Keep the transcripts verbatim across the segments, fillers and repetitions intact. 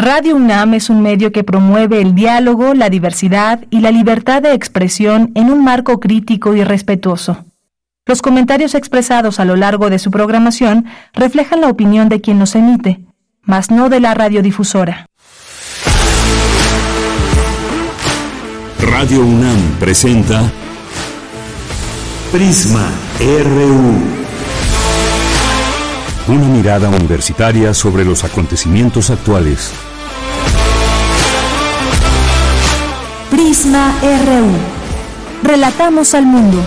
Radio UNAM es un medio que promueve el diálogo, la diversidad y la libertad de expresión en un marco crítico y respetuoso. Los comentarios expresados a lo largo de su programación reflejan la opinión de quien los emite, mas no de la radiodifusora. Radio UNAM presenta Prisma R U. Una mirada universitaria sobre los acontecimientos actuales. Prisma R U. Relatamos al mundo.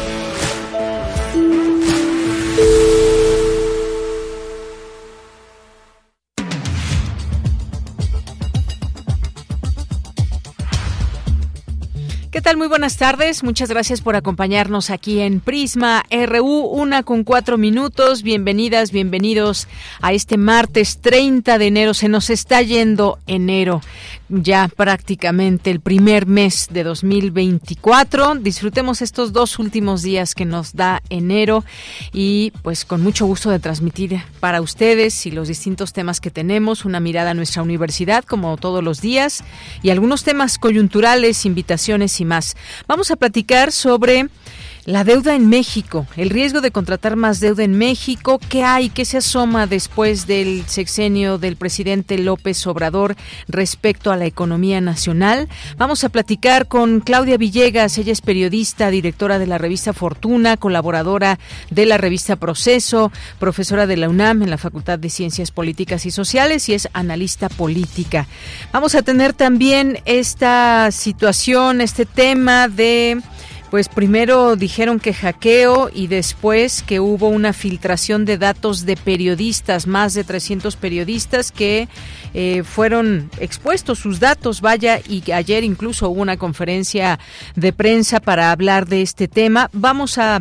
¿Qué tal? Muy buenas tardes. Muchas gracias por acompañarnos aquí en Prisma R U, una con cuatro minutos. Bienvenidas, bienvenidos a este martes treinta de enero. Se nos está yendo enero, ya prácticamente el primer mes de dos mil veinticuatro. Disfrutemos estos dos últimos días que nos da enero y pues con mucho gusto de transmitir para ustedes y los distintos temas que tenemos, una mirada a nuestra universidad como todos los días y algunos temas coyunturales, invitaciones y más. Vamos a platicar sobre la deuda en México, el riesgo de contratar más deuda en México, qué hay, qué se asoma después del sexenio del presidente López Obrador respecto a la economía nacional. Vamos a platicar con Claudia Villegas, ella es periodista, directora de la revista Fortuna, colaboradora de la revista Proceso, profesora de la UNAM en la Facultad de Ciencias Políticas y Sociales y es analista política. Vamos a tener también esta situación, este tema de... Pues primero dijeron que hackeo y después que hubo una filtración de datos de periodistas, más de trescientos periodistas que eh, fueron expuestos sus datos, vaya, y ayer incluso hubo una conferencia de prensa para hablar de este tema. Vamos a,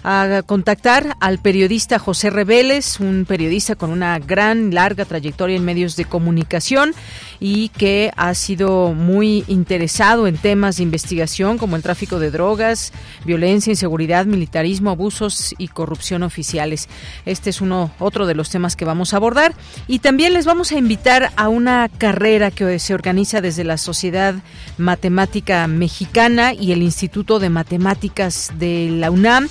a contactar al periodista José Reveles, un periodista con una gran, larga trayectoria en medios de comunicación y que ha sido muy interesado en temas de investigación como el tráfico de drogas, violencia, inseguridad, militarismo, abusos y corrupción oficiales. Este es uno otro de los temas que vamos a abordar y también les vamos a invitar a una carrera que se organiza desde la Sociedad Matemática Mexicana y el Instituto de Matemáticas de la UNAM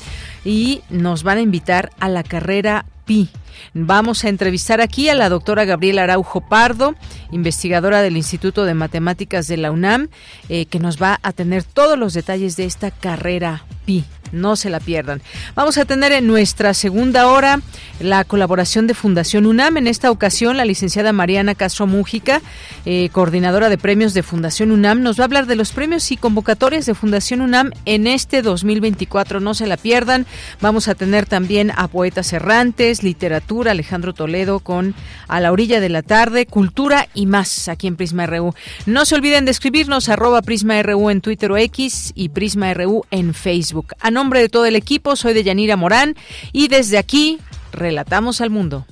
y nos van a invitar a la carrera Pi. Vamos a entrevistar aquí a la doctora Gabriela Araujo Pardo, investigadora del Instituto de Matemáticas de la UNAM, eh, que nos va a tener todos los detalles de esta carrera Pi. No se la pierdan. Vamos a tener en nuestra segunda hora la colaboración de Fundación UNAM. En esta ocasión, la licenciada Mariana Castro Mújica, eh, coordinadora de premios de Fundación UNAM, nos va a hablar de los premios y convocatorias de Fundación UNAM en este dos mil veinticuatro. No se la pierdan. Vamos a tener también a poetas errantes, literatura, Alejandro Toledo con A la orilla de la tarde, cultura y más aquí en Prisma R U. No se olviden de escribirnos arroba Prisma R U en Twitter o X y Prisma R U en Facebook. A nombre de todo el equipo, soy Deyanira Morán y desde aquí relatamos al mundo.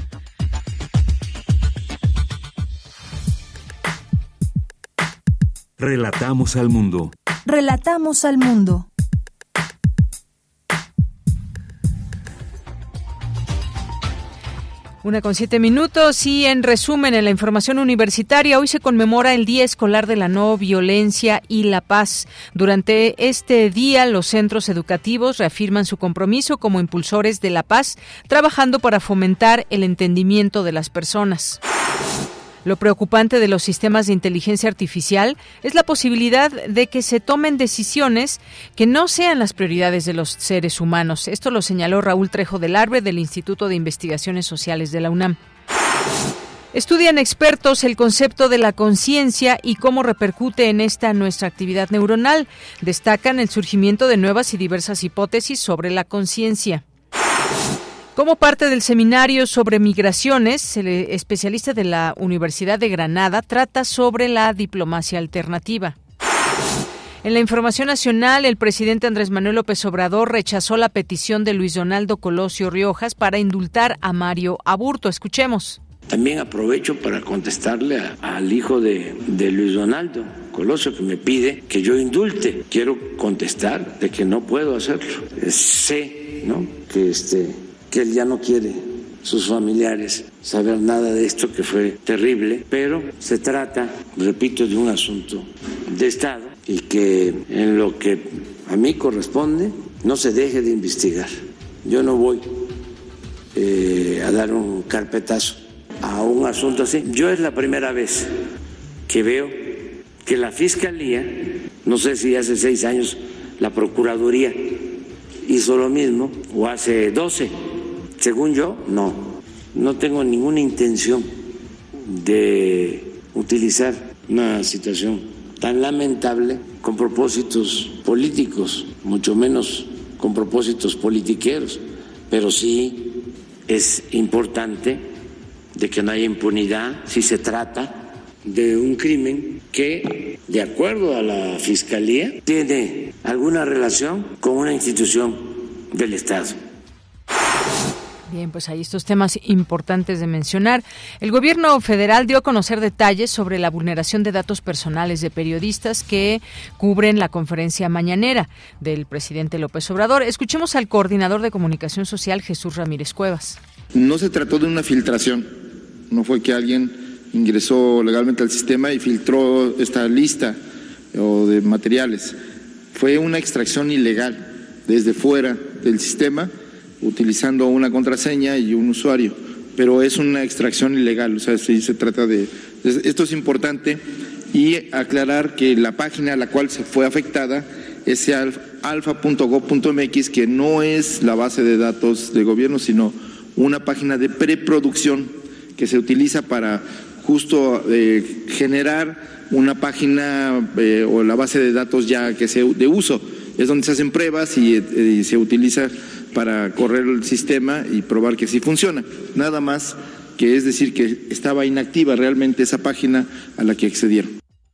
Relatamos al mundo. Relatamos al mundo. Una con siete minutos y en resumen en la información universitaria, hoy se conmemora el Día Escolar de la No Violencia y la Paz. Durante este día, los centros educativos reafirman su compromiso como impulsores de la paz, trabajando para fomentar el entendimiento de las personas. Lo preocupante de los sistemas de inteligencia artificial es la posibilidad de que se tomen decisiones que no sean las prioridades de los seres humanos. Esto lo señaló Raúl Trejo del Arbre del Instituto de Investigaciones Sociales de la UNAM. Estudian expertos el concepto de la conciencia y cómo repercute en esta nuestra actividad neuronal. Destacan el surgimiento de nuevas y diversas hipótesis sobre la conciencia. Como parte del seminario sobre migraciones, el especialista de la Universidad de Granada trata sobre la diplomacia alternativa. En la información nacional, el presidente Andrés Manuel López Obrador rechazó la petición de Luis Donaldo Colosio Riojas para indultar a Mario Aburto. Escuchemos. También aprovecho para contestarle a, al hijo de, de Luis Donaldo Colosio, que me pide que yo indulte. Quiero contestar de que no puedo hacerlo. Sé, ¿no?, que este... que él ya no quiere sus familiares saber nada de esto, que fue terrible, pero se trata, repito, de un asunto de Estado y que en lo que a mí corresponde no se deje de investigar. Yo no voy eh, a dar un carpetazo a un asunto así. Yo es la primera vez que veo que la Fiscalía, no sé si hace seis años la Procuraduría hizo lo mismo, o hace doce, según yo, no. No tengo ninguna intención de utilizar una situación tan lamentable con propósitos políticos, mucho menos con propósitos politiqueros, pero sí es importante de que no haya impunidad si se trata de un crimen que, de acuerdo a la Fiscalía, tiene alguna relación con una institución del Estado. Bien, pues hay estos temas importantes de mencionar. El gobierno federal dio a conocer detalles sobre la vulneración de datos personales de periodistas que cubren la conferencia mañanera del presidente López Obrador. Escuchemos al coordinador de comunicación social, Jesús Ramírez Cuevas. No se trató de una filtración, no fue que alguien ingresó legalmente al sistema y filtró esta lista o de materiales. Fue una extracción ilegal desde fuera del sistema, utilizando una contraseña y un usuario, pero es una extracción ilegal, o sea, sí se trata de... Esto es importante, y aclarar que la página a la cual se fue afectada es alfa punto gob punto mx, que no es la base de datos de gobierno, sino una página de preproducción que se utiliza para justo eh, generar una página eh, o la base de datos ya que sea de uso. Es donde se hacen pruebas y, eh, y se utiliza para correr el sistema y probar que sí funciona. Nada más que es decir que estaba inactiva realmente esa página a la que accedieron.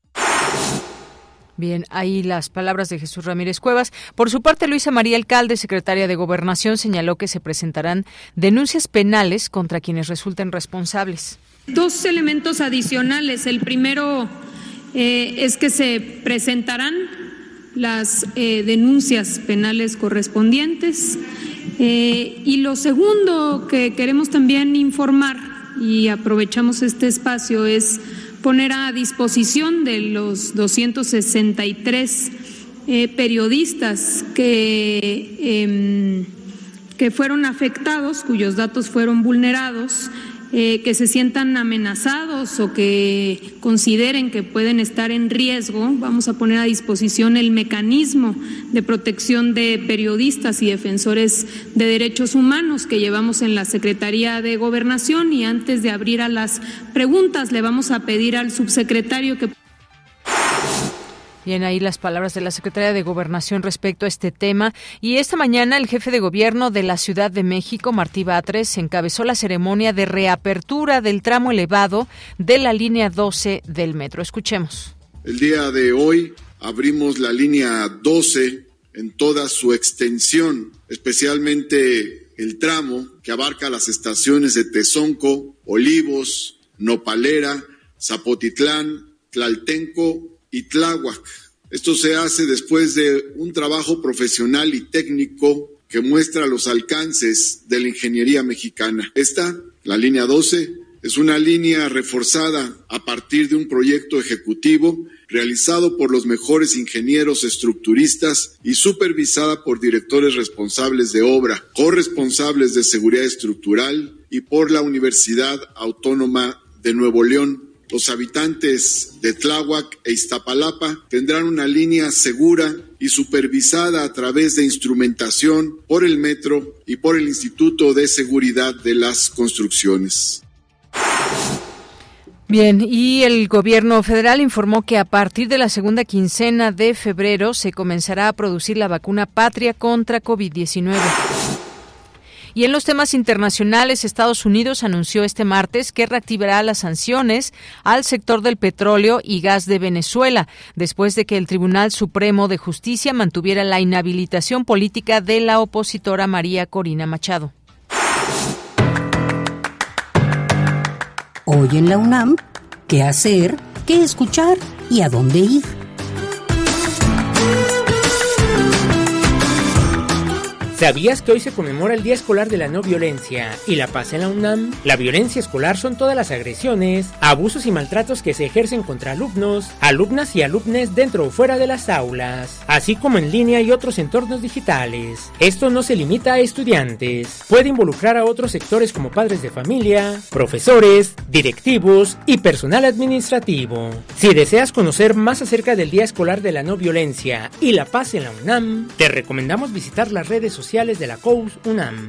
Bien, ahí las palabras de Jesús Ramírez Cuevas. Por su parte, Luisa María Alcalde, secretaria de Gobernación, señaló que se presentarán denuncias penales contra quienes resulten responsables. Dos elementos adicionales. El primero eh, es que se presentarán las eh, denuncias penales correspondientes. Eh, y lo segundo que queremos también informar, y aprovechamos este espacio, es poner a disposición de los doscientos sesenta y tres eh, periodistas que, eh, que fueron afectados, cuyos datos fueron vulnerados, eh, que se sientan amenazados o que consideren que pueden estar en riesgo. Vamos a poner a disposición el mecanismo de protección de periodistas y defensores de derechos humanos que llevamos en la Secretaría de Gobernación, y antes de abrir a las preguntas le vamos a pedir al subsecretario que... Bien, ahí las palabras de la Secretaría de Gobernación respecto a este tema. Y esta mañana el jefe de gobierno de la Ciudad de México, Martí Batres, encabezó la ceremonia de reapertura del tramo elevado de la línea doce del metro. Escuchemos. El día de hoy abrimos la línea doce en toda su extensión, especialmente el tramo que abarca las estaciones de Tezonco, Olivos, Nopalera, Zapotitlán, Tlaltenco y Tláhuac. Esto se hace después de un trabajo profesional y técnico que muestra los alcances de la ingeniería mexicana. Esta, la línea doce, es una línea reforzada a partir de un proyecto ejecutivo realizado por los mejores ingenieros estructuristas y supervisada por directores responsables de obra, corresponsables de seguridad estructural y por la Universidad Autónoma de Nuevo León. Los habitantes de Tláhuac e Iztapalapa tendrán una línea segura y supervisada a través de instrumentación por el metro y por el Instituto de Seguridad de las Construcciones. Bien, y el gobierno federal informó que a partir de la segunda quincena de febrero se comenzará a producir la vacuna patria contra covid diecinueve. Y en los temas internacionales, Estados Unidos anunció este martes que reactivará las sanciones al sector del petróleo y gas de Venezuela, después de que el Tribunal Supremo de Justicia mantuviera la inhabilitación política de la opositora María Corina Machado. Hoy en la UNAM, ¿qué hacer, qué escuchar y a dónde ir? ¿Sabías que hoy se conmemora el Día Escolar de la No Violencia y la Paz en la UNAM? La violencia escolar son todas las agresiones, abusos y maltratos que se ejercen contra alumnos, alumnas y alumnes dentro o fuera de las aulas, así como en línea y otros entornos digitales. Esto no se limita a estudiantes, puede involucrar a otros sectores como padres de familia, profesores, directivos y personal administrativo. Si deseas conocer más acerca del Día Escolar de la No Violencia y la Paz en la UNAM, te recomendamos visitar las redes sociales sociales de la C O U S UNAM.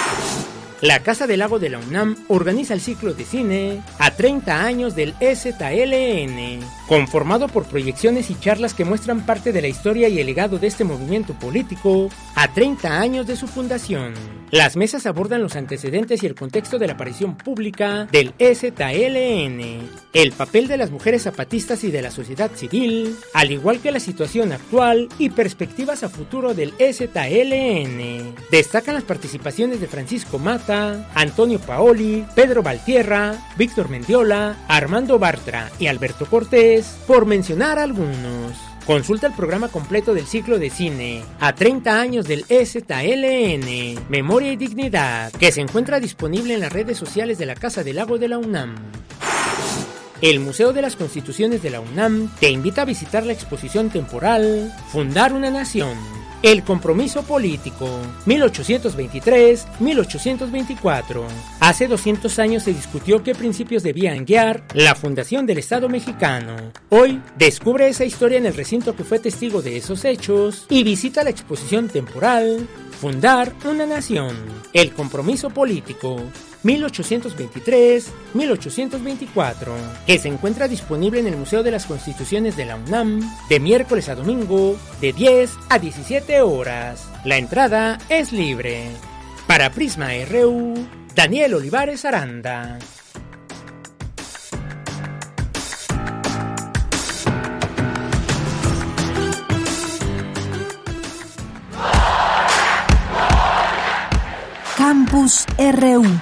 La Casa del Lago de la UNAM organiza el ciclo de cine a treinta años del E Z L N, conformado por proyecciones y charlas que muestran parte de la historia y el legado de este movimiento político a treinta años de su fundación. Las mesas abordan los antecedentes y el contexto de la aparición pública del E Z L N, el papel de las mujeres zapatistas y de la sociedad civil, al igual que la situación actual y perspectivas a futuro del E Z L N. Destacan las participaciones de Francisco Mata, Antonio Paoli, Pedro Valtierra, Víctor Mendiola, Armando Bartra y Alberto Cortés, por mencionar algunos. Consulta el programa completo del ciclo de cine a treinta años del E Z L N, Memoria y Dignidad, que se encuentra disponible en las redes sociales de la Casa del Lago de la UNAM. El Museo de las Constituciones de la UNAM te invita a visitar la exposición temporal Fundar una Nación. El compromiso político, mil ochocientos veintitrés a mil ochocientos veinticuatro. Hace doscientos años se discutió qué principios debían guiar la fundación del Estado mexicano. Hoy, descubre esa historia en el recinto que fue testigo de esos hechos y visita la exposición temporal Fundar una Nación. El compromiso político, mil ochocientos veintitrés a mil ochocientos veinticuatro, que se encuentra disponible en el Museo de las Constituciones de la UNAM de miércoles a domingo de diez a diecisiete horas. La entrada es libre. Para Prisma R U, Daniel Olivares Aranda. Campus R U.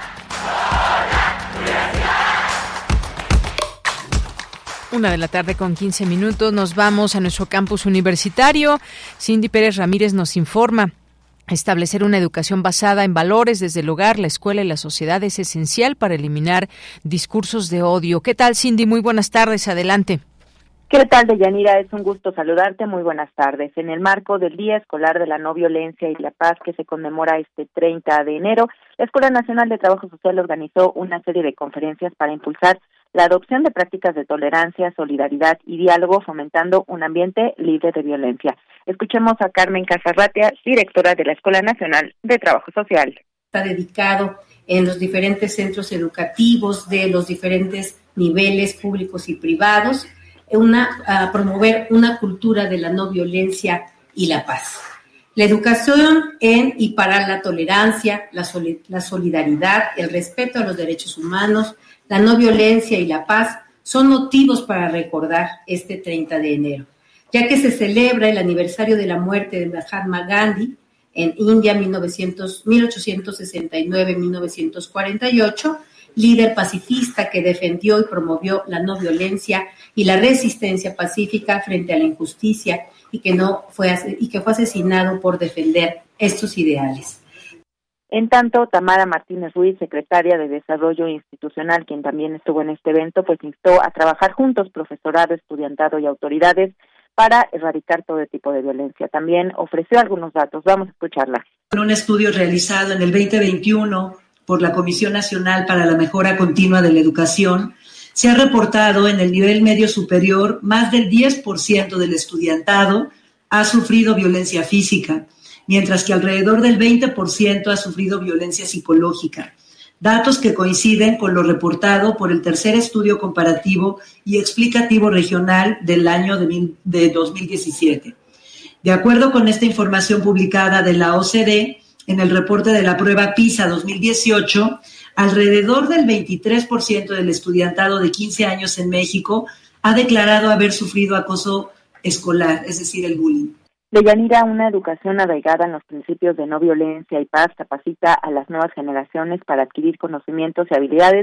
Una de la tarde con quince minutos, nos vamos a nuestro campus universitario. Cindy Pérez Ramírez nos informa. Establecer una educación basada en valores desde el hogar, la escuela y la sociedad es esencial para eliminar discursos de odio. ¿Qué tal, Cindy? Muy buenas tardes, adelante. ¿Qué tal, Deyanira? Es un gusto saludarte. Muy buenas tardes. En el marco del Día Escolar de la No Violencia y la Paz, que se conmemora este treinta de enero, la Escuela Nacional de Trabajo Social organizó una serie de conferencias para impulsar la adopción de prácticas de tolerancia, solidaridad y diálogo, fomentando un ambiente libre de violencia. Escuchemos a Carmen Casarratia, directora de la Escuela Nacional de Trabajo Social. Está dedicado en los diferentes centros educativos de los diferentes niveles públicos y privados, Una, a promover una cultura de la no violencia y la paz. La educación en y para la tolerancia, la, soli- la solidaridad, el respeto a los derechos humanos, la no violencia y la paz son motivos para recordar este treinta de enero, ya que se celebra el aniversario de la muerte de Mahatma Gandhi en India mil ochocientos sesenta y nueve a mil novecientos cuarenta y ocho, líder pacifista que defendió y promovió la no violencia y la resistencia pacífica frente a la injusticia y que no fue y que fue asesinado por defender estos ideales. En tanto, Tamara Martínez Ruiz, secretaria de Desarrollo Institucional, quien también estuvo en este evento, pues instó a trabajar juntos profesorado, estudiantado y autoridades para erradicar todo tipo de violencia. También ofreció algunos datos. Vamos a escucharla. En un estudio realizado en el veinte veintiuno por la Comisión Nacional para la Mejora Continua de la Educación, se ha reportado en el nivel medio superior más del diez por ciento del estudiantado ha sufrido violencia física, mientras que alrededor del veinte por ciento ha sufrido violencia psicológica. Datos que coinciden con lo reportado por el tercer estudio comparativo y explicativo regional del año de, mil, de dos mil diecisiete. De acuerdo con esta información publicada de la O C D, en el reporte de la prueba PISA dos mil dieciocho, alrededor del veintitrés por ciento del estudiantado de quince años en México ha declarado haber sufrido acoso escolar, es decir, el bullying. Deyanira, una educación arraigada en los principios de no violencia y paz capacita a las nuevas generaciones para adquirir conocimientos y habilidades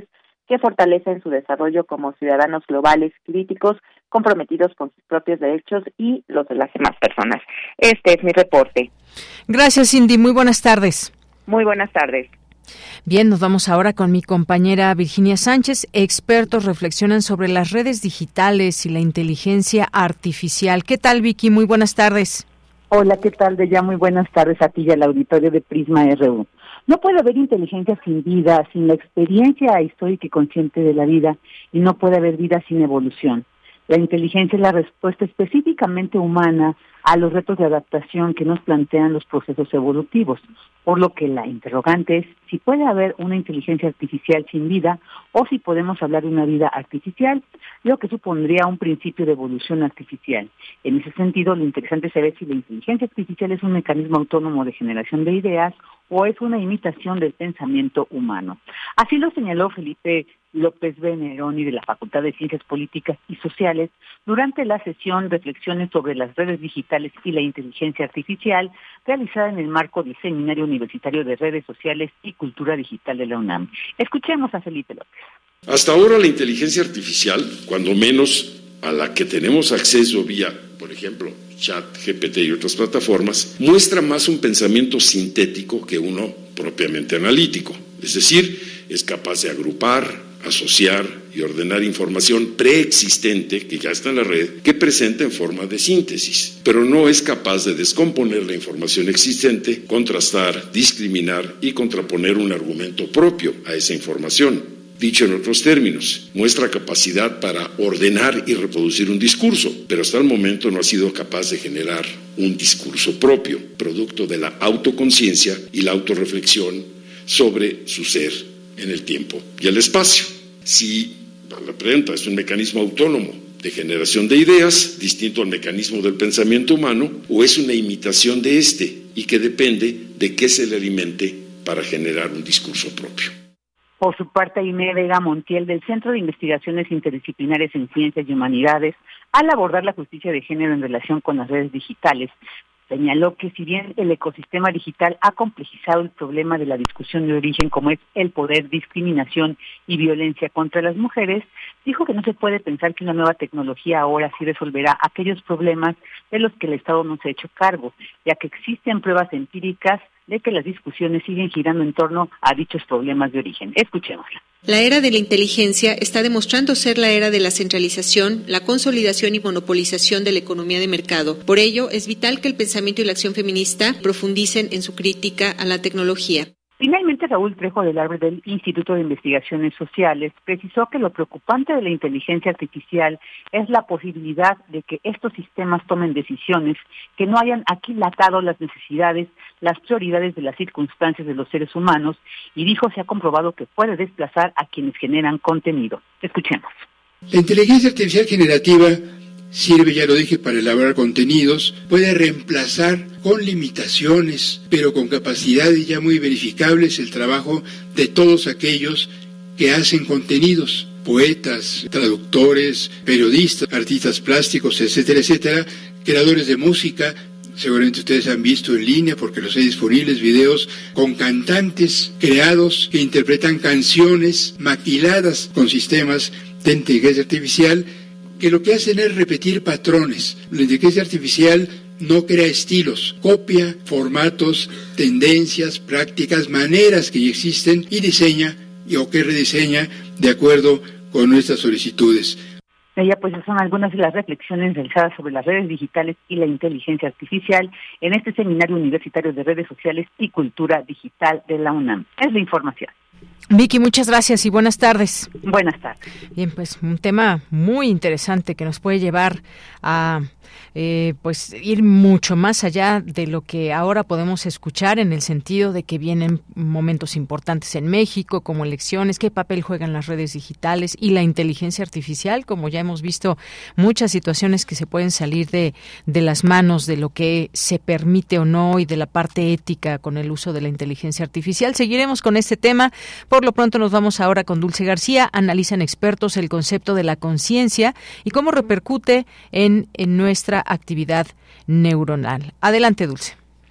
que fortalecen su desarrollo como ciudadanos globales críticos, comprometidos con sus propios derechos y los de las demás personas. Este es mi reporte. Gracias, Cindy. Muy buenas tardes. Muy buenas tardes. Bien, nos vamos ahora con mi compañera Virginia Sánchez. Expertos reflexionan sobre las redes digitales y la inteligencia artificial. ¿Qué tal, Vicky? Muy buenas tardes. Hola, ¿qué tal? De ya muy buenas tardes a ti y al auditorio de Prisma R U. No puede haber inteligencia sin vida, sin la experiencia histórica y consciente de la vida, y no puede haber vida sin evolución. La inteligencia es la respuesta específicamente humana a los retos de adaptación que nos plantean los procesos evolutivos, por lo que la interrogante es si puede haber una inteligencia artificial sin vida o si podemos hablar de una vida artificial, lo que supondría un principio de evolución artificial. En ese sentido, lo interesante es saber si la inteligencia artificial es un mecanismo autónomo de generación de ideas o es una imitación del pensamiento humano. Así lo señaló Felipe López Veneroni de la Facultad de Ciencias Políticas y Sociales durante la sesión Reflexiones sobre las redes digitales y la inteligencia artificial, realizada en el marco del Seminario Universitario de Redes Sociales y Cultura Digital de la UNAM. Escuchemos a Felipe López. Hasta ahora la inteligencia artificial, cuando menos a la que tenemos acceso vía, por ejemplo, ChatGPT y otras plataformas, muestra más un pensamiento sintético que uno propiamente analítico. Es decir, es capaz de agrupar, asociar y ordenar información preexistente que ya está en la red, que presenta en forma de síntesis, pero no es capaz de descomponer la información existente, contrastar, discriminar y contraponer un argumento propio a esa información. Dicho en otros términos, muestra capacidad para ordenar y reproducir un discurso, pero hasta el momento no ha sido capaz de generar un discurso propio, producto de la autoconciencia y la autorreflexión sobre su ser en el tiempo y el espacio. Si la pregunta es un mecanismo autónomo de generación de ideas, distinto al mecanismo del pensamiento humano, o es una imitación de este y que depende de qué se le alimente para generar un discurso propio. Por su parte, Aimee Vega Montiel, del Centro de Investigaciones Interdisciplinares en Ciencias y Humanidades, al abordar la justicia de género en relación con las redes digitales, señaló que si bien el ecosistema digital ha complejizado el problema de la discusión de origen, como es el poder, discriminación y violencia contra las mujeres, dijo que no se puede pensar que una nueva tecnología ahora sí resolverá aquellos problemas de los que el Estado no se ha hecho cargo, ya que existen pruebas empíricas de que las discusiones siguen girando en torno a dichos problemas de origen. Escuchémosla. La era de la inteligencia está demostrando ser la era de la centralización, la consolidación y monopolización de la economía de mercado. Por ello, es vital que el pensamiento y la acción feminista profundicen en su crítica a la tecnología. Finalmente, Raúl Trejo del Arbre del Instituto de Investigaciones Sociales precisó que lo preocupante de la inteligencia artificial es la posibilidad de que estos sistemas tomen decisiones que no hayan aquilatado las necesidades, las prioridades de las circunstancias de los seres humanos, y dijo se ha comprobado que puede desplazar a quienes generan contenido. Escuchemos. La inteligencia artificial generativa sirve, ya lo dije, para elaborar contenidos, puede reemplazar con limitaciones, pero con capacidades ya muy verificables el trabajo de todos aquellos que hacen contenidos, poetas, traductores, periodistas, artistas plásticos, etcétera, etcétera, creadores de música. Seguramente ustedes han visto en línea, porque los hay disponibles, videos con cantantes creados que interpretan canciones maquiladas con sistemas de inteligencia artificial, que lo que hacen es repetir patrones. La inteligencia artificial no crea estilos, copia formatos, tendencias, prácticas, maneras que ya existen y diseña y o que rediseña de acuerdo con nuestras solicitudes. Ella, pues, son algunas de las reflexiones realizadas sobre las redes digitales y la inteligencia artificial en este Seminario Universitario de Redes Sociales y Cultura Digital de la UNAM. Es la información. Vicky, muchas gracias y buenas tardes. Buenas tardes. Bien, pues un tema muy interesante que nos puede llevar a eh, pues ir mucho más allá de lo que ahora podemos escuchar, en el sentido de que vienen momentos importantes en México, como elecciones, qué papel juegan las redes digitales y la inteligencia artificial, como ya hemos visto muchas situaciones que se pueden salir de, de las manos de lo que se permite o no y de la parte ética con el uso de la inteligencia artificial. Seguiremos con este tema. Por lo pronto nos vamos ahora con Dulce García. Analizan expertos el concepto de la conciencia y cómo repercute en, en nuestra actividad neuronal. Adelante, Dulce.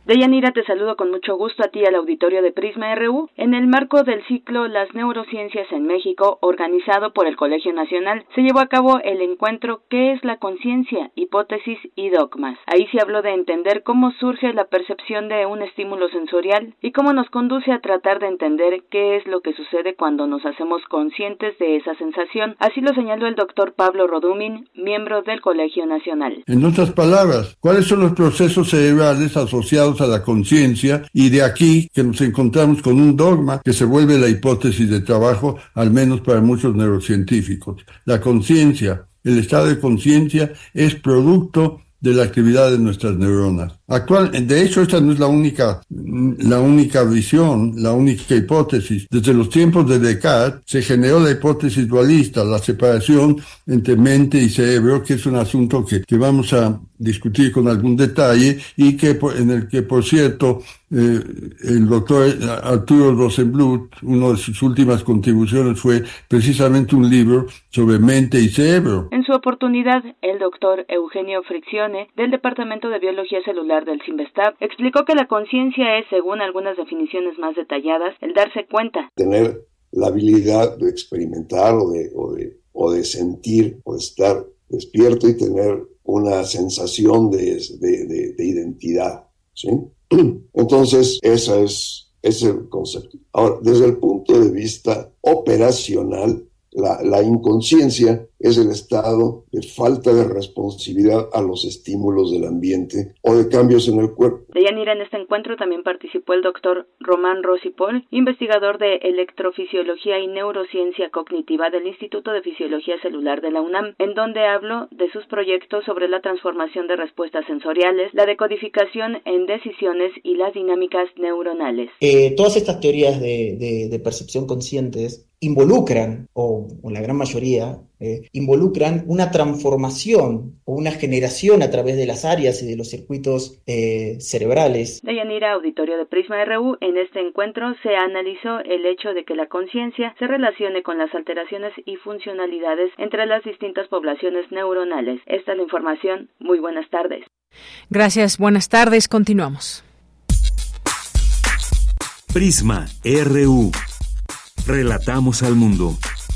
Deyanira, te saludo con mucho gusto a ti al auditorio de Prisma R U en el marco del ciclo Las Neurociencias en México, organizado por el Colegio Nacional. Se llevó a cabo el encuentro ¿Qué es la conciencia? Hipótesis y dogmas. Ahí se habló de entender cómo surge la percepción de un estímulo sensorial y cómo nos conduce a tratar de entender qué es lo que sucede cuando nos hacemos conscientes de esa sensación. Así lo señaló el doctor Pablo Rodumin, miembro del Colegio Nacional. En otras palabras, ¿cuáles son los procesos cerebrales asociados a la conciencia? Y de aquí que nos encontramos con un dogma que se vuelve la hipótesis de trabajo, al menos para muchos neurocientíficos. La conciencia, el estado de conciencia, es producto de la actividad de nuestras neuronas. Actual, de hecho, esta no es la única, la única visión, la única hipótesis. Desde los tiempos de Descartes se generó la hipótesis dualista, la separación entre mente y cerebro, que es un asunto que, que vamos a discutir con algún detalle y que en el que, por cierto, eh, el doctor Arturo Rosenbluth, una de sus últimas contribuciones fue precisamente un libro sobre mente y cerebro. En su oportunidad, el doctor Eugenio Friccione, del Departamento de Biología Celular del CIMBESTAB, explicó que la conciencia es, según algunas definiciones más detalladas, el darse cuenta. Tener la habilidad de experimentar o de, o de, o de sentir o de estar despierto y tener una sensación de, de, de, de identidad, ¿sí? Entonces, ese es, ese es el concepto. Ahora, desde el punto de vista operacional, la, la inconsciencia es el estado de falta de responsividad a los estímulos del ambiente o de cambios en el cuerpo. Deyanira, en este encuentro también participó el doctor Román Rosipol, investigador de electrofisiología y neurociencia cognitiva del Instituto de Fisiología Celular de la UNAM, en donde habló de sus proyectos sobre la transformación de respuestas sensoriales, la decodificación en decisiones y las dinámicas neuronales. Eh, todas estas teorías de, de, de percepción conscientes involucran, o, o la gran mayoría, eh, involucran una transformación o una generación a través de las áreas y de los circuitos eh, cerebrales. Deyanira, auditorio de Prisma R U, en este encuentro se analizó el hecho de que la conciencia se relacione con las alteraciones y funcionalidades entre las distintas poblaciones neuronales. Esta es la información. Muy buenas tardes. Gracias, buenas tardes. Continuamos. Prisma R U. Relatamos al mundo.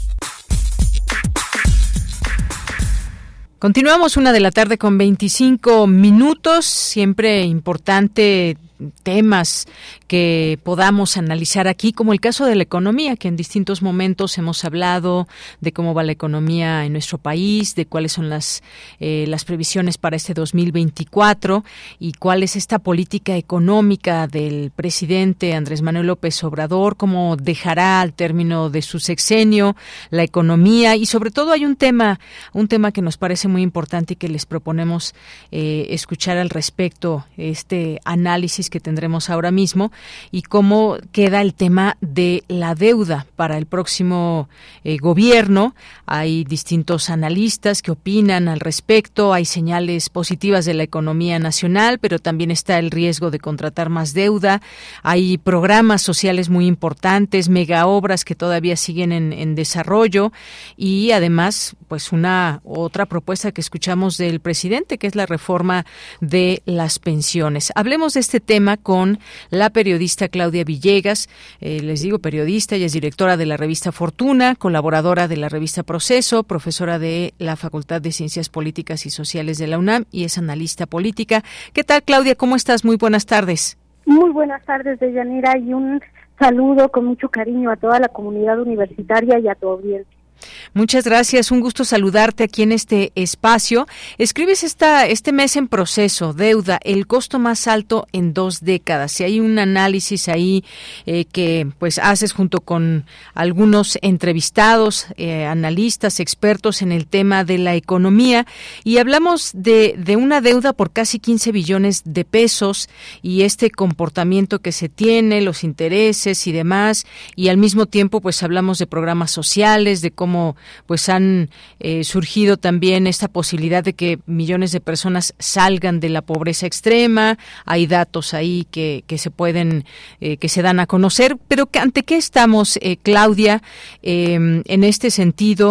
Continuamos, una de la tarde con veinticinco minutos. Siempre importante temas que podamos analizar aquí, como el caso de la economía, que en distintos momentos hemos hablado de cómo va la economía en nuestro país, de cuáles son las eh, las previsiones para este dos mil veinticuatro y cuál es esta política económica del presidente Andrés Manuel López Obrador, cómo dejará al término de su sexenio la economía, y sobre todo hay un tema, un tema que nos parece muy importante y que les proponemos eh, escuchar al respecto, este análisis que tendremos ahora mismo, y cómo queda el tema de la deuda para el próximo eh, gobierno. Hay distintos analistas que opinan al respecto, hay señales positivas de la economía nacional, pero también está el riesgo de contratar más deuda, hay programas sociales muy importantes, megaobras que todavía siguen en, en desarrollo, y además pues una otra propuesta que escuchamos del presidente, que es la reforma de las pensiones. Hablemos de este tema con la periodista Claudia Villegas. Eh, les digo periodista, ella es directora de la revista Fortuna, colaboradora de la revista Proceso, profesora de la Facultad de Ciencias Políticas y Sociales de la UNAM y es analista política. ¿Qué tal, Claudia? ¿Cómo estás? Muy buenas tardes. Muy buenas tardes, Deyanira, y un saludo con mucho cariño a toda la comunidad universitaria y a tu audiencia. Muchas gracias, un gusto saludarte aquí en este espacio. Escribes esta, este mes en Proceso, deuda, el costo más alto en dos décadas. Y hay un análisis ahí eh, que pues haces junto con algunos entrevistados, eh, analistas, expertos en el tema de la economía, y hablamos de, de una deuda por casi quince billones de pesos y este comportamiento que se tiene, los intereses y demás, y al mismo tiempo pues hablamos de programas sociales, de cómo cómo pues han eh, surgido también esta posibilidad de que millones de personas salgan de la pobreza extrema. Hay datos ahí que, que se pueden, eh, que se dan a conocer, pero que, ¿ante qué estamos, eh, Claudia, eh, en este sentido?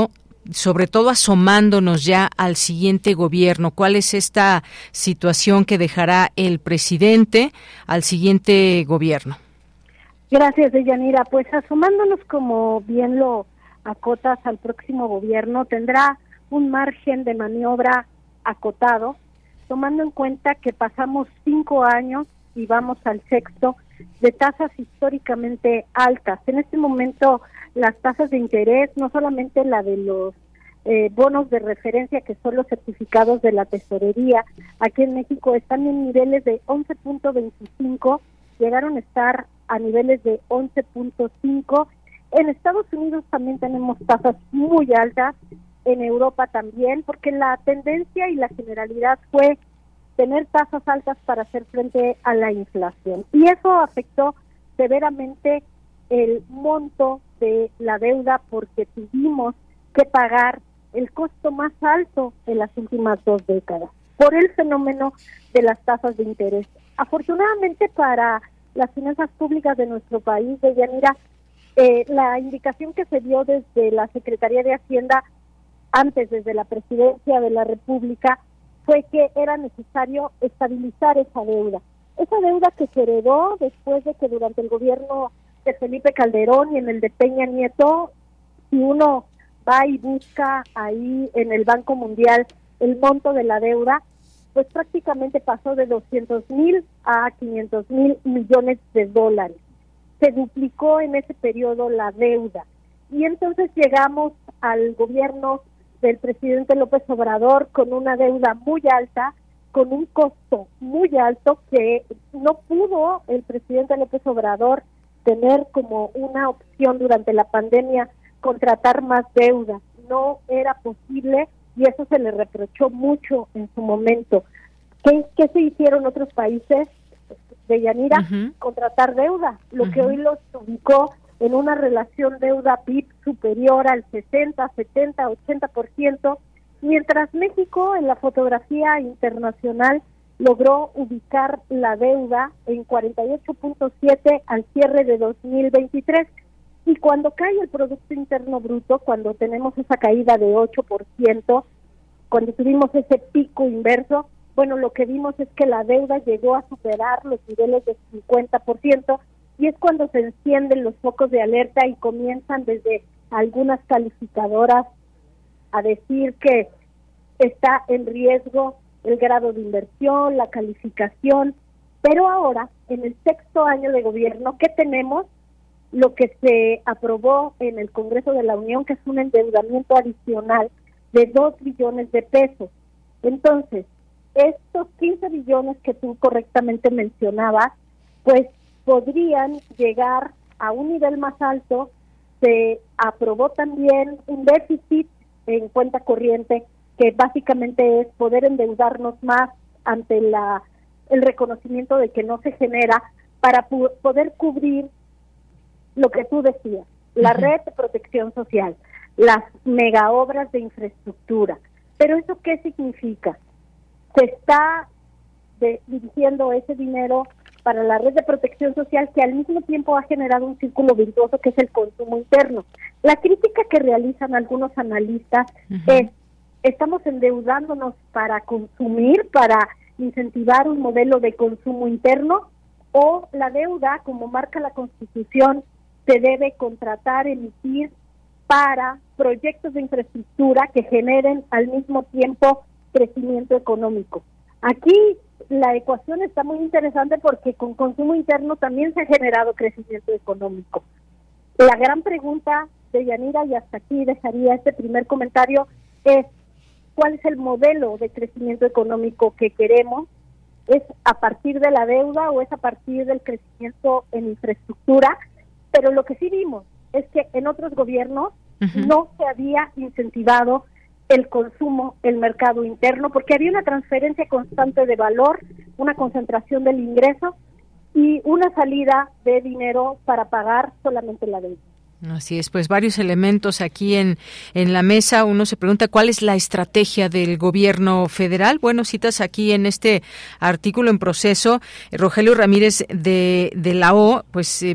sobre todo asomándonos ya al siguiente gobierno. ¿Cuál es esta situación que dejará el presidente al siguiente gobierno? Gracias, Deyanira. Pues asomándonos, como bien lo acotas, al próximo gobierno, tendrá un margen de maniobra acotado, tomando en cuenta que pasamos cinco años y vamos al sexto de tasas históricamente altas. En este momento las tasas de interés, no solamente la de los eh, bonos de referencia, que son los certificados de la tesorería, aquí en México están en niveles de once punto veinticinco, llegaron a estar a niveles de once punto cinco. En Estados Unidos también tenemos tasas muy altas, en Europa también, porque la tendencia y la generalidad fue tener tasas altas para hacer frente a la inflación. Y eso afectó severamente el monto de la deuda, porque tuvimos que pagar el costo más alto en las últimas dos décadas por el fenómeno de las tasas de interés. Afortunadamente para las finanzas públicas de nuestro país, Deyanira, eh, la indicación que se dio desde la Secretaría de Hacienda, antes desde la Presidencia de la República, fue que era necesario estabilizar esa deuda. Esa deuda que se heredó después de que durante el gobierno de Felipe Calderón y en el de Peña Nieto, si uno va y busca ahí en el Banco Mundial el monto de la deuda, pues prácticamente pasó de doscientos mil a quinientos mil millones de dólares. Se duplicó en ese periodo la deuda. Y entonces llegamos al gobierno del presidente López Obrador con una deuda muy alta, con un costo muy alto que no pudo el presidente López Obrador tener como una opción durante la pandemia, contratar más deuda. No era posible y eso se le reprochó mucho en su momento. ¿Qué, qué se hicieron otros países, Deyanira? Uh-huh. Contratar deuda, lo uh-huh. que hoy los ubicó en una relación deuda-P I B superior al sesenta, setenta, ochenta por ciento, mientras México en la fotografía internacional logró ubicar la deuda en cuarenta y ocho punto siete al cierre de dos mil veintitrés. Y cuando cae el Producto Interno Bruto, cuando tenemos esa caída de ocho por ciento, cuando tuvimos ese pico inverso, bueno, lo que vimos es que la deuda llegó a superar los niveles de cincuenta por ciento, y es cuando se encienden los focos de alerta y comienzan desde algunas calificadoras a decir que está en riesgo el grado de inversión, la calificación. Pero ahora, en el sexto año de gobierno, ¿qué tenemos? Lo que se aprobó en el Congreso de la Unión, que es un endeudamiento adicional de dos billones de pesos. Entonces, estos quince billones que tú correctamente mencionabas, pues podrían llegar a un nivel más alto. Se aprobó también un déficit en cuenta corriente, que básicamente es poder endeudarnos más ante la el reconocimiento de que no se genera, para pu- poder cubrir lo que tú decías, la uh-huh. red de protección social, las mega obras de infraestructura. ¿Pero eso qué significa? Se está de, dirigiendo ese dinero para la red de protección social, que al mismo tiempo ha generado un círculo virtuoso que es el consumo interno. La crítica que realizan algunos analistas uh-huh. es, estamos endeudándonos para consumir, para incentivar un modelo de consumo interno, o la deuda, como marca la Constitución, se debe contratar, emitir para proyectos de infraestructura que generen al mismo tiempo crecimiento económico. Aquí la ecuación está muy interesante porque con consumo interno también se ha generado crecimiento económico. La gran pregunta, Deyanira, y hasta aquí dejaría este primer comentario, es ¿cuál es el modelo de crecimiento económico que queremos? ¿Es a partir de la deuda o es a partir del crecimiento en infraestructura? Pero lo que sí vimos es que en otros gobiernos uh-huh. no se había incentivado el consumo, el mercado interno, porque había una transferencia constante de valor, una concentración del ingreso y una salida de dinero para pagar solamente la deuda. Así es, pues varios elementos aquí en, en la mesa. Uno se pregunta cuál es la estrategia del gobierno federal. Bueno, citas aquí en este artículo en proceso, Rogelio Ramírez de, de la O, pues eh,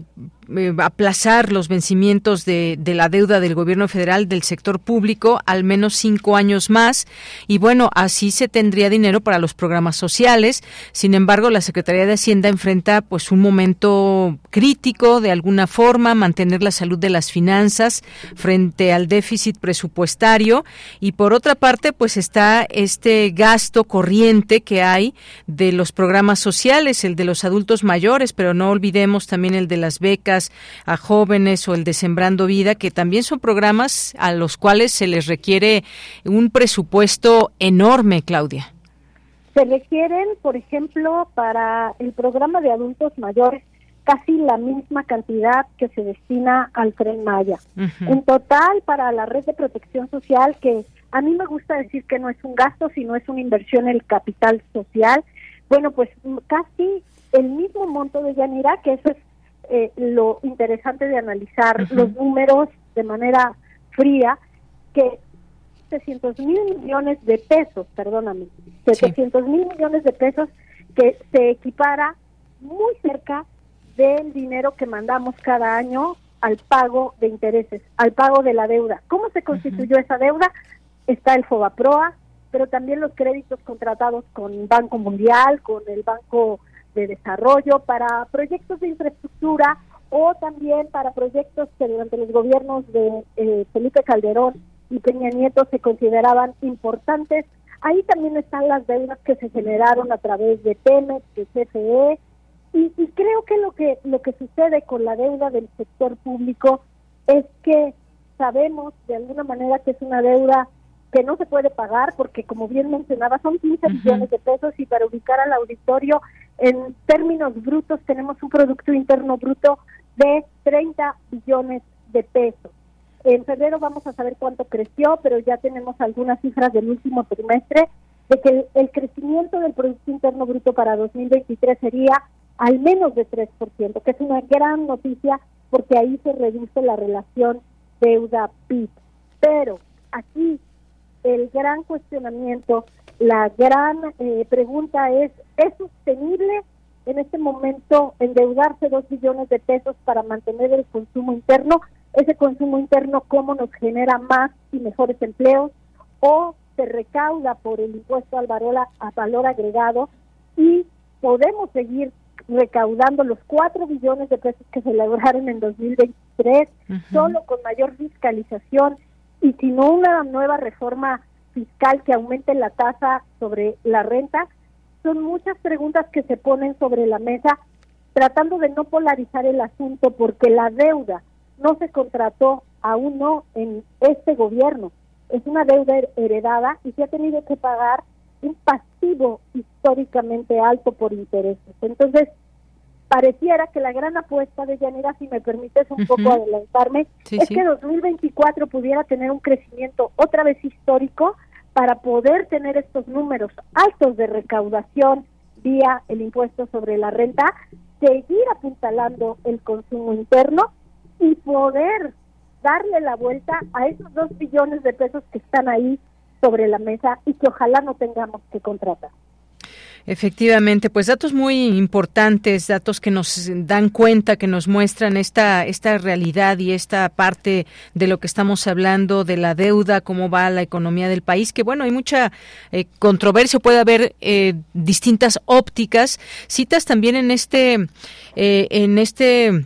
eh, aplazar los vencimientos de, de la deuda del gobierno federal del sector público al menos cinco años más, y bueno, así se tendría dinero para los programas sociales. Sin embargo, la Secretaría de Hacienda enfrenta pues un momento crítico de alguna forma, mantener la salud de las finanzas frente al déficit presupuestario, y por otra parte pues está este gasto corriente que hay de los programas sociales, el de los adultos mayores, pero no olvidemos también el de las becas a jóvenes o el de Sembrando Vida, que también son programas a los cuales se les requiere un presupuesto enorme, Claudia. Se requieren, por ejemplo, para el programa de adultos mayores, casi la misma cantidad que se destina al Tren Maya. Uh-huh. En total, para la red de protección social, que a mí me gusta decir que no es un gasto, sino es una inversión en el capital social, bueno, pues casi el mismo monto de Yanira, que eso es eh, lo interesante de analizar uh-huh. los números de manera fría, que setecientos mil millones de pesos, perdóname, setecientos mil sí. millones de pesos, que se equipara muy cerca del dinero que mandamos cada año al pago de intereses, al pago de la deuda. ¿Cómo se constituyó uh-huh. esa deuda? Está el FOBAPROA, pero también los créditos contratados con Banco Mundial, con el Banco de Desarrollo, para proyectos de infraestructura, o también para proyectos que durante los gobiernos de eh, Felipe Calderón y Peña Nieto se consideraban importantes. Ahí también están las deudas que se generaron a través de Pemex, de C F E, y, y creo que lo que lo que sucede con la deuda del sector público es que sabemos de alguna manera que es una deuda que no se puede pagar, porque como bien mencionaba, son quince uh-huh. billones de pesos, y para ubicar al auditorio, en términos brutos, tenemos un Producto Interno Bruto de treinta billones de pesos. En febrero vamos a saber cuánto creció, pero ya tenemos algunas cifras del último trimestre, de que el, el crecimiento del Producto Interno Bruto para dos mil veintitrés sería al menos de tres por ciento, que es una gran noticia, porque ahí se reduce la relación deuda-P I B. Pero aquí el gran cuestionamiento, la gran eh, pregunta es, ¿es sostenible en este momento endeudarse dos billones de pesos para mantener el consumo interno? Ese consumo interno, ¿cómo nos genera más y mejores empleos? ¿O se recauda por el impuesto al valor, a valor agregado y podemos seguir recaudando los cuatro billones de pesos que se lograron en dos mil veintitrés, uh-huh. solo con mayor fiscalización y sin una nueva reforma fiscal que aumente la tasa sobre la renta? Son muchas preguntas que se ponen sobre la mesa, tratando de no polarizar el asunto, porque la deuda no se contrató aún no en este gobierno, es una deuda heredada y se ha tenido que pagar un pasivo históricamente alto por intereses. Entonces, pareciera que la gran apuesta de Yanira, si me permites un uh-huh. poco adelantarme, sí, es sí. que dos mil veinticuatro pudiera tener un crecimiento otra vez histórico para poder tener estos números altos de recaudación vía el impuesto sobre la renta, seguir apuntalando el consumo interno y poder darle la vuelta a esos dos billones de pesos que están ahí sobre la mesa y que ojalá no tengamos que contratar. Efectivamente, pues datos muy importantes, datos que nos dan cuenta, que nos muestran esta esta realidad y esta parte de lo que estamos hablando de la deuda, cómo va la economía del país, que bueno, hay mucha eh, controversia, puede haber eh, distintas ópticas. Citas también en este eh, en este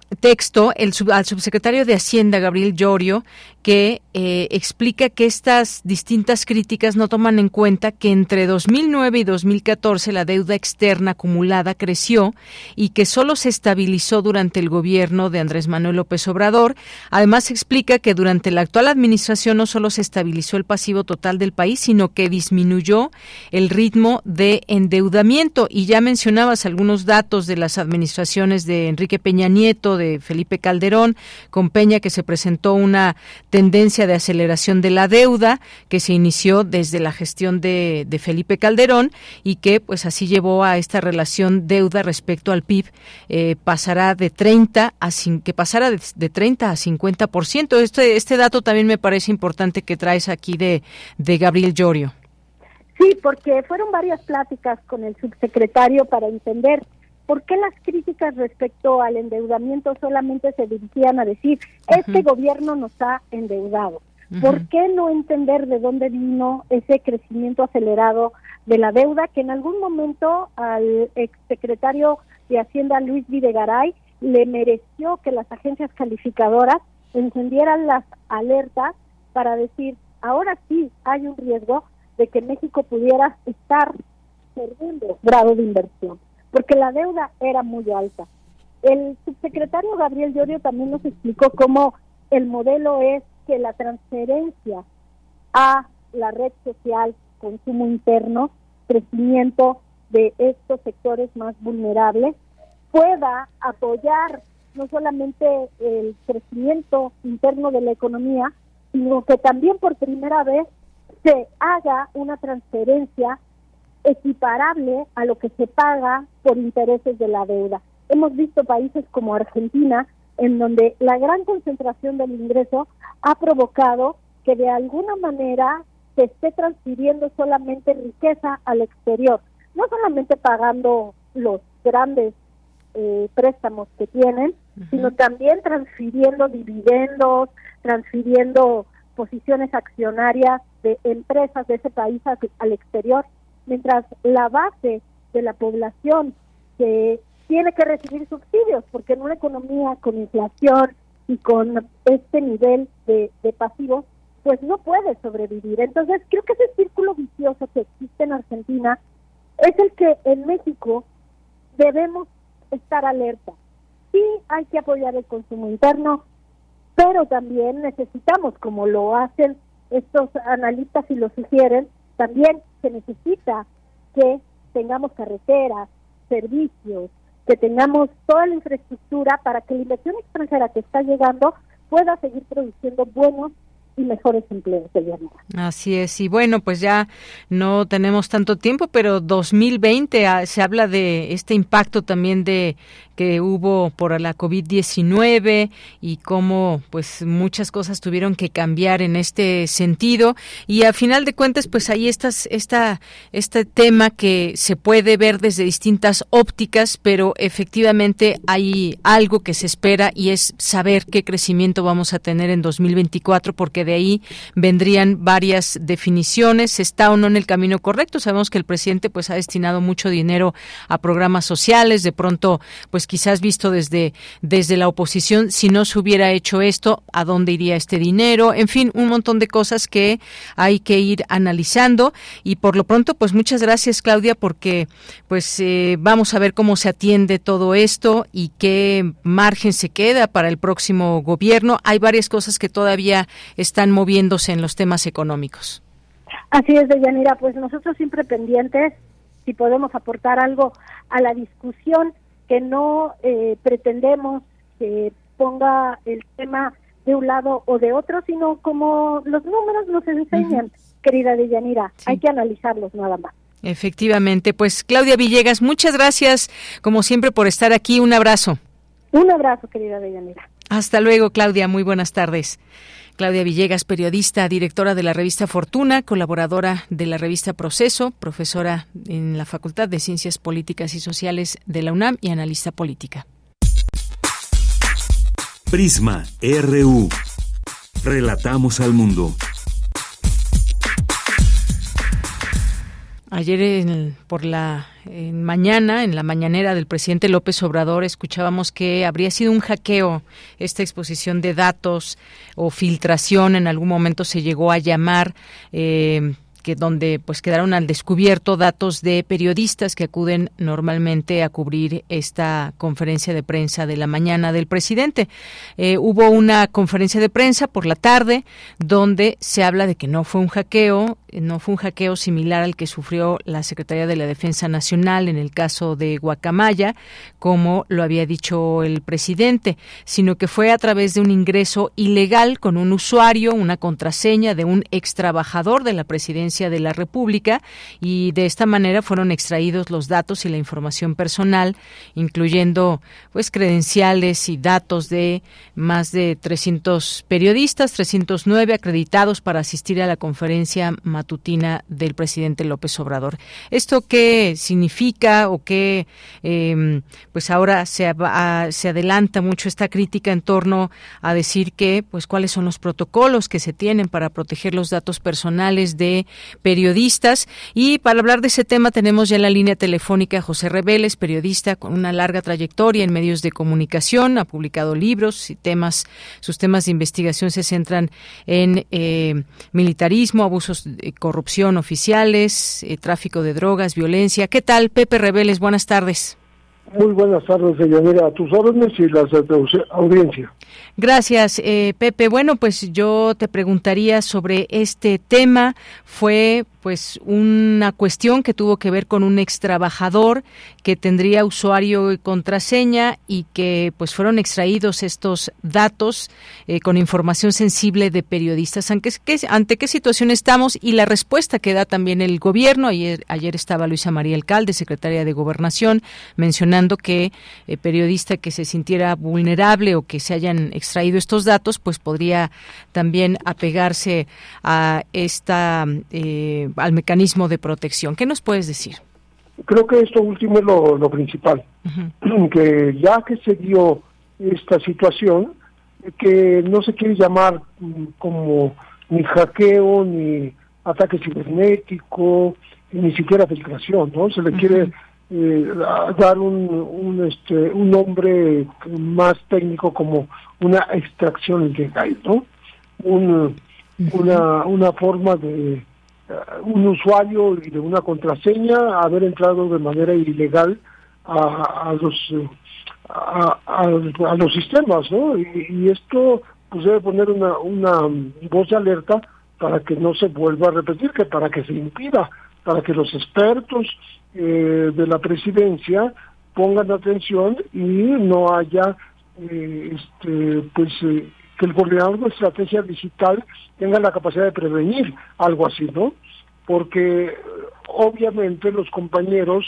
texto el sub, al subsecretario de Hacienda, Gabriel Llorio, que eh, explica que estas distintas críticas no toman en cuenta que entre dos mil nueve y dos mil catorce la deuda externa acumulada creció y que solo se estabilizó durante el gobierno de Andrés Manuel López Obrador. Además, explica que durante la actual administración no solo se estabilizó el pasivo total del país, sino que disminuyó el ritmo de endeudamiento. Y ya mencionabas algunos datos de las administraciones de Enrique Peña Nieto, de Felipe Calderón, con Peña, que se presentó una tendencia de aceleración de la deuda que se inició desde la gestión de, de Felipe Calderón y que pues así llevó a esta relación deuda respecto al P I B eh, pasará de treinta a que pasara de, de treinta a cincuenta por ciento. Este este dato también me parece importante que traes aquí de de Gabriel Llorio. Sí, porque fueron varias pláticas con el subsecretario para entender ¿por qué las críticas respecto al endeudamiento solamente se dirigían a decir, este uh-huh. gobierno nos ha endeudado? Uh-huh. ¿Por qué no entender de dónde vino ese crecimiento acelerado de la deuda que en algún momento al exsecretario de Hacienda, Luis Videgaray, le mereció que las agencias calificadoras encendieran las alertas para decir, ahora sí hay un riesgo de que México pudiera estar perdiendo grado de inversión, porque la deuda era muy alta. El subsecretario Gabriel Llorio también nos explicó cómo el modelo es que la transferencia a la red social, consumo interno, crecimiento de estos sectores más vulnerables, pueda apoyar no solamente el crecimiento interno de la economía, sino que también por primera vez se haga una transferencia equiparable a lo que se paga por intereses de la deuda. Hemos visto países como Argentina, en donde la gran concentración del ingreso ha provocado que de alguna manera se esté transfiriendo solamente riqueza al exterior, no solamente pagando los grandes eh, préstamos que tienen, uh-huh. sino también transfiriendo dividendos, transfiriendo posiciones accionarias de empresas de ese país a, al exterior, mientras la base de la población que tiene que recibir subsidios, porque en una economía con inflación y con este nivel de, de pasivos, pues no puede sobrevivir. Entonces, creo que ese círculo vicioso que existe en Argentina es el que en México debemos estar alerta. Sí hay que apoyar el consumo interno, pero también necesitamos, como lo hacen estos analistas y lo sugieren, también se necesita que tengamos carreteras, servicios, que tengamos toda la infraestructura para que la inversión extranjera que está llegando pueda seguir produciendo buenos y mejores empleos de Guerrero. Así es, y bueno, pues ya no tenemos tanto tiempo, pero dos mil veinte ah, se habla de este impacto también de que hubo por la covid diecinueve y cómo pues muchas cosas tuvieron que cambiar en este sentido, y a final de cuentas pues ahí estás, esta, este tema que se puede ver desde distintas ópticas, pero efectivamente hay algo que se espera y es saber qué crecimiento vamos a tener en dos mil veinticuatro, porque de ahí vendrían varias definiciones, está o no en el camino correcto. Sabemos que el presidente pues ha destinado mucho dinero a programas sociales, de pronto pues quizás visto desde desde la oposición, si no se hubiera hecho esto, ¿a dónde iría este dinero? En fin, un montón de cosas que hay que ir analizando, y por lo pronto pues muchas gracias, Claudia, porque pues eh, vamos a ver cómo se atiende todo esto y qué margen se queda para el próximo gobierno. Hay varias cosas que todavía están moviéndose en los temas económicos. Así es, Deyanira, pues nosotros siempre pendientes, si podemos aportar algo a la discusión, que no eh, pretendemos que ponga el tema de un lado o de otro, sino como los números nos enseñan, uh-huh. querida Deyanira, sí. Hay que analizarlos nada más. Efectivamente, pues Claudia Villegas, muchas gracias, como siempre, por estar aquí. Un abrazo. Un abrazo, querida Deyanira. Hasta luego, Claudia, muy buenas tardes. Claudia Villegas, periodista, directora de la revista Fortuna, colaboradora de la revista Proceso, profesora en la Facultad de Ciencias Políticas y Sociales de la UNAM y analista política. Prisma R U. Relatamos al mundo. Ayer en, por la en mañana, en la mañanera del presidente López Obrador, escuchábamos que habría sido un hackeo esta exposición de datos o filtración, en algún momento se llegó a llamar, eh, que donde pues quedaron al descubierto datos de periodistas que acuden normalmente a cubrir esta conferencia de prensa de la mañana del presidente. Eh, hubo una conferencia de prensa por la tarde donde se habla de que no fue un hackeo, no fue un hackeo similar al que sufrió la Secretaría de la Defensa Nacional en el caso de Guacamaya, como lo había dicho el presidente, sino que fue a través de un ingreso ilegal con un usuario, una contraseña de un extrabajador de la Presidencia de la República, y de esta manera fueron extraídos los datos y la información personal, incluyendo pues credenciales y datos de más de trescientos periodistas, trescientos nueve acreditados para asistir a la conferencia matutina del presidente López Obrador. ¿Esto qué significa o qué, eh, pues ahora se, a, se adelanta mucho esta crítica en torno a decir que, pues, cuáles son los protocolos que se tienen para proteger los datos personales de periodistas? Y para hablar de ese tema tenemos ya en la línea telefónica a José Reveles, periodista con una larga trayectoria en medios de comunicación, ha publicado libros y temas, sus temas de investigación se centran en eh, militarismo, abusos, eh, corrupción oficiales, eh, tráfico de drogas, violencia. ¿Qué tal, Pepe Reveles? Buenas tardes. Muy buenas tardes, Deyanira, a tus órdenes y las de tu audiencia. Gracias, eh, Pepe. Bueno, pues yo te preguntaría sobre este tema. Fue pues una cuestión que tuvo que ver con un extrabajador que tendría usuario y contraseña y que pues fueron extraídos estos datos eh, con información sensible de periodistas. ¿Ante qué, ante qué situación estamos? Y la respuesta que da también el gobierno. Ayer, ayer estaba Luisa María Alcalde, secretaria de Gobernación, mencionando que eh, periodista que se sintiera vulnerable o que se hayan extraído estos datos, pues podría también apegarse a esta eh, al mecanismo de protección. ¿Qué nos puedes decir? Creo que esto último es lo, lo principal, uh-huh. que ya que se dio esta situación, que no se quiere llamar como ni hackeo, ni ataque cibernético, ni siquiera filtración, ¿no? Se le uh-huh. quiere eh, dar un, un, este, un nombre más técnico como una extracción ilegal, ¿no? Un, uh-huh. una, una forma de un usuario y de una contraseña haber entrado de manera ilegal a, a los a, a, a los sistemas, ¿no? Y, y esto pues debe poner una una voz de alerta para que no se vuelva a repetir, que para que se impida, para que los expertos eh, de la presidencia pongan atención y no haya eh, este pues eh, que el coordinador de estrategia digital tenga la capacidad de prevenir algo así, ¿no? Porque obviamente los compañeros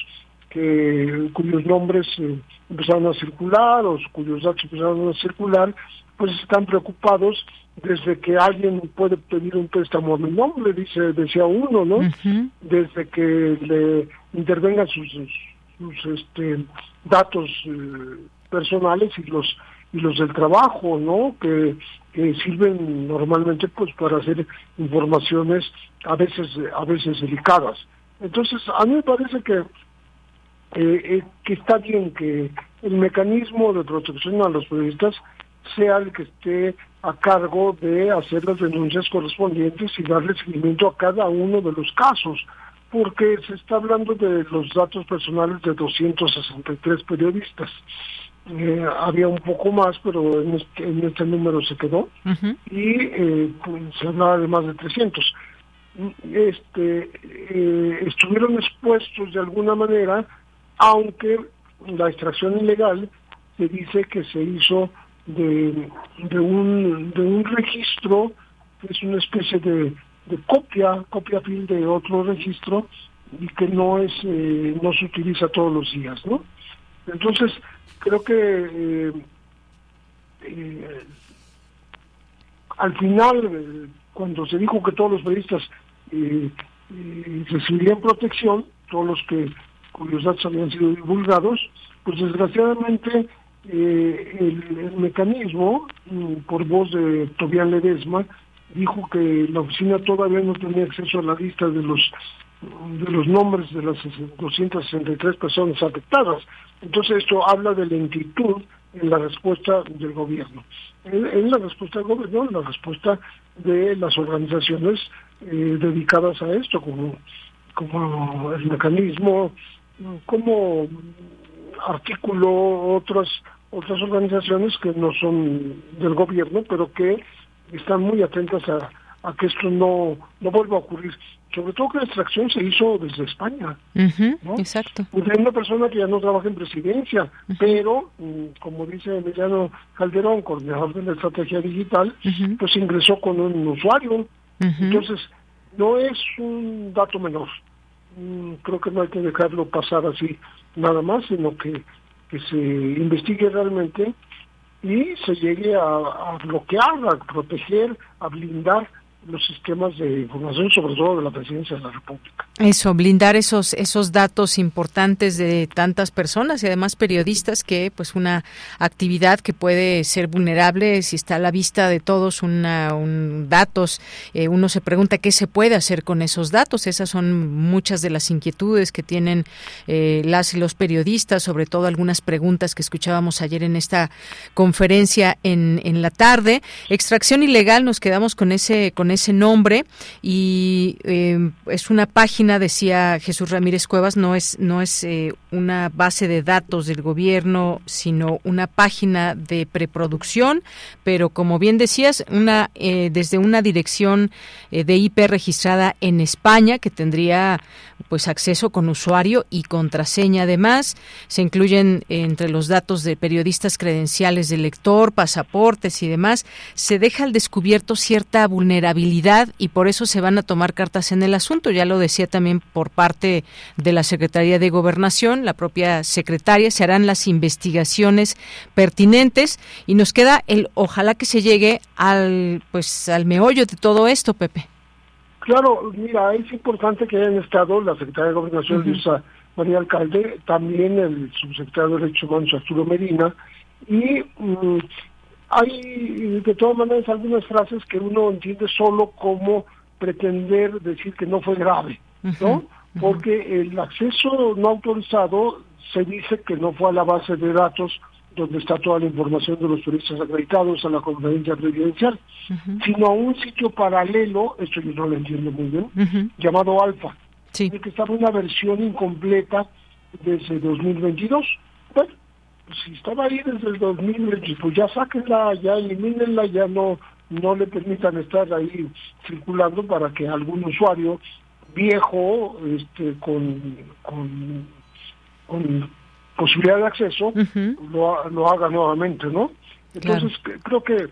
que cuyos nombres eh, empezaron a circular o cuyos datos empezaron a circular, pues están preocupados desde que alguien puede pedir un préstamo a mi nombre, dice decía uno, ¿no? Uh-huh. Desde que le intervengan sus, sus, sus este, datos eh, personales y los y los del trabajo, ¿no? Que, que sirven normalmente pues para hacer informaciones a veces a veces delicadas. Entonces, a mí me parece que eh, eh, que está bien que el mecanismo de protección a los periodistas sea el que esté a cargo de hacer las denuncias correspondientes y darle seguimiento a cada uno de los casos, porque se está hablando de los datos personales de doscientos sesenta y tres periodistas. Eh, había un poco más, pero en este, en este número se quedó, uh-huh. y eh, pues, se hablaba de más de trescientos. Este, eh, estuvieron expuestos de alguna manera, aunque la extracción ilegal se dice que se hizo de, de un de un registro, que es una especie de, de copia, copia fil de otro registro, y que no es eh, no se utiliza todos los días, ¿no? Entonces, creo que eh, eh, al final, eh, cuando se dijo que todos los periodistas eh, eh, recibirían protección, todos los que cuyos datos habían sido divulgados, pues desgraciadamente eh, el, el mecanismo, por voz de Tobián Ledesma, dijo que la oficina todavía no tenía acceso a la lista de los de los nombres de las doscientas sesenta y tres personas afectadas. Entonces esto habla de lentitud en la respuesta del gobierno. En, en la respuesta del gobierno, en la respuesta de las organizaciones eh, dedicadas a esto, como, como el mecanismo, como artículo otras otras organizaciones que no son del gobierno, pero que están muy atentas a, a que esto no, no vuelva a ocurrir. Sobre todo que la extracción se hizo desde España. Uh-huh, ¿no? Exacto. Hay una persona que ya no trabaja en presidencia, uh-huh. pero, como dice Emiliano Calderón, coordinador de la estrategia digital, uh-huh. pues ingresó con un usuario. Uh-huh. Entonces, no es un dato menor. Creo que no hay que dejarlo pasar así nada más, sino que, que se investigue realmente y se llegue a, a bloquear, a proteger, a blindar los sistemas de información, sobre todo de la Presidencia de la República. Eso, blindar esos esos datos importantes de tantas personas y además periodistas, que pues una actividad que puede ser vulnerable si está a la vista de todos, una un datos, eh, uno se pregunta qué se puede hacer con esos datos. Esas son muchas de las inquietudes que tienen eh, las y los periodistas, sobre todo algunas preguntas que escuchábamos ayer en esta conferencia en, en la tarde. Extracción ilegal, nos quedamos con ese con ese nombre y eh, es una página, decía Jesús Ramírez Cuevas, no es no es eh, una base de datos del gobierno, sino una página de preproducción, pero como bien decías, una eh, desde una dirección eh, de I P registrada en España, que tendría pues acceso con usuario y contraseña. Además, se incluyen entre los datos de periodistas credenciales de lector, pasaportes y demás. Se deja al descubierto cierta vulnerabilidad y por eso se van a tomar cartas en el asunto. Ya lo decía también por parte de la Secretaría de Gobernación, la propia secretaria, se harán las investigaciones pertinentes y nos queda el ojalá que se llegue al pues al meollo de todo esto, Pepe. Claro, mira, es importante que hayan estado la Secretaria de Gobernación, uh-huh. Luisa María Alcalde, también el subsecretario de Derechos Humanos, Arturo Medina, y um, hay de todas maneras algunas frases que uno entiende solo como pretender decir que no fue grave, ¿no? Uh-huh. Porque el acceso no autorizado se dice que no fue a la base de datos donde está toda la información de los turistas acreditados a la conferencia presidencial, uh-huh. sino a un sitio paralelo, esto yo no lo entiendo muy bien, uh-huh. llamado Alfa, sí. de que estaba una versión incompleta desde dos mil veintidós. Bueno, pues si estaba ahí desde el dos mil veinte, pues ya sáquenla, ya elimínenla, ya no no le permitan estar ahí circulando para que algún usuario viejo, este con con, con posibilidad de acceso, uh-huh. lo, lo haga nuevamente, ¿no? Entonces, claro. creo que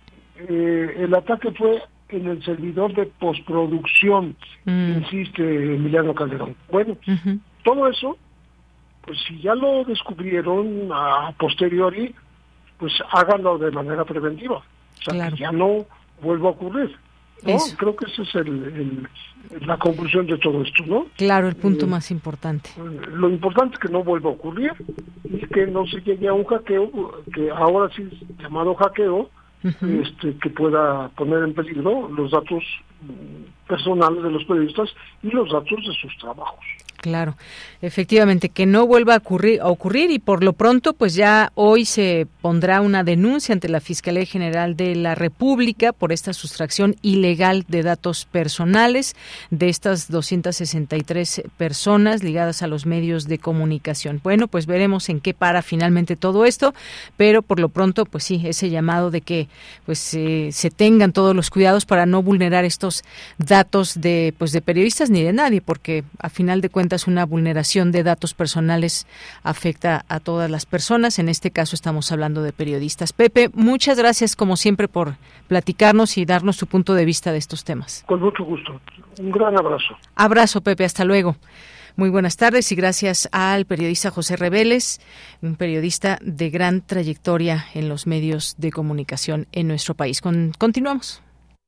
eh, el ataque fue en el servidor de postproducción, mm. insiste Emiliano Calderón. Bueno, uh-huh. todo eso, pues si ya lo descubrieron a posteriori, pues háganlo de manera preventiva. O sea, claro. que ya no vuelva a ocurrir. ¿no? Creo que esa es el, el, la conclusión de todo esto, ¿no? Claro, el punto eh, más importante. Lo importante es que no vuelva a ocurrir y que no se llegue a un hackeo, que ahora sí es llamado hackeo, uh-huh. este, que pueda poner en peligro los datos personales de los periodistas y los datos de sus trabajos. Claro, efectivamente, que no vuelva a ocurrir, a ocurrir y por lo pronto pues ya hoy se pondrá una denuncia ante la Fiscalía General de la República por esta sustracción ilegal de datos personales de estas doscientas sesenta y tres personas ligadas a los medios de comunicación. Bueno, pues veremos en qué para finalmente todo esto, pero por lo pronto pues sí, ese llamado de que pues eh, se tengan todos los cuidados para no vulnerar estos datos de pues de periodistas ni de nadie, porque a final de cuentas una vulneración de datos personales afecta a todas las personas. En este caso estamos hablando de periodistas. Pepe, muchas gracias como siempre por platicarnos y darnos tu punto de vista de estos temas. Con mucho gusto. Un gran abrazo. Abrazo, Pepe. Hasta luego. Muy buenas tardes y gracias al periodista José Reveles, un periodista de gran trayectoria en los medios de comunicación en nuestro país. Con, continuamos.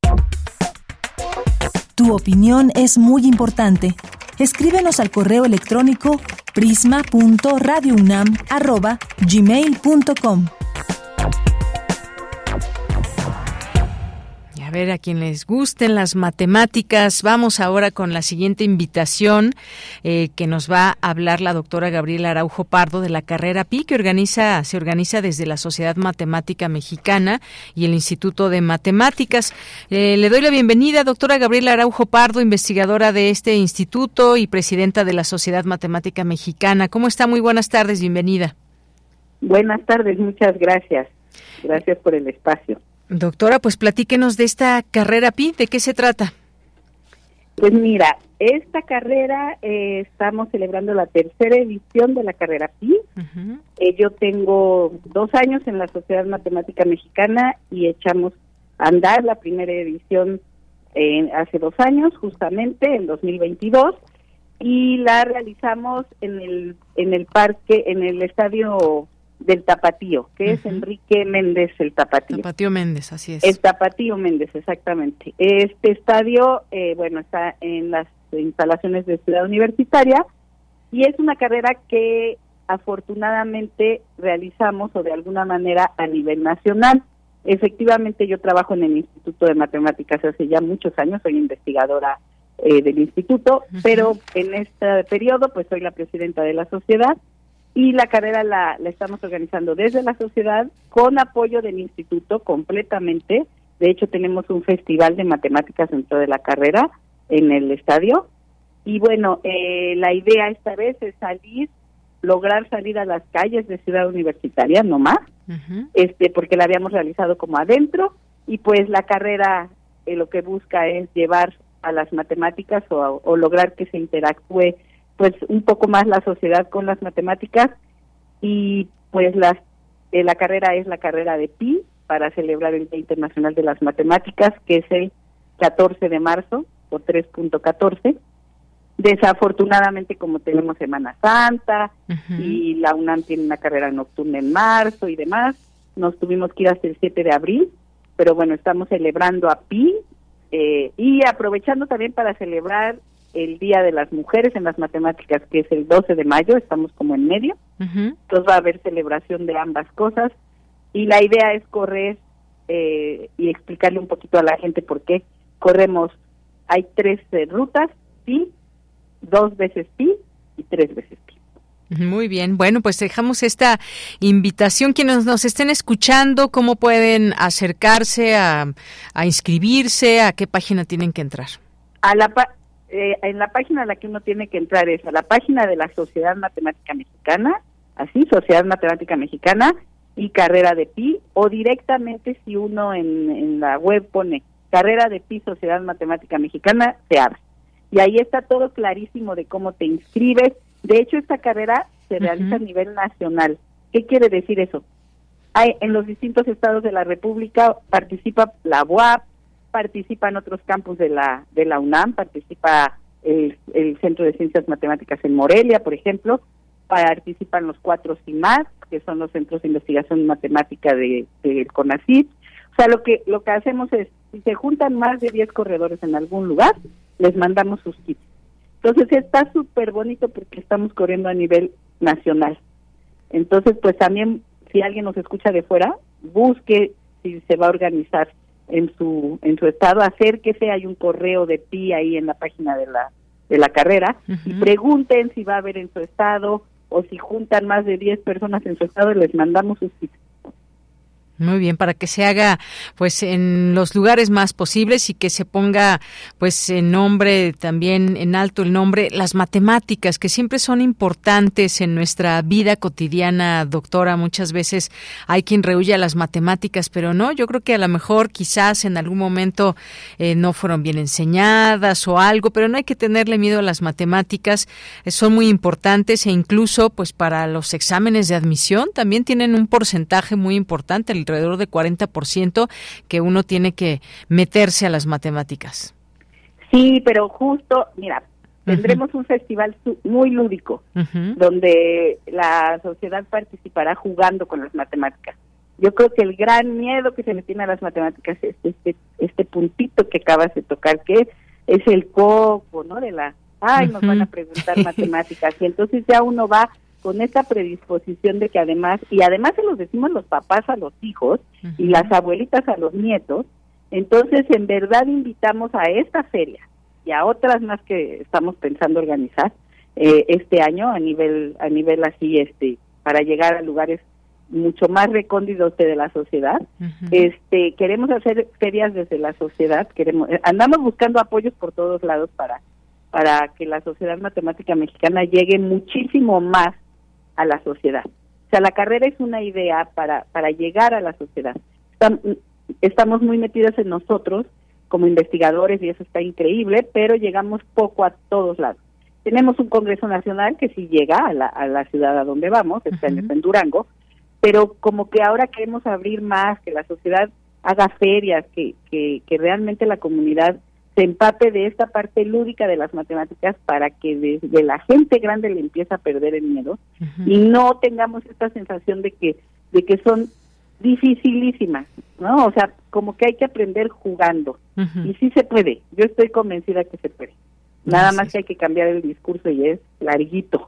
Tu opinión es muy importante. Escríbenos al correo electrónico prisma punto radio unam arroba gmail punto com. A ver, a quien les gusten las matemáticas, vamos ahora con la siguiente invitación eh, que nos va a hablar la doctora Gabriela Araujo Pardo de la carrera Pi, que organiza, se organiza desde la Sociedad Matemática Mexicana y el Instituto de Matemáticas. Eh, le doy la bienvenida, doctora Gabriela Araujo Pardo, investigadora de este instituto y presidenta de la Sociedad Matemática Mexicana. ¿Cómo está? Muy buenas tardes, bienvenida. Buenas tardes, muchas gracias. Gracias por el espacio. Doctora, pues platíquenos de esta carrera Pi, ¿de qué se trata? Pues mira, esta carrera eh, estamos celebrando la tercera edición de la carrera Pi. Uh-huh. Eh, yo tengo dos años en la Sociedad Matemática Mexicana y echamos a andar la primera edición eh, hace dos años, justamente en dos mil veintidós, y la realizamos en el en el parque, en el estadio del Tapatío, que uh-huh. es Enrique Méndez el Tapatío. Tapatío Méndez, así es. El Tapatío Méndez, exactamente. Este estadio, eh, bueno, está en las instalaciones de Ciudad Universitaria y es una carrera que afortunadamente realizamos o de alguna manera a nivel nacional. Efectivamente, yo trabajo en el Instituto de Matemáticas hace ya muchos años, soy investigadora eh, del instituto, uh-huh. pero en este periodo pues soy la presidenta de la sociedad y la carrera la, la estamos organizando desde la sociedad con apoyo del instituto completamente. De hecho, tenemos un festival de matemáticas dentro de la carrera en el estadio. Y bueno, eh, la idea esta vez es salir, lograr salir a las calles de Ciudad Universitaria, no más, uh-huh. este, porque la habíamos realizado como adentro, y pues la carrera eh, lo que busca es llevar a las matemáticas o, o lograr que se interactúe pues un poco más la sociedad con las matemáticas, y pues las, eh, la carrera es la carrera de Pi para celebrar el Día Internacional de las Matemáticas, que es el catorce de marzo, o tres punto catorce. Desafortunadamente, como tenemos Semana Santa, uh-huh. y la UNAM tiene una carrera nocturna en marzo y demás, nos tuvimos que ir hasta el siete de abril, pero bueno, estamos celebrando a Pi, eh, y aprovechando también para celebrar el Día de las Mujeres en las Matemáticas, que es el doce de mayo, estamos como en medio, uh-huh. entonces va a haber celebración de ambas cosas, y la idea es correr eh, y explicarle un poquito a la gente por qué corremos. Hay tres eh, rutas, Pi, dos veces Pi y tres veces Pi. Muy bien, bueno, pues dejamos esta invitación. Quienes nos estén escuchando, ¿cómo pueden acercarse a, a inscribirse? ¿A qué página tienen que entrar? A la pa- eh, en la página a la que uno tiene que entrar es a la página de la Sociedad Matemática Mexicana, así, Sociedad Matemática Mexicana y Carrera de Pi, o directamente si uno en, en la web pone Carrera de Pi Sociedad Matemática Mexicana, se abre. Y ahí está todo clarísimo de cómo te inscribes. De hecho, esta carrera se uh-huh. realiza a nivel nacional. ¿Qué quiere decir eso? Hay, en los distintos estados de la República participa la U A P, participan otros campus de la de la UNAM, participa el, el Centro de Ciencias Matemáticas en Morelia, por ejemplo, participan los cuatro C I M A T, que son los Centros de Investigación Matemática de, de CONACYT. O sea, lo que lo que hacemos es, si se juntan más de diez corredores en algún lugar, les mandamos sus kits. Entonces está súper bonito porque estamos corriendo a nivel nacional. Entonces, pues también, si alguien nos escucha de fuera, busque si se va a organizar en su en su estado, acérquese, hay un correo de Pi ahí en la página de la de la carrera, uh-huh. y pregunten si va a haber en su estado, o si juntan más de diez personas en su estado, les mandamos sus kits. Muy bien, para que se haga pues en los lugares más posibles y que se ponga pues en nombre, también en alto el nombre, las matemáticas, que siempre son importantes en nuestra vida cotidiana, doctora. Muchas veces hay quien rehúye a las matemáticas, pero no, yo creo que a lo mejor quizás en algún momento eh, no fueron bien enseñadas o algo, pero no hay que tenerle miedo a las matemáticas, eh, son muy importantes, e incluso pues para los exámenes de admisión también tienen un porcentaje muy importante, el alrededor de cuarenta por ciento, que uno tiene que meterse a las matemáticas. Sí, pero justo, mira, tendremos uh-huh. un festival muy lúdico, uh-huh. donde la sociedad participará jugando con las matemáticas. Yo creo que el gran miedo que se le tiene a las matemáticas es este, este puntito que acabas de tocar, que es el coco, ¿no? De la, ay, uh-huh. nos van a preguntar matemáticas, y entonces ya uno va con esta predisposición de que además, y además se los decimos los papás a los hijos, uh-huh. y las abuelitas a los nietos, entonces en verdad invitamos a esta feria y a otras más que estamos pensando organizar eh, este año a nivel a nivel así, este para llegar a lugares mucho más recónditos de la sociedad. Uh-huh. Este queremos hacer ferias desde la sociedad, queremos andamos buscando apoyos por todos lados para para que la Sociedad Matemática Mexicana llegue muchísimo más a la sociedad. O sea, la carrera es una idea para para llegar a la sociedad. Estamos, estamos muy metidos en nosotros como investigadores y eso está increíble, pero llegamos poco a todos lados. Tenemos un Congreso Nacional que sí llega a la, a la ciudad a donde vamos, este año está en Durango, pero como que ahora queremos abrir más, que la sociedad haga ferias, que, que, que realmente la comunidad se empape de esta parte lúdica de las matemáticas para que desde la gente grande le empiece a perder el miedo uh-huh. y no tengamos esta sensación de que de que son dificilísimas, ¿no? O sea, como que hay que aprender jugando. Uh-huh. Y sí se puede, yo estoy convencida que se puede. Nada Así más es. que hay que cambiar el discurso y es larguito.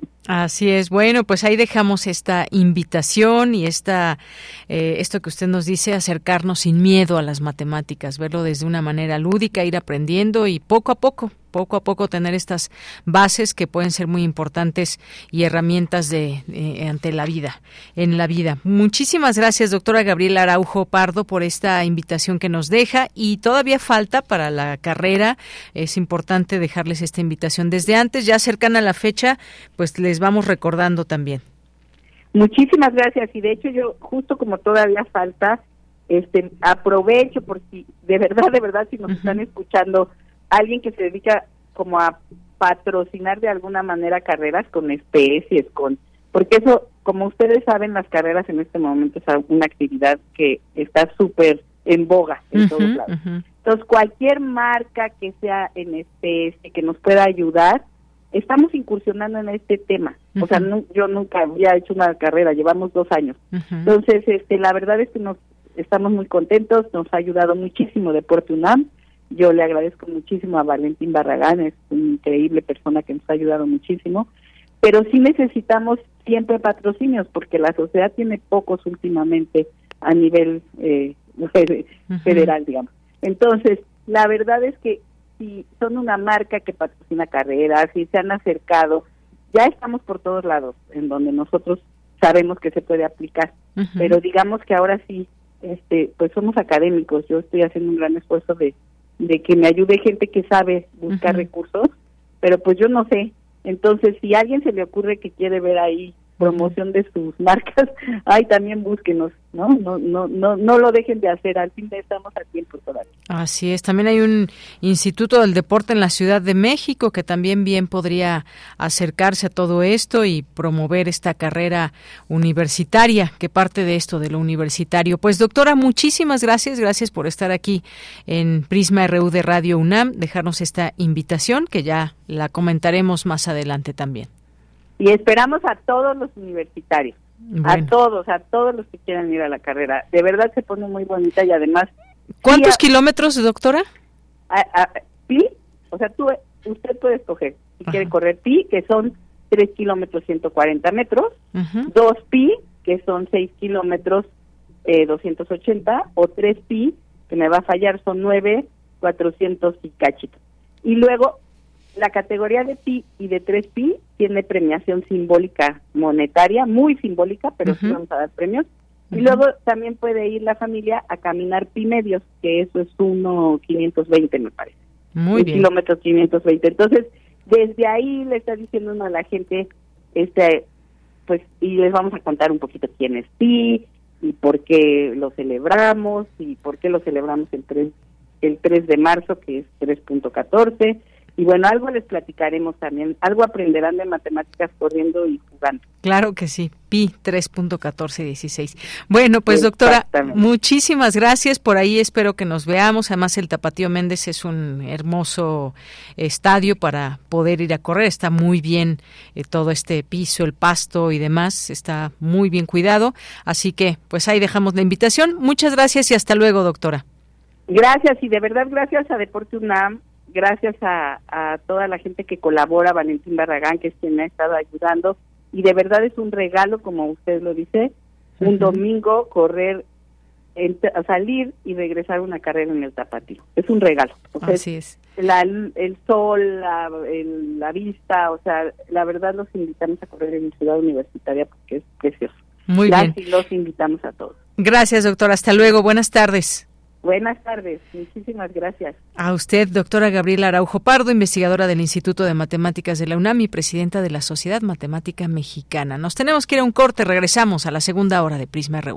Así es. Bueno, pues ahí dejamos esta invitación y esta eh, esto que usted nos dice, acercarnos sin miedo a las matemáticas, verlo desde una manera lúdica, ir aprendiendo y poco a poco, poco a poco tener estas bases que pueden ser muy importantes y herramientas de eh, ante la vida, en la vida. Muchísimas gracias, doctora Gabriela Araujo Pardo, por esta invitación que nos deja, y todavía falta para la carrera. Es importante dejarles esta invitación desde antes, ya cercana a la fecha, pues les vamos recordando también. Muchísimas gracias, y de hecho yo, justo como todavía falta, este aprovecho por si, de verdad, de verdad, si nos uh-huh. están escuchando, alguien que se dedica como a patrocinar de alguna manera carreras con especies, con porque eso, como ustedes saben, las carreras en este momento es una actividad que está súper en boga en uh-huh, todos lados. Uh-huh. Entonces, cualquier marca que sea en especie, que nos pueda ayudar, estamos incursionando en este tema. Uh-huh. O sea, no, yo nunca había hecho una carrera, llevamos dos años. Uh-huh. Entonces, este, la verdad es que nos estamos muy contentos, nos ha ayudado muchísimo Deporte UNAM. Yo le agradezco muchísimo a Valentín Barragán, es una increíble persona que nos ha ayudado muchísimo, pero sí necesitamos siempre patrocinios, porque la sociedad tiene pocos últimamente a nivel eh, federal, uh-huh. digamos. Entonces, la verdad es que si son una marca que patrocina carreras, si se han acercado, ya estamos por todos lados, en donde nosotros sabemos que se puede aplicar, uh-huh. pero digamos que ahora sí, este, pues somos académicos, yo estoy haciendo un gran esfuerzo de de que me ayude gente que sabe buscar uh-huh. recursos, pero pues yo no sé. Entonces, si a alguien se le ocurre que quiere ver ahí promoción de sus marcas, ay, también búsquenos, ¿no? No no no no lo dejen de hacer, al fin de estamos a tiempo todavía. Así es, también hay un Instituto del Deporte en la Ciudad de México que también bien podría acercarse a todo esto y promover esta carrera universitaria, que parte de esto, de lo universitario. Pues doctora, muchísimas gracias, gracias por estar aquí en Prisma R U de Radio UNAM, dejarnos esta invitación que ya la comentaremos más adelante también. Y esperamos a todos los universitarios, bueno. a todos, a todos los que quieran ir a la carrera. De verdad se pone muy bonita y además... ¿Cuántos sí, kilómetros, doctora? A, a, pi, o sea, tú, usted puede escoger si Ajá. quiere correr pi, que son tres kilómetros ciento cuarenta metros, uh-huh. dos pi, que son seis kilómetros eh, doscientos ochenta, o tres pi, que me va a fallar, son nueve, cuatrocientos y cachito. Y luego... la categoría de pi y de tres pi tiene premiación simbólica monetaria, muy simbólica, pero uh-huh. sí vamos a dar premios. Uh-huh. Y luego también puede ir la familia a caminar pi medios, que eso es uno quinientos veinte, me parece. Muy bien. Kilómetros quinientos veinte. Entonces, desde ahí le está diciendo uno a la gente, este, pues, y les vamos a contar un poquito quién es pi, y por qué lo celebramos, y por qué lo celebramos el tres, el tres de marzo, que es tres punto catorce. Y bueno, algo les platicaremos también, algo aprenderán de matemáticas corriendo y jugando. Claro que sí, pi tres punto catorce dieciséis. Bueno, pues doctora, muchísimas gracias, por ahí espero que nos veamos. Además el Tapatío Méndez es un hermoso estadio para poder ir a correr, está muy bien eh, todo este piso, el pasto y demás, está muy bien cuidado, así que pues ahí dejamos la invitación. Muchas gracias y hasta luego, doctora. Gracias, y de verdad gracias a Deporte UNAM. Gracias a, a toda la gente que colabora, Valentín Barragán, que es quien me ha estado ayudando, y de verdad es un regalo, como usted lo dice, un uh-huh. domingo correr, en, a salir y regresar a una carrera en el Tapatío. Es un regalo. O sea, Así es. La, el sol, la, el, la vista, o sea, la verdad los invitamos a correr en Ciudad Universitaria porque es precioso. Muy Gracias, bien. Y los invitamos a todos. Gracias, doctora. Hasta luego. Buenas tardes. Buenas tardes, muchísimas gracias. A usted, doctora Gabriela Araujo Pardo, investigadora del Instituto de Matemáticas de la UNAM y presidenta de la Sociedad Matemática Mexicana. Nos tenemos que ir a un corte, regresamos a la segunda hora de Prisma R U.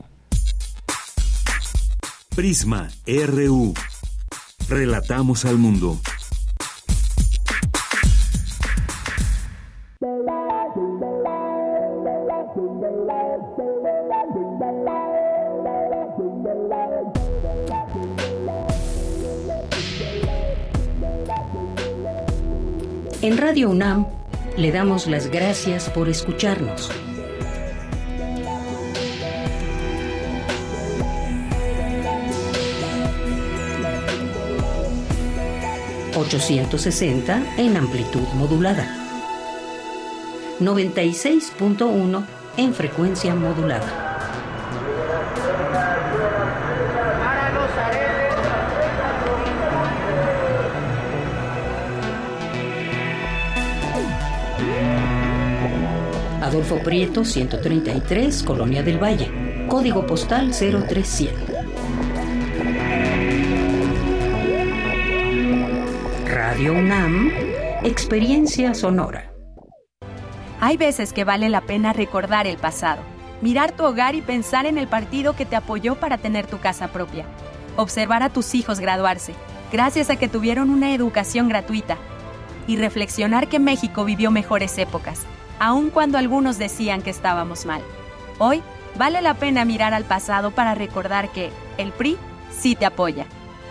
Prisma R U. Relatamos al mundo. En Radio UNAM le damos las gracias por escucharnos. ochocientos sesenta en amplitud modulada. noventa y seis punto uno en frecuencia modulada. Adolfo Prieto, ciento treinta y tres, Colonia del Valle. Código postal cero tres cero cero. Radio UNAM, experiencia sonora. Hay veces que vale la pena recordar el pasado, mirar tu hogar y pensar en el partido que te apoyó para tener tu casa propia. Observar a tus hijos graduarse, gracias a que tuvieron una educación gratuita. Y reflexionar que México vivió mejores épocas, aun cuando algunos decían que estábamos mal. Hoy, vale la pena mirar al pasado para recordar que el P R I sí te apoya.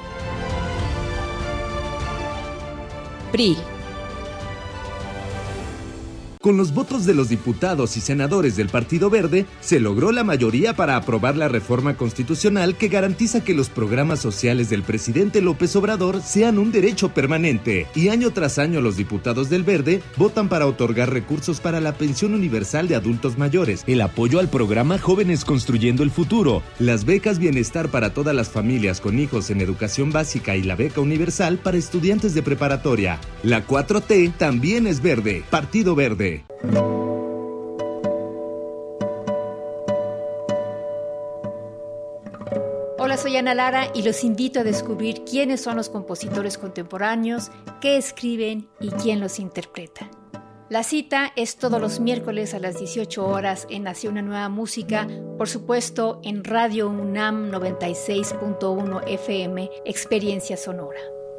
P R I. Con los votos de los diputados y senadores del Partido Verde, se logró la mayoría para aprobar la reforma constitucional que garantiza que los programas sociales del presidente López Obrador sean un derecho permanente. Y año tras año los diputados del Verde votan para otorgar recursos para la pensión universal de adultos mayores, el apoyo al programa Jóvenes Construyendo el Futuro, las becas bienestar para todas las familias con hijos en educación básica y la beca universal para estudiantes de preparatoria. La cuatro T también es verde. Partido Verde. Hola, soy Ana Lara y los invito a descubrir quiénes son los compositores contemporáneos, qué escriben y quién los interpreta. La cita es todos los miércoles a las dieciocho horas en Nació una Nueva Música, por supuesto en Radio UNAM noventa y seis punto uno F M, Experiencia Sonora.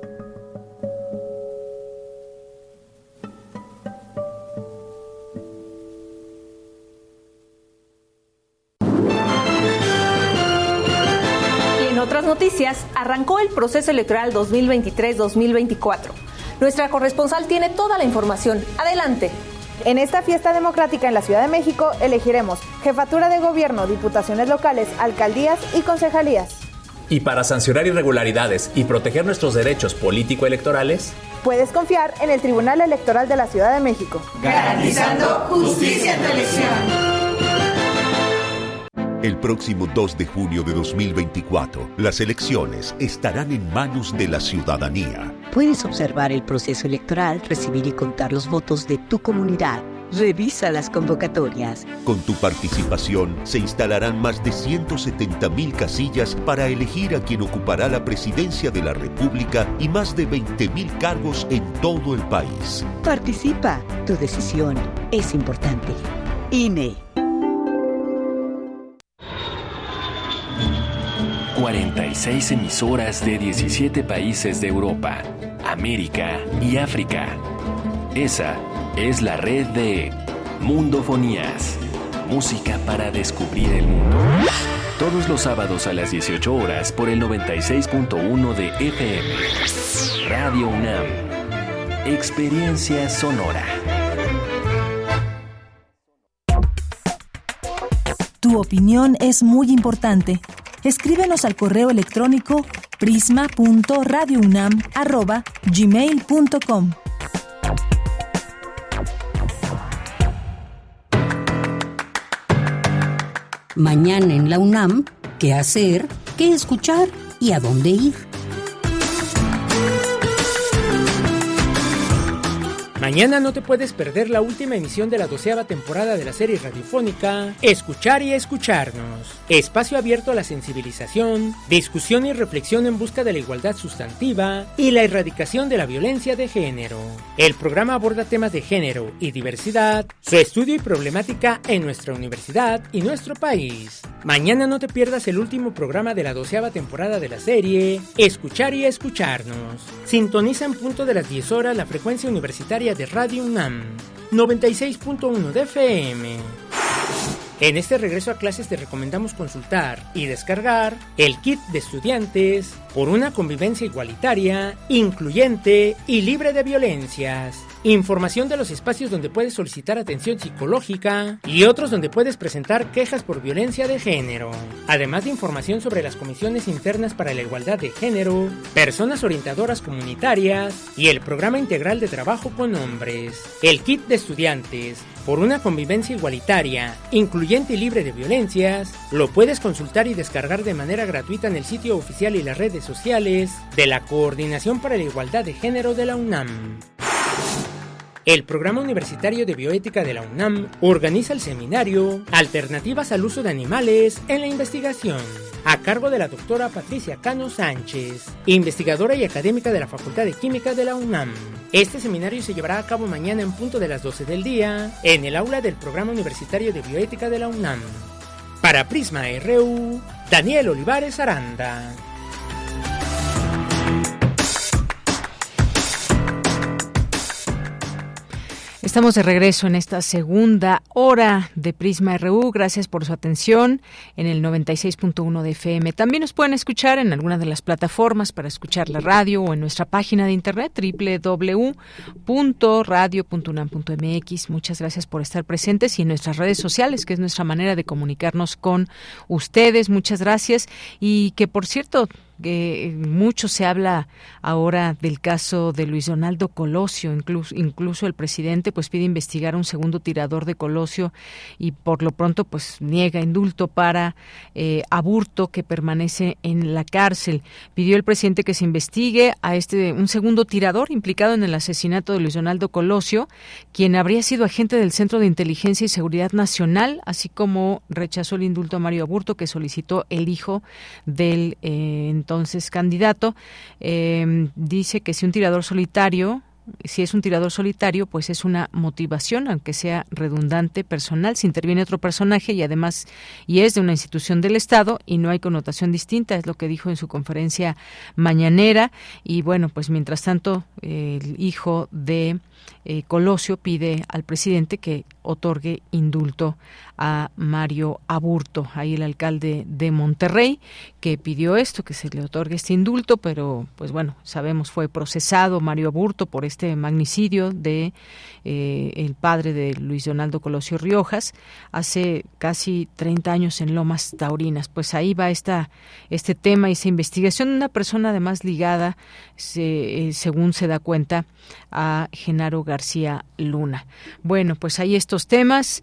Otras noticias, arrancó el proceso electoral dos mil veintitrés dos mil veinticuatro. Nuestra corresponsal tiene toda la información. Adelante. En esta fiesta democrática en la Ciudad de México elegiremos jefatura de gobierno, diputaciones locales, alcaldías y concejalías. Y para sancionar irregularidades y proteger nuestros derechos político-electorales, puedes confiar en el Tribunal Electoral de la Ciudad de México. Garantizando justicia en tu elección. El próximo dos de junio de dos mil veinticuatro, las elecciones estarán en manos de la ciudadanía. Puedes observar el proceso electoral, recibir y contar los votos de tu comunidad. Revisa las convocatorias. Con tu participación, se instalarán más de ciento setenta mil casillas para elegir a quien ocupará la presidencia de la República y más de veinte mil cargos en todo el país. Participa. Tu decisión es importante. I N E. cuarenta y seis emisoras de diecisiete países de Europa, América y África. Esa es la red de Mundofonías, música para descubrir el mundo. Todos los sábados a las dieciocho horas por el noventa y seis punto uno de F M. Radio UNAM, experiencia sonora. Tu opinión es muy importante. Escríbenos al correo electrónico prisma punto radio unam arroba gmail punto com. Mañana en la UNAM, ¿qué hacer? ¿Qué escuchar? ¿Y a dónde ir? Mañana no te puedes perder la última emisión de la doceava temporada de la serie radiofónica Escuchar y Escucharnos. Espacio abierto a la sensibilización, discusión y reflexión en busca de la igualdad sustantiva y la erradicación de la violencia de género. El programa aborda temas de género y diversidad, su estudio y problemática en nuestra universidad y nuestro país. Mañana no te pierdas el último programa de la doceava temporada de la serie Escuchar y Escucharnos. Sintoniza en punto de las diez horas la frecuencia universitaria de Radio UNAM, noventa y seis punto uno de F M. En este regreso a clases te recomendamos consultar y descargar el kit de estudiantes por una convivencia igualitaria, incluyente y libre de violencias. información de los espacios donde puedes solicitar atención psicológica y otros donde puedes presentar quejas por violencia de género. Además de información sobre las comisiones internas para la igualdad de género, personas orientadoras comunitarias y el programa integral de trabajo con hombres. El kit de estudiantes por una convivencia igualitaria, incluyente y libre de violencias, lo puedes consultar y descargar de manera gratuita en el sitio oficial y las redes sociales de la Coordinación para la Igualdad de Género de la UNAM. El Programa Universitario de Bioética de la UNAM organiza el seminario Alternativas al uso de animales en la investigación, a cargo de la doctora Patricia Cano Sánchez, investigadora y académica de la Facultad de Química de la UNAM. Este seminario se llevará a cabo mañana en punto de las doce del día en el aula del Programa Universitario de Bioética de la UNAM. Para Prisma R U, Daniel Olivares Aranda. Estamos de regreso en esta segunda hora de Prisma R U. Gracias por su atención en el noventa y seis punto uno de F M. También nos pueden escuchar en alguna de las plataformas para escuchar la radio o en nuestra página de internet doble u doble u doble u punto radio punto unam punto m x. Muchas gracias por estar presentes y en nuestras redes sociales, que es nuestra manera de comunicarnos con ustedes. Muchas gracias. Y que, por cierto, que mucho se habla ahora del caso de Luis Donaldo Colosio, incluso, incluso el presidente pues pide investigar a un segundo tirador de Colosio y por lo pronto pues niega indulto para eh, Aburto, que permanece en la cárcel. Pidió el presidente que se investigue a este un segundo tirador implicado en el asesinato de Luis Donaldo Colosio, quien habría sido agente del Centro de Inteligencia y Seguridad Nacional, así como rechazó el indulto a Mario Aburto, que solicitó el hijo del eh, entonces candidato. Eh, dice que si un tirador solitario, si es un tirador solitario, pues es una motivación, aunque sea redundante, personal, si interviene otro personaje y además y es de una institución del Estado y no hay connotación distinta, es lo que dijo en su conferencia mañanera. Y bueno, pues mientras tanto, eh, el hijo de eh, Colosio pide al presidente que otorgue indulto a Mario Aburto, ahí el alcalde de Monterrey, que pidió esto, que se le otorgue este indulto, pero pues bueno, sabemos fue procesado Mario Aburto por este magnicidio de eh, el padre de Luis Donaldo Colosio Riojas hace casi treinta años en Lomas Taurinas. Pues ahí va esta este tema y esa investigación de una persona además ligada, se, eh, según se da cuenta, a Genaro García Luna. Bueno, pues ahí estos temas.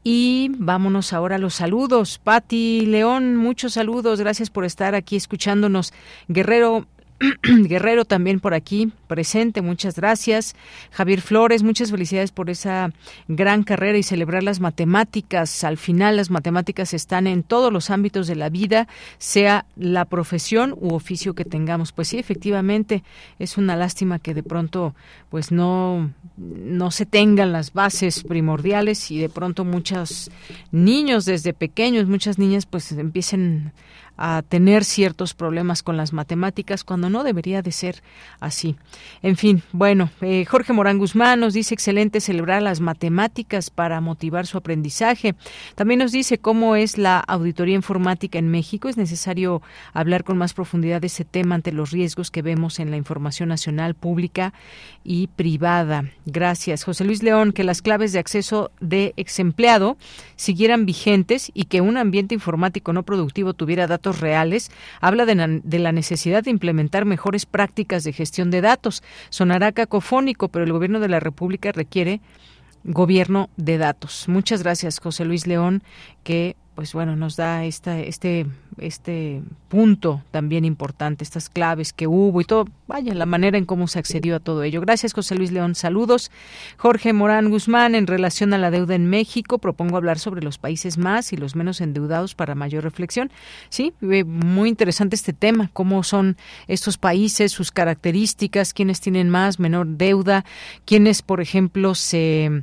Y vámonos ahora a los saludos. Pati León, muchos saludos. Gracias por estar aquí escuchándonos. Guerrero Guerrero también por aquí presente, muchas gracias. Javier Flores, muchas felicidades por esa gran carrera y celebrar las matemáticas. Al final las matemáticas están en todos los ámbitos de la vida, sea la profesión u oficio que tengamos. Pues sí, efectivamente, es una lástima que de pronto pues no, no se tengan las bases primordiales y de pronto muchos niños desde pequeños, muchas niñas pues empiecen a tener ciertos problemas con las matemáticas cuando no debería de ser así. En fin, bueno, eh, Jorge Morán Guzmán nos dice excelente celebrar las matemáticas para motivar su aprendizaje. También nos dice cómo es la auditoría informática en México. Es necesario hablar con más profundidad de ese tema ante los riesgos que vemos en la información nacional, pública y privada. Gracias. José Luis León, que las claves de acceso de exempleado siguieran vigentes y que un ambiente informático no productivo tuviera datos reales, habla de, na- de la necesidad de implementar mejores prácticas de gestión de datos. Sonará cacofónico, pero el gobierno de la República requiere gobierno de datos. Muchas gracias, José Luis León, que pues bueno, nos da esta, este, este punto también importante, estas claves que hubo y todo, vaya, la manera en cómo se accedió a todo ello. Gracias, José Luis León, saludos. Jorge Morán Guzmán, en relación a la deuda en México, propongo hablar sobre los países más y los menos endeudados para mayor reflexión. Sí, muy interesante este tema, cómo son estos países, sus características, quiénes tienen más, menor deuda, quiénes, por ejemplo, se...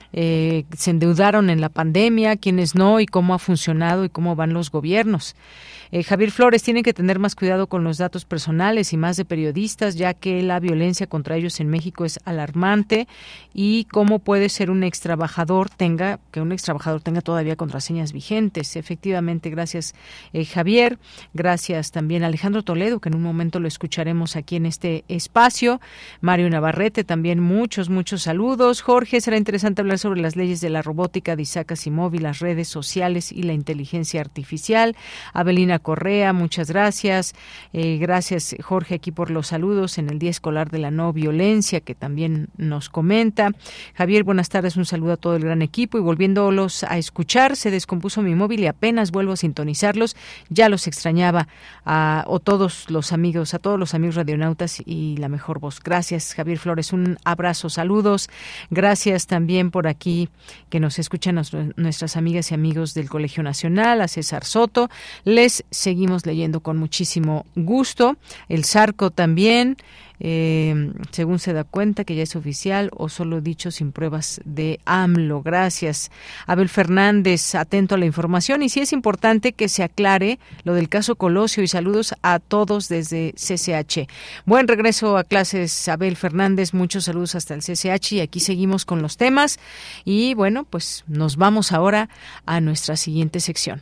eh, se endeudaron en la pandemia, quiénes no, y cómo ha funcionado y cómo van los gobiernos. Eh, Javier Flores, tienen que tener más cuidado con los datos personales y más de periodistas, ya que la violencia contra ellos en México es alarmante, y cómo puede ser un extrabajador tenga, que un extrabajador tenga todavía contraseñas vigentes. Efectivamente, gracias eh, Javier, gracias también a Alejandro Toledo, que en un momento lo escucharemos aquí en este espacio, Mario Navarrete, también muchos, muchos saludos. Jorge, será interesante hablar sobre las leyes de la robótica de Isaac Asimov y las redes sociales y la inteligencia artificial. Abelina Correa, muchas gracias. Eh, gracias, Jorge, aquí por los saludos en el Día Escolar de la No Violencia, que también nos comenta. Javier, buenas tardes, un saludo a todo el gran equipo, y volviéndolos a escuchar, se descompuso mi móvil y apenas vuelvo a sintonizarlos, ya los extrañaba, a o todos los amigos, a todos los amigos radionautas y la mejor voz. Gracias, Javier Flores, un abrazo, saludos. Gracias también por aquí que nos escuchan nuestras amigas y amigos del Colegio Nacional, a César Soto. Les seguimos leyendo con muchísimo gusto. El Zarco también, eh, según se da cuenta que ya es oficial o solo dicho sin pruebas de AMLO. Gracias. Abel Fernández, atento a la información, y sí es importante que se aclare lo del caso Colosio, y saludos a todos desde C C H. Buen regreso a clases, Abel Fernández, muchos saludos hasta el C C H, y aquí seguimos con los temas, y bueno, pues nos vamos ahora a nuestra siguiente sección.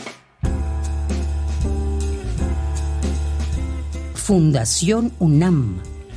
Fundación UNAM.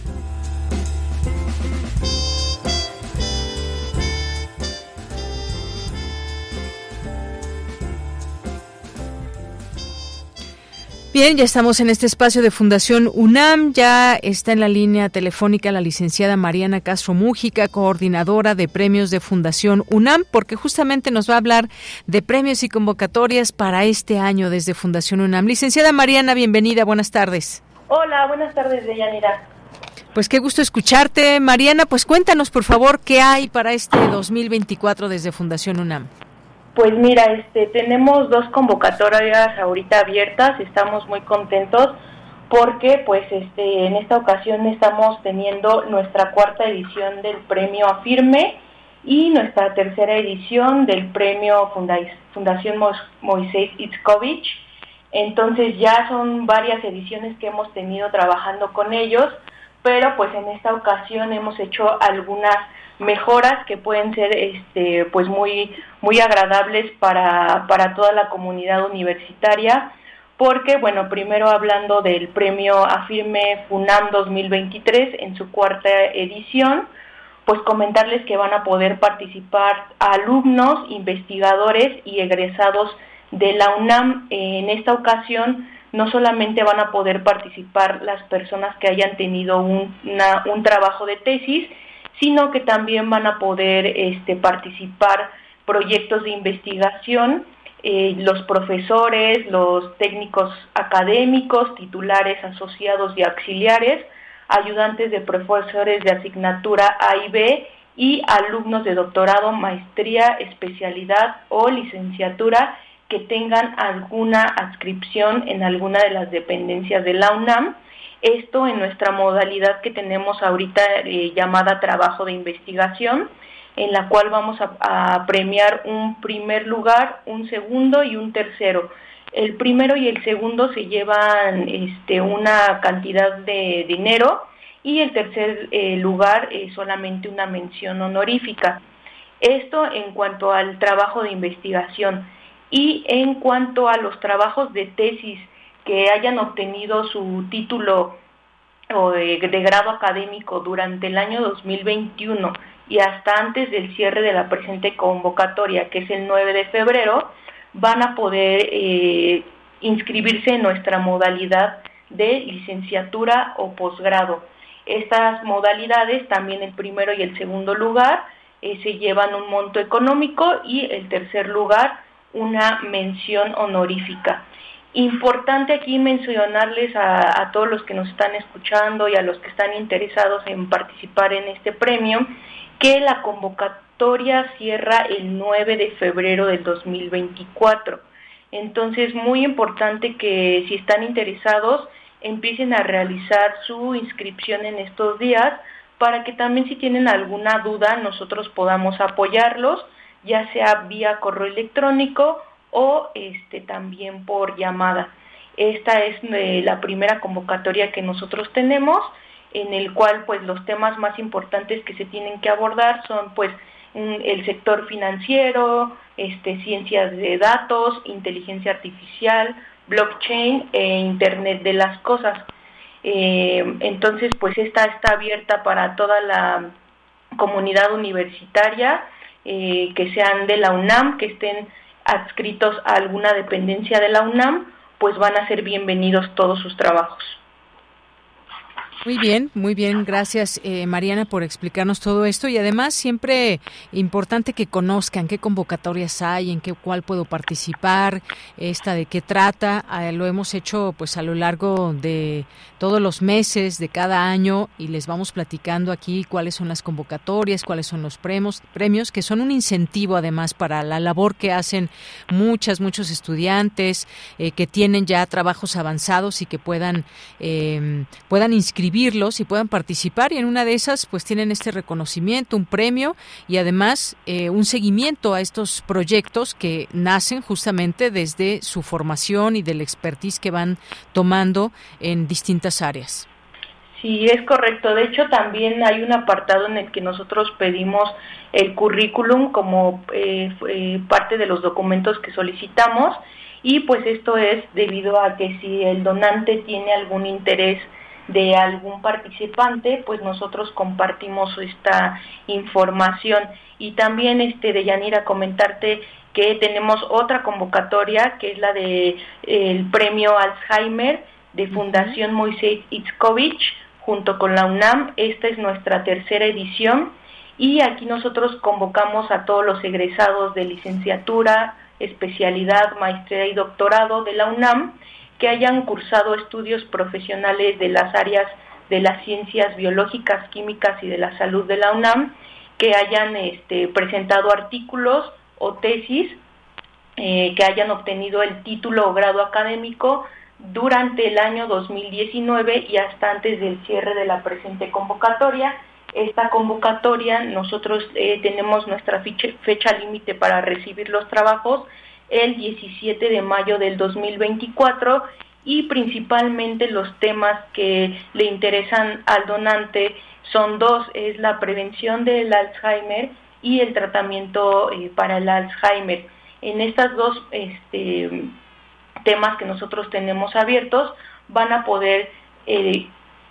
Bien, ya estamos en este espacio de Fundación UNAM. Ya está en la línea telefónica la licenciada Mariana Castro Mújica, coordinadora de premios de Fundación UNAM, porque justamente nos va a hablar de premios y convocatorias para este año desde Fundación UNAM. Licenciada Mariana, bienvenida, buenas tardes. Hola, buenas tardes, Deyanira. Pues qué gusto escucharte, Mariana. Pues cuéntanos, por favor, qué hay para este dos mil veinticuatro desde Fundación UNAM. Pues mira, este, tenemos dos convocatorias ahorita abiertas, estamos muy contentos porque pues este, en esta ocasión estamos teniendo nuestra cuarta edición del premio Afirme y nuestra tercera edición del premio Funda- Fundación Mo- Moisés Itzkovich. Entonces ya son varias ediciones que hemos tenido trabajando con ellos, pero pues en esta ocasión hemos hecho algunas mejoras que pueden ser este pues muy muy agradables para para toda la comunidad universitaria, porque bueno, primero hablando del premio Afirme FUNAM dos mil veintitrés en su cuarta edición, pues comentarles que van a poder participar alumnos, investigadores y egresados de la UNAM. En esta ocasión no solamente van a poder participar las personas que hayan tenido un, una, un trabajo de tesis, sino que también van a poder este, participar proyectos de investigación, eh, los profesores, los técnicos académicos, titulares, asociados y auxiliares, ayudantes de profesores de asignatura A y B y alumnos de doctorado, maestría, especialidad o licenciatura que tengan alguna adscripción en alguna de las dependencias de la UNAM. Esto en nuestra modalidad que tenemos ahorita eh, llamada trabajo de investigación, en la cual vamos a, a premiar un primer lugar, un segundo y un tercero. El primero y el segundo se llevan este, una cantidad de dinero, y el tercer eh, lugar es solamente una mención honorífica. Esto en cuanto al trabajo de investigación. Y en cuanto a los trabajos de tesis que hayan obtenido su título o de, de grado académico durante el año dos mil veintiuno y hasta antes del cierre de la presente convocatoria, que es el nueve de febrero, van a poder eh, inscribirse en nuestra modalidad de licenciatura o posgrado. Estas modalidades, también el primero y el segundo lugar, eh, se llevan un monto económico, y el tercer lugar una mención honorífica. Importante aquí mencionarles a, a todos los que nos están escuchando y a los que están interesados en participar en este premio, que la convocatoria cierra el nueve de febrero del dos mil veinticuatro. Entonces, muy importante que si están interesados, empiecen a realizar su inscripción en estos días para que también si tienen alguna duda nosotros podamos apoyarlos, ya sea vía correo electrónico o este también por llamada. Esta es eh, la primera convocatoria que nosotros tenemos, en el cual pues los temas más importantes que se tienen que abordar son pues un, el sector financiero, este, ciencias de datos, inteligencia artificial, blockchain e Internet de las cosas. Eh, entonces pues esta está abierta para toda la comunidad universitaria, eh, que sean de la UNAM, que estén adscritos a alguna dependencia de la UNAM, pues van a ser bienvenidos todos sus trabajos. Muy bien, muy bien, gracias eh, Mariana por explicarnos todo esto, y además siempre importante que conozcan qué convocatorias hay, en qué cuál puedo participar, esta de qué trata. Eh, lo hemos hecho pues a lo largo de todos los meses de cada año y les vamos platicando aquí cuáles son las convocatorias, cuáles son los premios, premios que son un incentivo además para la labor que hacen muchas, muchos estudiantes eh, que tienen ya trabajos avanzados y que puedan, eh, puedan inscribir y puedan participar, y en una de esas pues tienen este reconocimiento, un premio y además eh, un seguimiento a estos proyectos que nacen justamente desde su formación y del expertise que van tomando en distintas áreas. Sí, es correcto. De hecho, también hay un apartado en el que nosotros pedimos el currículum como eh, eh, parte de los documentos que solicitamos, y pues esto es debido a que si el donante tiene algún interés de algún participante, pues nosotros compartimos esta información. Y también este de Yanira comentarte que tenemos otra convocatoria que es la de eh, el premio Alzheimer de Fundación Moisés Itzkovich junto con la UNAM. Esta es nuestra tercera edición y aquí nosotros convocamos a todos los egresados de licenciatura, especialidad, maestría y doctorado de la UNAM que hayan cursado estudios profesionales de las áreas de las ciencias biológicas, químicas y de la salud de la UNAM, que hayan este, presentado artículos o tesis, eh, que hayan obtenido el título o grado académico durante el año dos mil diecinueve y hasta antes del cierre de la presente convocatoria. Esta convocatoria nosotros eh, tenemos nuestra fecha, fecha límite para recibir los trabajos el diecisiete de mayo del dos mil veinticuatro, y principalmente los temas que le interesan al donante son dos, es la prevención del Alzheimer y el tratamiento eh, para el Alzheimer. En estas dos este, temas que nosotros tenemos abiertos van a poder eh,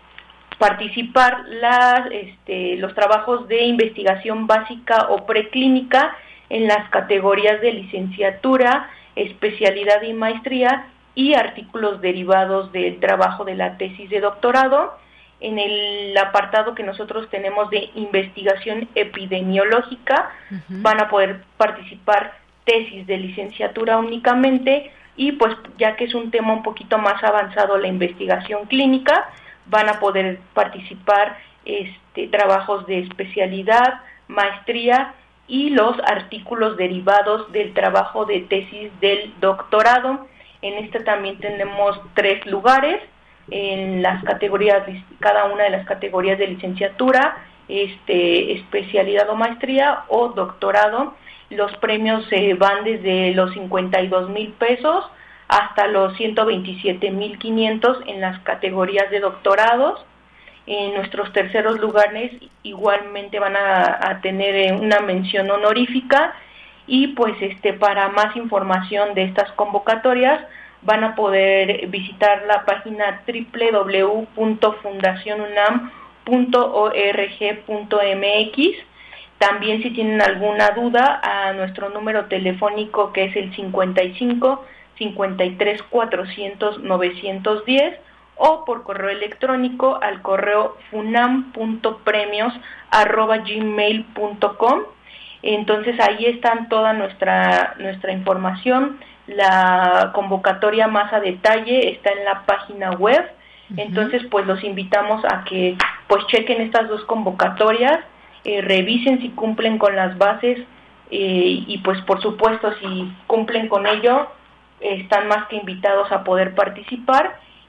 participar las, este, los trabajos de investigación básica o preclínica en las categorías de licenciatura, especialidad y maestría y artículos derivados del trabajo de la tesis de doctorado. En el apartado que nosotros tenemos de investigación epidemiológica, uh-huh, van a poder participar tesis de licenciatura únicamente, y pues ya que es un tema un poquito más avanzado la investigación clínica, van a poder participar este, trabajos de especialidad, maestría y los artículos derivados del trabajo de tesis del doctorado. En este también tenemos tres lugares en las categorías, cada una de las categorías de licenciatura, este, especialidad o maestría o doctorado. Los premios se eh, van desde los cincuenta y dos mil pesos hasta los ciento veintisiete mil quinientos en las categorías de doctorados. En nuestros terceros lugares igualmente van a, a tener una mención honorífica, y pues este para más información de estas convocatorias van a poder visitar la página doble u doble u doble u punto fundación unam punto org punto m x. También si tienen alguna duda, a nuestro número telefónico que es el cincuenta y cinco, cincuenta y tres, cuatrocientos, novecientos diez, o por correo electrónico al correo funam punto premios arroba gmail punto com. Entonces ahí están toda nuestra nuestra información. La convocatoria más a detalle está en la página web. Uh-huh. Entonces pues los invitamos a que pues chequen estas dos convocatorias, eh, revisen si cumplen con las bases, eh, y pues por supuesto si cumplen con ello, eh, están más que invitados a poder participar.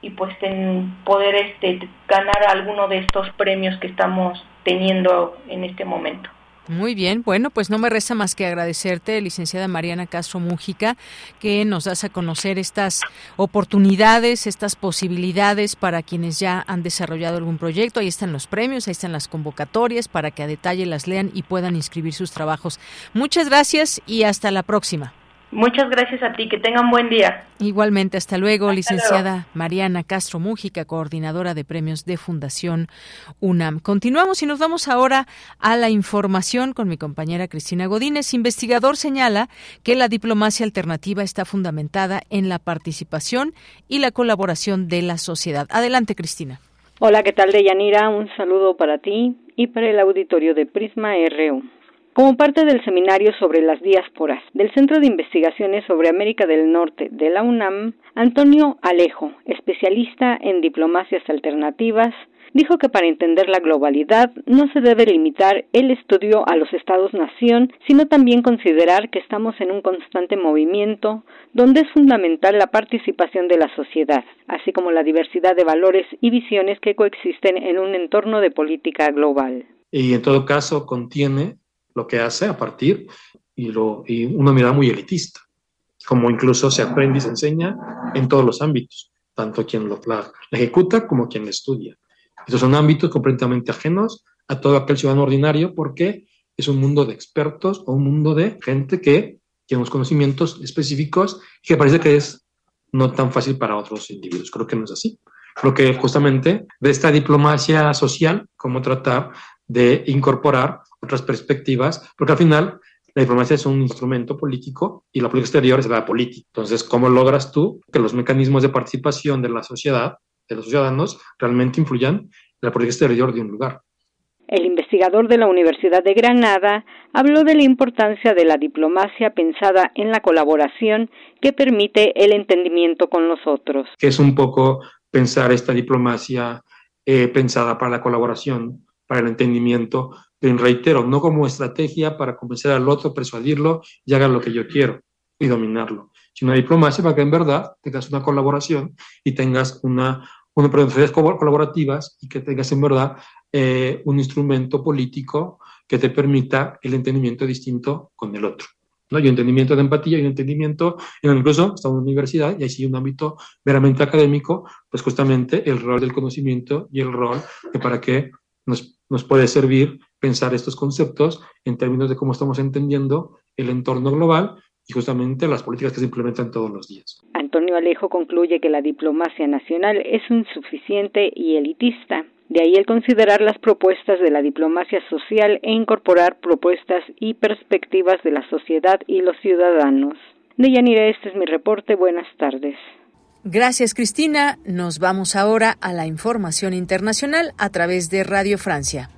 y pues ten, poder este ganar alguno de estos premios que estamos teniendo en este momento. Muy bien, bueno, pues no me resta más que agradecerte, licenciada Mariana Castro Mújica, que nos das a conocer estas oportunidades, estas posibilidades para quienes ya han desarrollado algún proyecto. Ahí están los premios, ahí están las convocatorias para que a detalle las lean y puedan inscribir sus trabajos. Muchas gracias y hasta la próxima. Muchas gracias a ti, que tengan buen día. Igualmente, hasta luego, hasta licenciada luego. Mariana Castro Mújica, coordinadora de premios de Fundación UNAM. Continuamos y nos vamos ahora a la información con mi compañera Cristina Godínez. Investigador señala que la diplomacia alternativa está fundamentada en la participación y la colaboración de la sociedad. Adelante, Cristina. Hola, ¿qué tal, Deyanira? Un saludo para ti y para el auditorio de Prisma R U. Como parte del seminario sobre las diásporas del Centro de Investigaciones sobre América del Norte de la UNAM, Antonio Alejo, especialista en diplomacias alternativas, dijo que para entender la globalidad no se debe limitar el estudio a los estados-nación, sino también considerar que estamos en un constante movimiento donde es fundamental la participación de la sociedad, así como la diversidad de valores y visiones que coexisten en un entorno de política global. Y en todo caso contiene lo que hace a partir y, lo, y una mirada muy elitista, como incluso se aprende y se enseña en todos los ámbitos, tanto quien lo, la, la ejecuta como quien la estudia. Estos son ámbitos completamente ajenos a todo aquel ciudadano ordinario porque es un mundo de expertos o un mundo de gente que tiene unos conocimientos específicos y que parece que es no tan fácil para otros individuos. Creo que no es así. Creo que justamente de esta diplomacia social, cómo tratar de incorporar otras perspectivas, porque al final la diplomacia es un instrumento político y la política exterior es la política. Entonces, ¿cómo logras tú que los mecanismos de participación de la sociedad, de los ciudadanos, realmente influyan en la política exterior de un lugar? El investigador de la Universidad de Granada habló de la importancia de la diplomacia pensada en la colaboración que permite el entendimiento con los otros. Que es un poco pensar esta diplomacia eh, pensada para la colaboración, para el entendimiento, pero reitero, no como estrategia para convencer al otro, persuadirlo y haga lo que yo quiero y dominarlo, sino una diplomacia para que en verdad tengas una colaboración y tengas una, una procesos colaborativas y que tengas en verdad eh, un instrumento político que te permita el entendimiento distinto con el otro, ¿no? Y un entendimiento de empatía y un entendimiento, incluso hasta una universidad, y ahí sí un ámbito meramente académico, pues justamente el rol del conocimiento y el rol de para qué nos, nos puede servir pensar estos conceptos en términos de cómo estamos entendiendo el entorno global y justamente las políticas que se implementan todos los días. Antonio Alejo concluye que la diplomacia nacional es insuficiente y elitista. De ahí el considerar las propuestas de la diplomacia social e incorporar propuestas y perspectivas de la sociedad y los ciudadanos. Deyanira, este es mi reporte. Buenas tardes. Gracias, Cristina. Nos vamos ahora a la información internacional a través de Radio Francia.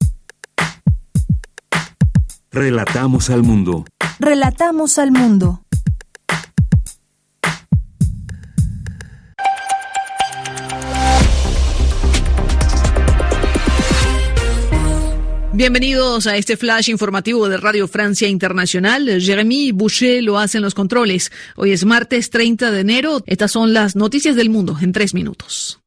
Relatamos al mundo. Relatamos al mundo. Bienvenidos a este flash informativo de Radio Francia Internacional. Jérémy Boucher lo hace en los controles. Hoy es martes treinta de enero. Estas son las noticias del mundo en tres minutos.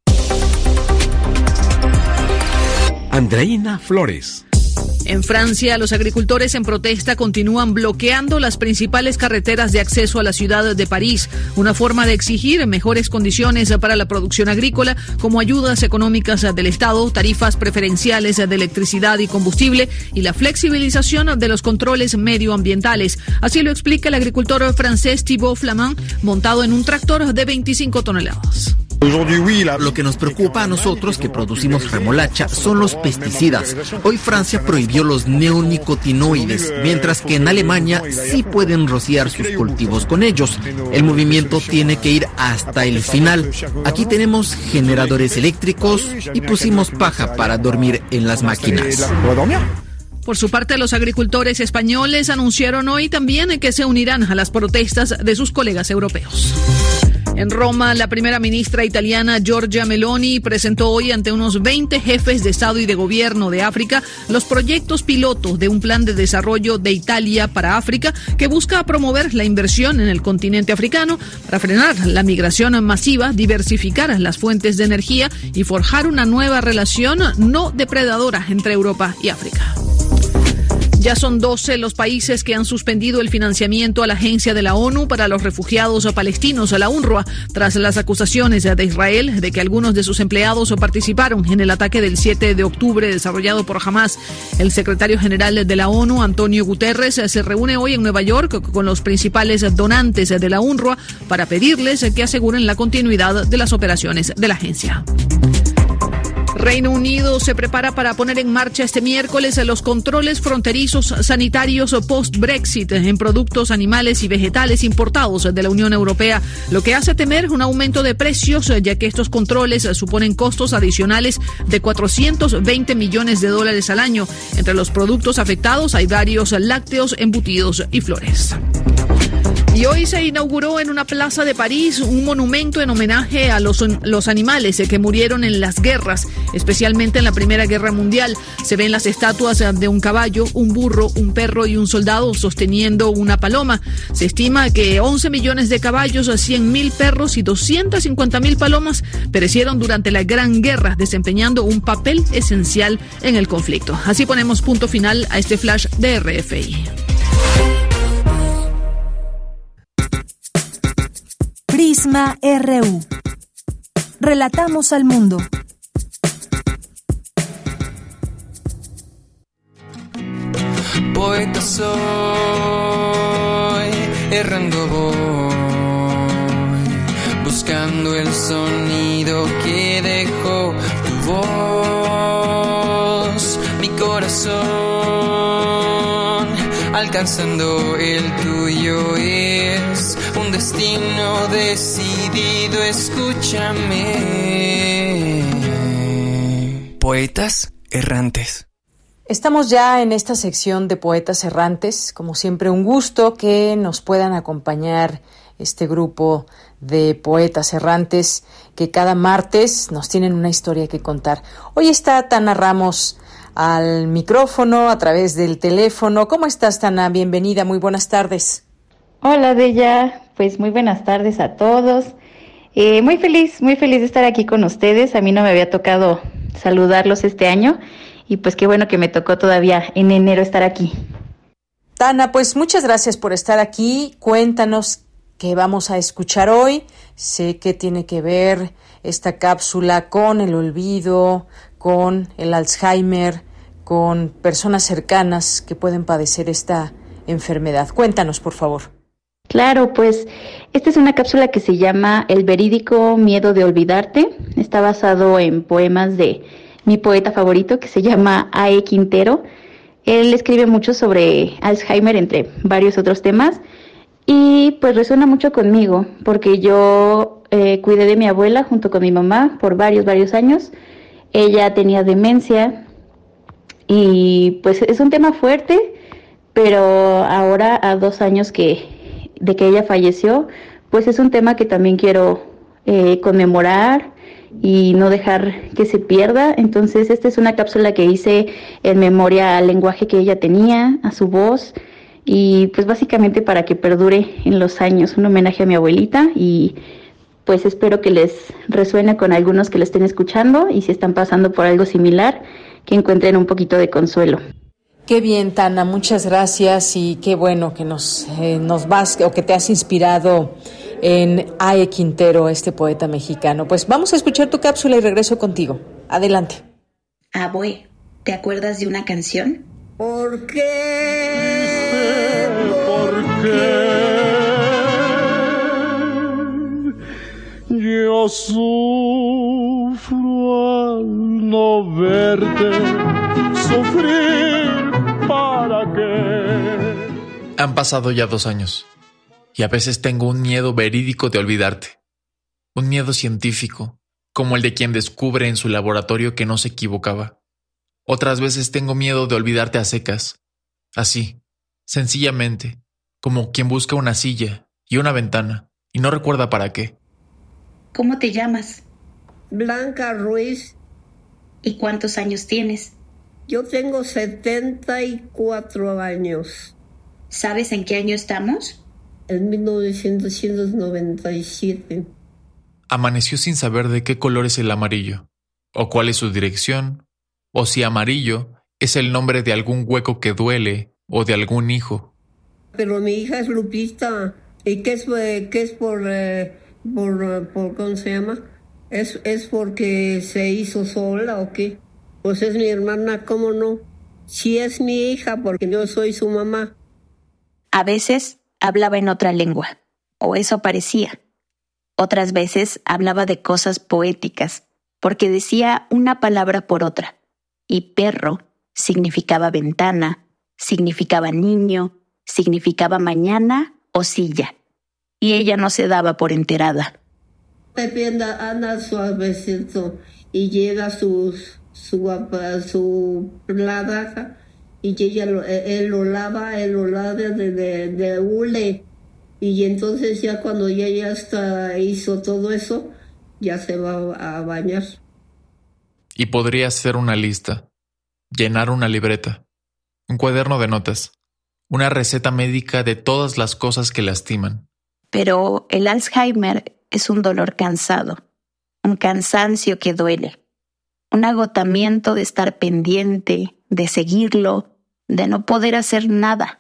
Andreina Flores. En Francia, los agricultores en protesta continúan bloqueando las principales carreteras de acceso a la ciudad de París, una forma de exigir mejores condiciones para la producción agrícola, como ayudas económicas del Estado, tarifas preferenciales de electricidad y combustible y la flexibilización de los controles medioambientales. Así lo explica el agricultor francés Thibaut Flamand, montado en un tractor de veinticinco toneladas. Lo que nos preocupa a nosotros que producimos remolacha son los pesticidas. Hoy Francia prohibió los neonicotinoides, mientras que en Alemania sí pueden rociar sus cultivos con ellos. El movimiento tiene que ir hasta el final. Aquí tenemos generadores eléctricos y pusimos paja para dormir en las máquinas. Por su parte, los agricultores españoles anunciaron hoy también que se unirán a las protestas de sus colegas europeos. En Roma, la primera ministra italiana Giorgia Meloni presentó hoy ante unos veinte jefes de Estado y de Gobierno de África los proyectos pilotos de un plan de desarrollo de Italia para África que busca promover la inversión en el continente africano para frenar la migración masiva, diversificar las fuentes de energía y forjar una nueva relación no depredadora entre Europa y África. Ya son doce los países que han suspendido el financiamiento a la Agencia de la ONU para los Refugiados Palestinos, a la UNRWA, tras las acusaciones de Israel de que algunos de sus empleados participaron en el ataque del siete de octubre desarrollado por Hamas. El secretario general de la ONU, Antonio Guterres, se reúne hoy en Nueva York con los principales donantes de la UNRWA para pedirles que aseguren la continuidad de las operaciones de la agencia. Reino Unido se prepara para poner en marcha este miércoles los controles fronterizos sanitarios post-Brexit en productos animales y vegetales importados de la Unión Europea, lo que hace temer un aumento de precios, ya que estos controles suponen costos adicionales de cuatrocientos veinte millones de dólares al año. Entre los productos afectados hay varios lácteos, embutidos y flores. Y hoy se inauguró en una plaza de París un monumento en homenaje a los, los animales que murieron en las guerras, especialmente en la Primera Guerra Mundial. Se ven las estatuas de un caballo, un burro, un perro y un soldado sosteniendo una paloma. Se estima que once millones de caballos, cien mil perros y doscientas cincuenta mil palomas perecieron durante la Gran Guerra, desempeñando un papel esencial en el conflicto. Así ponemos punto final a este flash de R F I. Prisma R U. Relatamos al mundo. Poeta soy, errando voy, buscando el sonido que dejó tu voz, mi corazón, alcanzando el tuyo es un destino decidido, escúchame. Poetas errantes. Estamos ya en esta sección de Poetas Errantes. Como siempre, un gusto que nos puedan acompañar este grupo de poetas errantes que cada martes nos tienen una historia que contar. Hoy está Tana Ramos al micrófono a través del teléfono. ¿Cómo estás, Tana? Bienvenida, muy buenas tardes. Hola, Bella. Pues muy buenas tardes a todos. Eh, muy feliz, muy feliz de estar aquí con ustedes. A mí no me había tocado saludarlos este año. Y pues qué bueno que me tocó todavía en enero estar aquí. Tana, pues muchas gracias por estar aquí. Cuéntanos qué vamos a escuchar hoy. Sé que tiene que ver esta cápsula con el olvido, con el Alzheimer, con personas cercanas que pueden padecer esta enfermedad. Cuéntanos, por favor. Claro, pues esta es una cápsula que se llama El verídico miedo de olvidarte. Está basado en poemas de mi poeta favorito, que se llama A E Quintero. Él escribe mucho sobre Alzheimer, entre varios otros temas, y pues resuena mucho conmigo, porque yo eh, cuidé de mi abuela junto con mi mamá por varios, varios años. Ella tenía demencia, y pues es un tema fuerte, pero ahora, a dos años que de que ella falleció, pues es un tema que también quiero eh, conmemorar y no dejar que se pierda. Entonces esta es una cápsula que hice en memoria al lenguaje que ella tenía, a su voz, y pues básicamente para que perdure en los años, un homenaje a mi abuelita, y pues espero que les resuene con algunos que lo estén escuchando, y si están pasando por algo similar, que encuentren un poquito de consuelo. Qué bien, Tana, muchas gracias, y qué bueno que nos, eh, nos vas, o que te has inspirado en A E Quintero, este poeta mexicano. Pues vamos a escuchar tu cápsula y regreso contigo. Adelante. Abue, ¿te acuerdas de una canción? ¿Por qué? ¿Por qué? Yo sufro al no verte, sufrir para qué. Han pasado ya dos años. Y a veces tengo un miedo verídico de olvidarte. Un miedo científico, como el de quien descubre en su laboratorio que no se equivocaba. Otras veces tengo miedo de olvidarte a secas. Así, sencillamente, como quien busca una silla y una ventana y no recuerda para qué. ¿Cómo te llamas? Blanca Ruiz. ¿Y cuántos años tienes? Yo tengo setenta y cuatro años. ¿Sabes en qué año estamos? En mil novecientos noventa y siete. Amaneció sin saber de qué color es el amarillo, o cuál es su dirección, o si amarillo es el nombre de algún hueco que duele o de algún hijo. Pero mi hija es Lupita. ¿Y qué es, qué es por, eh, por, por, ¿cómo se llama? ¿Es, ¿Es porque se hizo sola o qué? Pues es mi hermana, ¿cómo no? Sí es mi hija porque yo soy su mamá. A veces hablaba en otra lengua, o eso parecía. Otras veces hablaba de cosas poéticas, porque decía una palabra por otra. Y perro significaba ventana, significaba niño, significaba mañana o silla. Y ella no se daba por enterada. Pepe anda, anda suavecito y llega sus, su, su lavaca y ella lo, él lo lava, él lo lava de, de, de hule. Y entonces ya cuando ya, ya está, hizo todo eso, ya se va a bañar. Y podría hacer una lista, llenar una libreta, un cuaderno de notas, una receta médica de todas las cosas que lastiman. Pero el Alzheimer es un dolor cansado, un cansancio que duele, un agotamiento de estar pendiente, de seguirlo, de no poder hacer nada.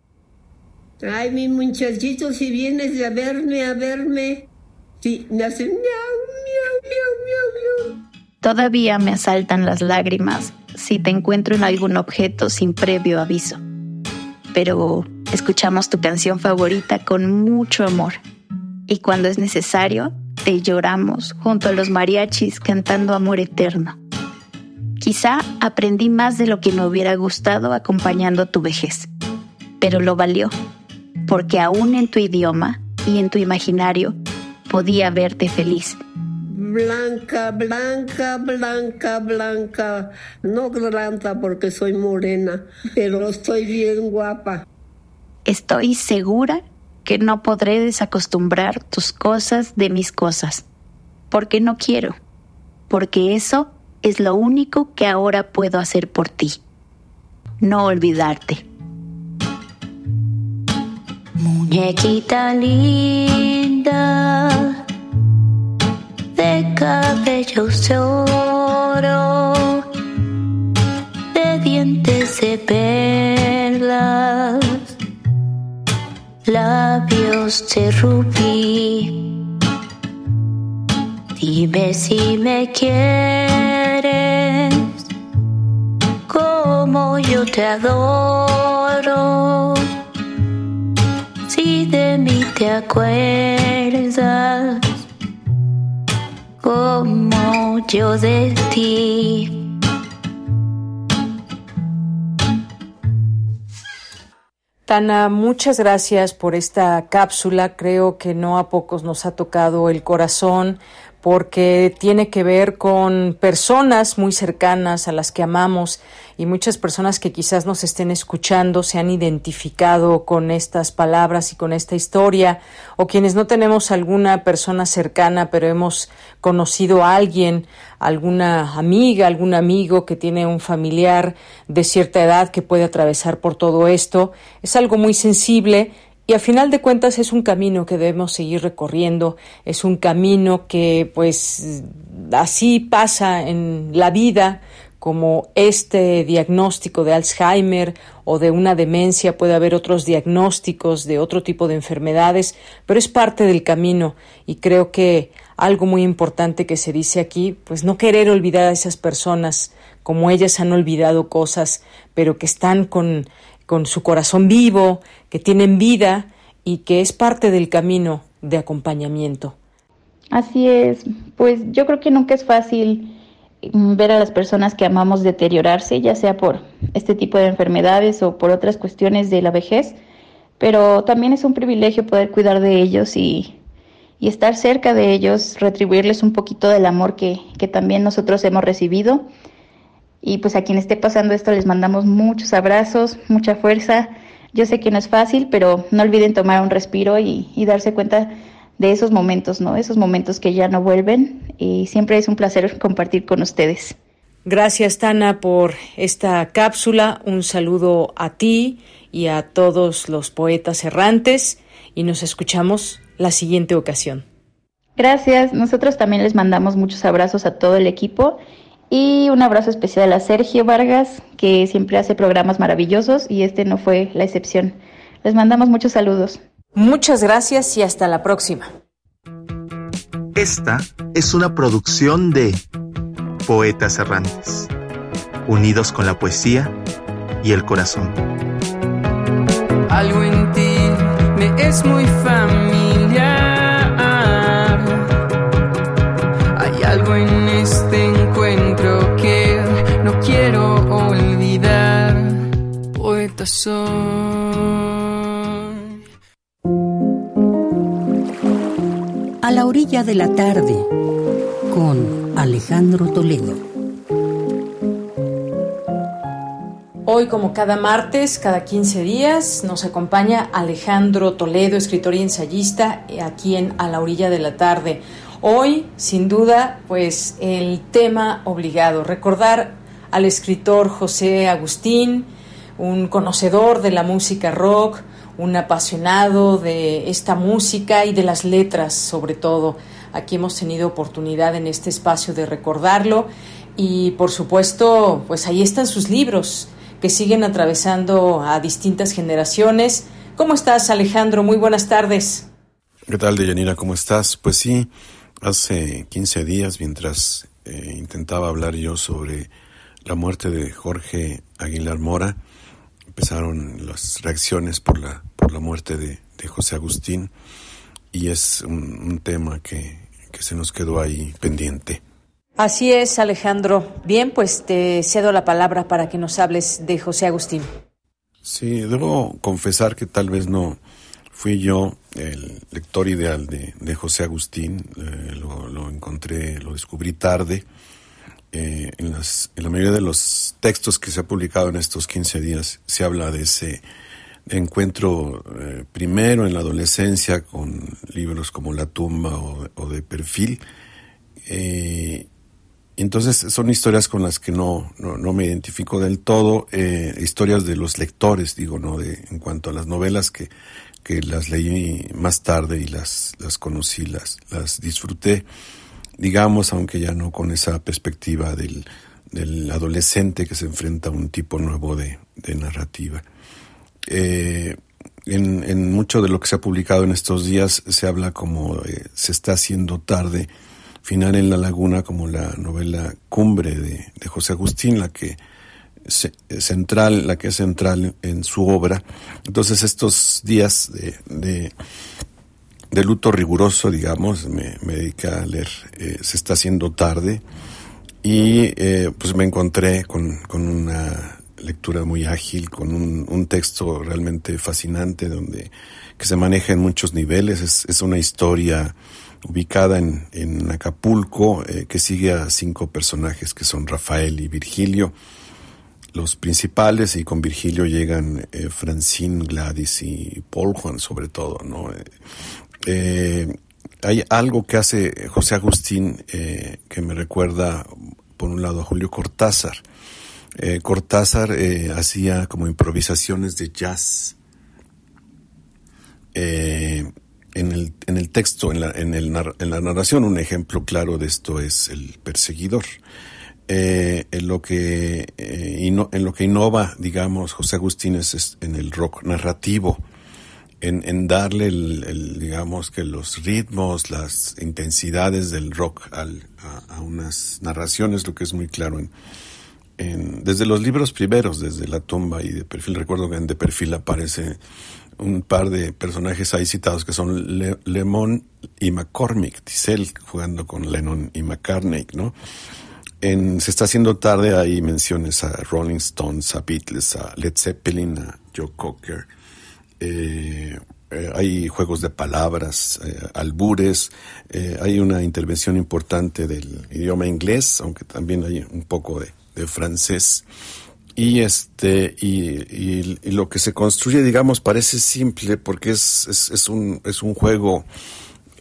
Ay, mi muchachito, si vienes a verme, a verme, sí, me hacen miau, miau, miau, miau, miau. Todavía me asaltan las lágrimas si te encuentro en algún objeto sin previo aviso. Pero escuchamos tu canción favorita con mucho amor. Y cuando es necesario, te lloramos junto a los mariachis cantando Amor Eterno. Quizá aprendí más de lo que me hubiera gustado acompañando tu vejez. Pero lo valió, porque aún en tu idioma y en tu imaginario podía verte feliz. Blanca, blanca, blanca, blanca. No blanca porque soy morena, pero estoy bien guapa. Estoy segura que no podré desacostumbrar tus cosas de mis cosas, porque no quiero, porque eso es lo único que ahora puedo hacer por ti. No olvidarte. Muñequita linda, de cabellos de oro, de dientes de perlas, labios de rubí. Dime si me quieres, como yo te adoro. Si de mí te acuerdas, como yo de ti. Tana, muchas gracias por esta cápsula. Creo que no a pocos nos ha tocado el corazón porque tiene que ver con personas muy cercanas a las que amamos y muchas personas que quizás nos estén escuchando se han identificado con estas palabras y con esta historia, o quienes no tenemos alguna persona cercana pero hemos conocido a alguien, alguna amiga, algún amigo que tiene un familiar de cierta edad que puede atravesar por todo esto. Es algo muy sensible. Y a final de cuentas es un camino que debemos seguir recorriendo, es un camino que pues así pasa en la vida, como este diagnóstico de Alzheimer o de una demencia, puede haber otros diagnósticos de otro tipo de enfermedades, pero es parte del camino y creo que algo muy importante que se dice aquí, pues no querer olvidar a esas personas como ellas han olvidado cosas, pero que están con con su corazón vivo, que tienen vida y que es parte del camino de acompañamiento. Así es, pues yo creo que nunca es fácil ver a las personas que amamos deteriorarse, ya sea por este tipo de enfermedades o por otras cuestiones de la vejez, pero también es un privilegio poder cuidar de ellos y, y estar cerca de ellos, retribuirles un poquito del amor que, que también nosotros hemos recibido. Y pues a quien esté pasando esto les mandamos muchos abrazos, mucha fuerza. Yo sé que no es fácil, pero no olviden tomar un respiro y, y darse cuenta de esos momentos, ¿no? Esos momentos que ya no vuelven, y siempre es un placer compartir con ustedes. Gracias, Tana, por esta cápsula. Un saludo a ti y a todos los poetas errantes, y nos escuchamos la siguiente ocasión. Gracias. Nosotros también les mandamos muchos abrazos a todo el equipo, y un abrazo especial a Sergio Vargas, que siempre hace programas maravillosos, y este no fue la excepción. Les mandamos muchos saludos. Muchas gracias y hasta la próxima. Esta es una producción de Poetas Errantes, unidos con la poesía y el corazón. Algo en ti me es muy familiar. Hay algo en este encuentro que no quiero olvidar. Poeta soy. A la orilla de la tarde, con Alejandro Toledo. Hoy, como cada martes, cada quince días, nos acompaña Alejandro Toledo, escritor y ensayista, aquí en A la orilla de la tarde. Hoy, sin duda, pues el tema obligado, recordar al escritor José Agustín, un conocedor de la música rock, un apasionado de esta música y de las letras, sobre todo. Aquí hemos tenido oportunidad en este espacio de recordarlo, y por supuesto, pues ahí están sus libros que siguen atravesando a distintas generaciones. ¿Cómo estás, Alejandro? Muy buenas tardes. ¿Qué tal, Deyanira? ¿Cómo estás? Pues sí, hace quince días, mientras eh, intentaba hablar yo sobre la muerte de Jorge Aguilar Mora, empezaron las reacciones por la por la muerte de, de José Agustín, y es un, un tema que, que se nos quedó ahí pendiente. Así es, Alejandro. Bien, pues te cedo la palabra para que nos hables de José Agustín. Sí, debo confesar que tal vez no fui yo el lector ideal de, de José Agustín. Eh, lo, lo encontré, lo descubrí tarde. Eh, en, las, en la mayoría de los textos que se ha publicado en estos quince días se habla de ese encuentro eh, primero en la adolescencia con libros como La tumba o, o De perfil. Eh, entonces son historias con las que no, no, no me identifico del todo, eh, historias de los lectores, digo, no de en cuanto a las novelas que, que las leí más tarde y las, las conocí, las, las disfruté, digamos, aunque ya no con esa perspectiva del, del adolescente que se enfrenta a un tipo nuevo de, de narrativa. Eh, en, en mucho de lo que se ha publicado en estos días se habla como eh, se está haciendo tarde, Final en la laguna, como la novela cumbre de, de José Agustín, la que se, central, la que es central en su obra. Entonces estos días de, de de luto riguroso, digamos, me, me dediqué a leer eh, Se está haciendo tarde, y eh, pues me encontré con, con una lectura muy ágil, con un, un texto realmente fascinante donde que se maneja en muchos niveles. Es, es una historia ubicada en, en Acapulco, eh, que sigue a cinco personajes que son Rafael y Virgilio, los principales, y con Virgilio llegan eh, Francine, Gladys y Paul Juan, sobre todo, ¿no? Eh, eh, hay algo que hace José Agustín eh, que me recuerda, por un lado, a Julio Cortázar. Eh, Cortázar eh, hacía como improvisaciones de jazz. Eh, en el en el texto, en la en el en la narración, un ejemplo claro de esto es El perseguidor. Eh, en lo que eh, ino, en lo que innova, digamos, José Agustín es, es en el rock narrativo, en, en darle el, el digamos que los ritmos, las intensidades del rock al, a, a unas narraciones, lo que es muy claro en, en desde los libros primeros, desde La tumba y De perfil. Recuerdo que en De perfil aparece un par de personajes ahí citados que son Le, Lemon y McCormick, Tisel jugando con Lennon y McCartney, ¿no? En Se está haciendo tarde hay menciones a Rolling Stones, a Beatles, a Led Zeppelin, a Joe Cocker. Eh, eh, hay juegos de palabras, eh, albures, eh, hay una intervención importante del idioma inglés, aunque también hay un poco de, de francés. Y este y, y, y lo que se construye, digamos, parece simple porque es es, es un es un juego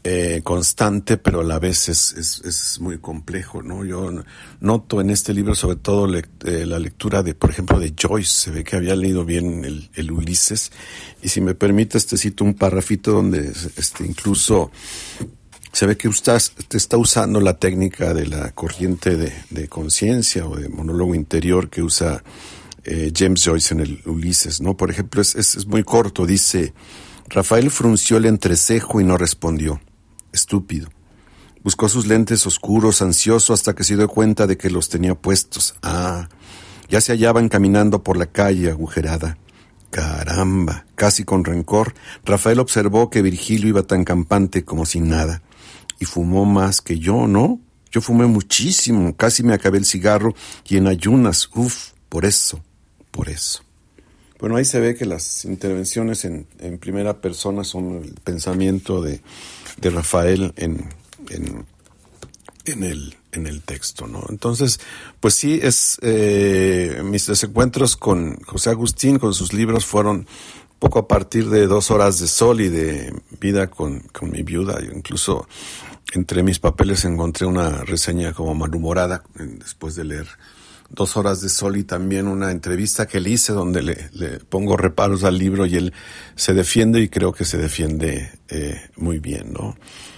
eh, constante, pero a la vez es, es, es muy complejo, ¿no? Yo noto en este libro sobre todo le, eh, la lectura de, por ejemplo, de Joyce. Se ve que había leído bien el, el Ulises, y si me permites te cito un parrafito donde este, incluso se ve que usted está usando la técnica de la corriente de, de conciencia o de monólogo interior que usa eh, James Joyce en el Ulises, ¿no? Por ejemplo, es, es, es muy corto, dice: Rafael frunció el entrecejo y no respondió. Estúpido. Buscó sus lentes oscuros, ansioso, hasta que se dio cuenta de que los tenía puestos. Ah, ya se hallaban caminando por la calle agujerada. Caramba, casi con rencor, Rafael observó que Virgilio iba tan campante como sin nada. Y fumó más que yo, ¿no? Yo fumé muchísimo, casi me acabé el cigarro y en ayunas. Uf, por eso, por eso. Bueno, ahí se ve que las intervenciones en, en primera persona son el pensamiento de, de Rafael en, en, en, el, en el texto, ¿no? Entonces, pues sí, es eh, mis desencuentros con José Agustín, con sus libros, fueron poco a partir de Dos horas de sol y de Vida con, con mi viuda. Yo incluso entre mis papeles encontré una reseña como malhumorada después de leer Dos horas de sol, y también una entrevista que le hice donde le, le pongo reparos al libro y él se defiende, y creo que se defiende eh, muy bien, ¿no?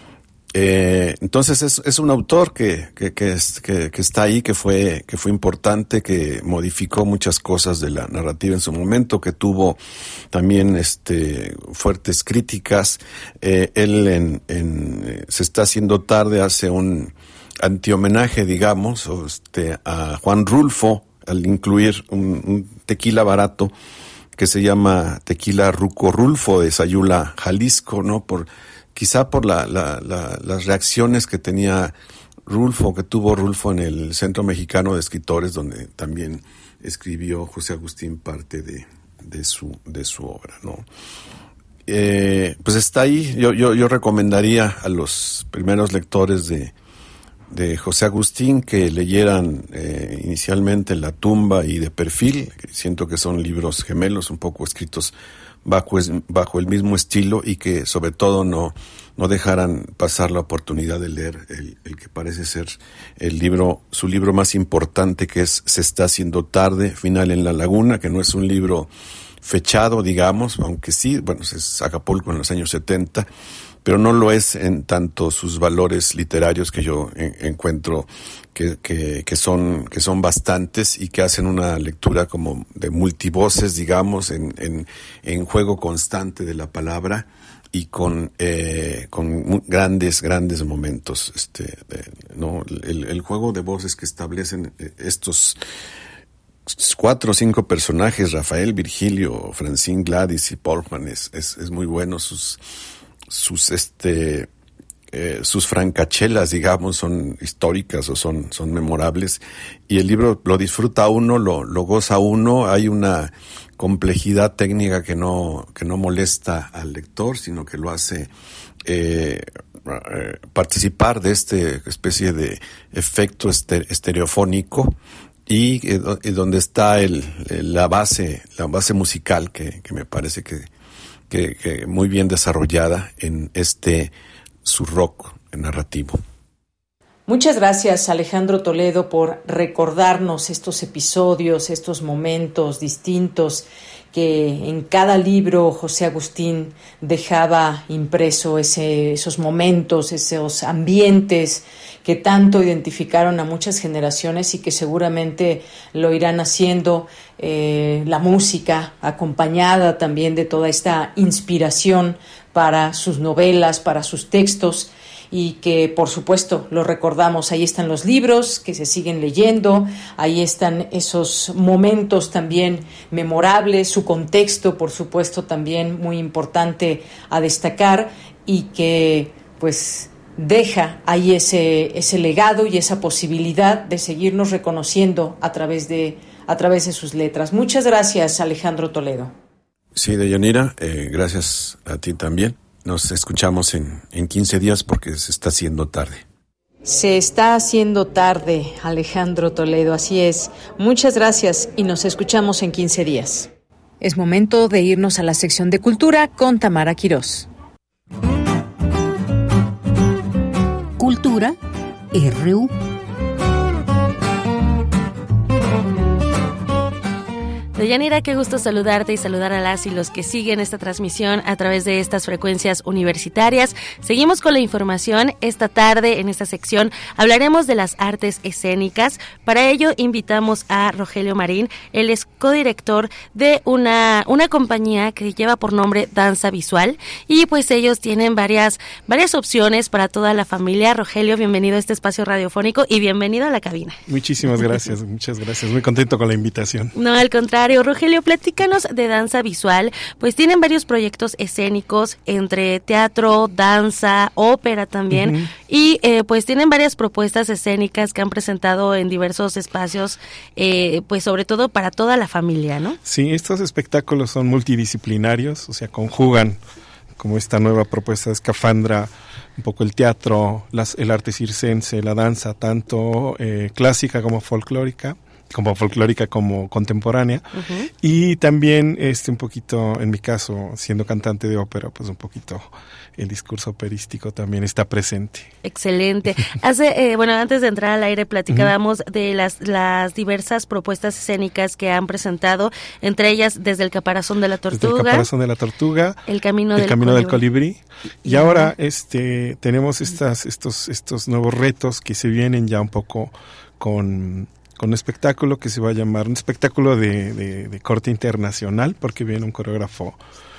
Eh, entonces es, es un autor que, que, que, es, que, que está ahí, que fue, que fue importante, que modificó muchas cosas de la narrativa en su momento, que tuvo también este, fuertes críticas. Eh, él en, en Se está haciendo tarde hace un antihomenaje, digamos, este, a Juan Rulfo, al incluir un, un tequila barato que se llama Tequila Ruco Rulfo de Sayula, Jalisco, ¿no? Por, quizá por la, la, la, las reacciones que tenía Rulfo, que tuvo Rulfo en el Centro Mexicano de Escritores, donde también escribió José Agustín parte de, de su, de su obra, ¿no? Eh, pues está ahí. Yo, yo, yo recomendaría a los primeros lectores de de José Agustín que leyeran eh, inicialmente La tumba y De perfil, que siento que son libros gemelos, un poco escritos bajo, bajo el mismo estilo, y que sobre todo no, no dejaran pasar la oportunidad de leer el, el que parece ser el libro, su libro más importante, que es Se está haciendo tarde, Final en la laguna, que no es un libro fechado, digamos, aunque sí, bueno, es Acapulco en los años setenta, pero no lo es en tanto sus valores literarios, que yo en, encuentro que, que, que son, que son bastantes, y que hacen una lectura como de multivoces, digamos, en, en, en juego constante de la palabra, y con, eh, con grandes, grandes momentos, este, de, no, el, el juego de voces que establecen estos cuatro o cinco personajes, Rafael, Virgilio, Francine, Gladys y Portman, es, es, es muy bueno. Sus, sus, este, eh, sus francachelas, digamos, son históricas o son, son memorables, y el libro lo disfruta uno, lo, lo goza uno. Hay una complejidad técnica que no, que no molesta al lector, sino que lo hace eh, eh, participar de este especie de efecto este, estereofónico, y, y donde está el, la base, la base musical que, que me parece que Que, que muy bien desarrollada en este su rock narrativo. Muchas gracias, Alejandro Toledo, por recordarnos estos episodios, estos momentos distintos que en cada libro José Agustín dejaba impreso, ese, esos momentos, esos ambientes que tanto identificaron a muchas generaciones y que seguramente lo irán haciendo. Eh, la música acompañada también de toda esta inspiración para sus novelas, para sus textos, y que por supuesto lo recordamos. Ahí están los libros que se siguen leyendo, ahí están esos momentos también memorables, su contexto por supuesto también muy importante a destacar, y que pues deja ahí ese, ese legado y esa posibilidad de seguirnos reconociendo a través de, a través de sus letras. Muchas gracias, Alejandro Toledo. Sí, Deyanira, eh, gracias a ti también. Nos escuchamos en, en quince días porque se está haciendo tarde. Se está haciendo tarde, Alejandro Toledo, así es. Muchas gracias y nos escuchamos en quince días. Es momento de irnos a la sección de cultura con Tamara Quirós. Cultura R U. Deyanira, qué gusto saludarte y saludar a las y los que siguen esta transmisión a través de estas frecuencias universitarias. Seguimos con la información. Esta tarde, en esta sección, hablaremos de las artes escénicas. Para ello, invitamos a Rogelio Marín. Él es codirector de una, una compañía que lleva por nombre Danza Visual. Y pues ellos tienen varias, varias opciones para toda la familia. Rogelio, bienvenido a este espacio radiofónico y bienvenido a la cabina. Muchísimas gracias, muchas gracias. Muy contento con la invitación. No, al contrario. Rogelio, platícanos de Danza Visual. Pues tienen varios proyectos escénicos entre teatro, danza, ópera también, uh-huh. y eh, pues tienen varias propuestas escénicas que han presentado en diversos espacios, eh, pues sobre todo para toda la familia, ¿no? Sí, estos espectáculos son multidisciplinarios, o sea, conjugan como esta nueva propuesta de Escafandra, un poco el teatro, las, el arte circense, la danza, tanto eh, clásica como folclórica. como folclórica como contemporánea, uh-huh. y también este un poquito, en mi caso, siendo cantante de ópera, pues un poquito el discurso operístico también está presente. Excelente. Hace, eh, bueno, antes de entrar al aire platicábamos uh-huh. de las, las diversas propuestas escénicas que han presentado, entre ellas desde el Caparazón de la Tortuga, desde el Caparazón de la Tortuga, el Camino, el del, camino colibrí. del Colibrí, y, y ahora este tenemos estas estos estos nuevos retos que se vienen ya un poco con con un espectáculo que se va a llamar, un espectáculo de, de, de corte internacional, porque viene un coreógrafo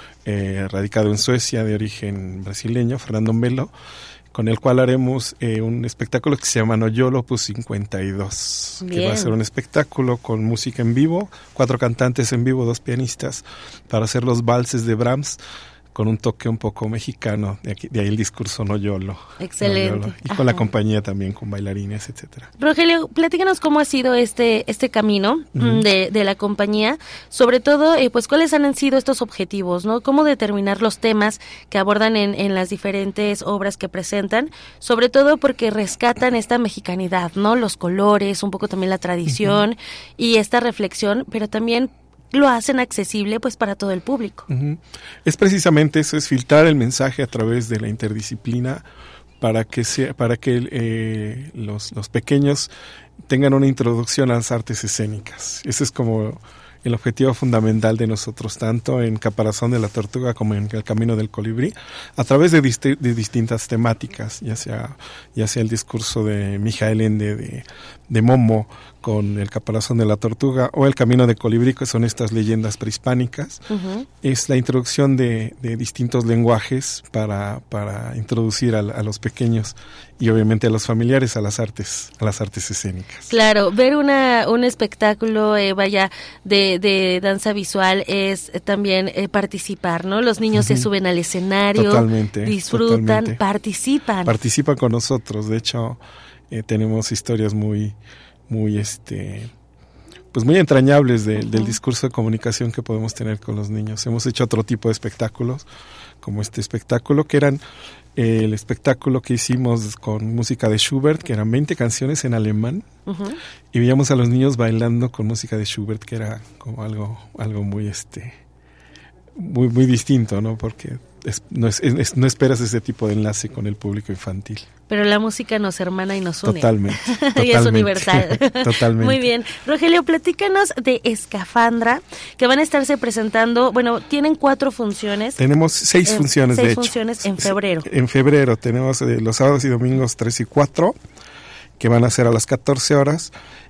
eh, radicado en Suecia, de origen brasileño, Fernando Melo, con el cual haremos eh, un espectáculo que se llama Noyolo Opus cincuenta y dos, Bien. que va a ser un espectáculo con música en vivo, cuatro cantantes en vivo, dos pianistas, para hacer los valses de Brahms, con un toque un poco mexicano, de, aquí, de ahí el discurso Noyolo. Excelente. Noyolo. Y Ajá. con la compañía también, con bailarines, etcétera. Rogelio, platícanos cómo ha sido este este camino uh-huh. de, de la compañía, sobre todo, eh, pues, cuáles han sido estos objetivos, ¿no? Cómo determinar los temas que abordan en, en las diferentes obras que presentan, sobre todo porque rescatan esta mexicanidad, ¿no? Los colores, un poco también la tradición uh-huh. y esta reflexión, pero también lo hacen accesible pues para todo el público. Uh-huh. Es precisamente eso, es filtrar el mensaje a través de la interdisciplina para que sea, para que eh, los, los pequeños tengan una introducción a las artes escénicas. Ese es como el objetivo fundamental de nosotros, tanto en Caparazón de la Tortuga como en El Camino del Colibrí, a través de, dist- de distintas temáticas, ya sea ya sea el discurso de Mijael Ende de, de Momo con El Caparazón de la Tortuga o El Camino del Colibrí, que son estas leyendas prehispánicas. Uh-huh. Es la introducción de, de distintos lenguajes para, para introducir a, a los pequeños y obviamente a los familiares a las artes, a las artes escénicas. Claro, ver una un espectáculo, eh, vaya, de, de danza visual es también eh, participar, ¿no? Los niños uh-huh. se suben al escenario, totalmente, disfrutan, totalmente. participan. Participan con nosotros. De hecho, eh, tenemos historias muy, muy, este, pues muy entrañables de, uh-huh. del discurso de comunicación que podemos tener con los niños. Hemos hecho otro tipo de espectáculos, como este espectáculo, que eran eh, el espectáculo que hicimos con música de Schubert, que eran veinte canciones en alemán, uh-huh. y veíamos a los niños bailando con música de Schubert, que era como algo, algo muy, este, muy, muy distinto, ¿no? Porque es, no, es, es, no esperas ese tipo de enlace con el público infantil. Pero la música nos hermana y nos une. Totalmente. totalmente y es universal. Totalmente. Muy bien. Rogelio, platícanos de Escafandra, que van a estarse presentando, bueno, tienen cuatro funciones. Tenemos seis eh, funciones, seis de hecho. Seis funciones en febrero. En febrero tenemos eh, los sábados y domingos tres y cuatro, que van a ser a las catorce horas.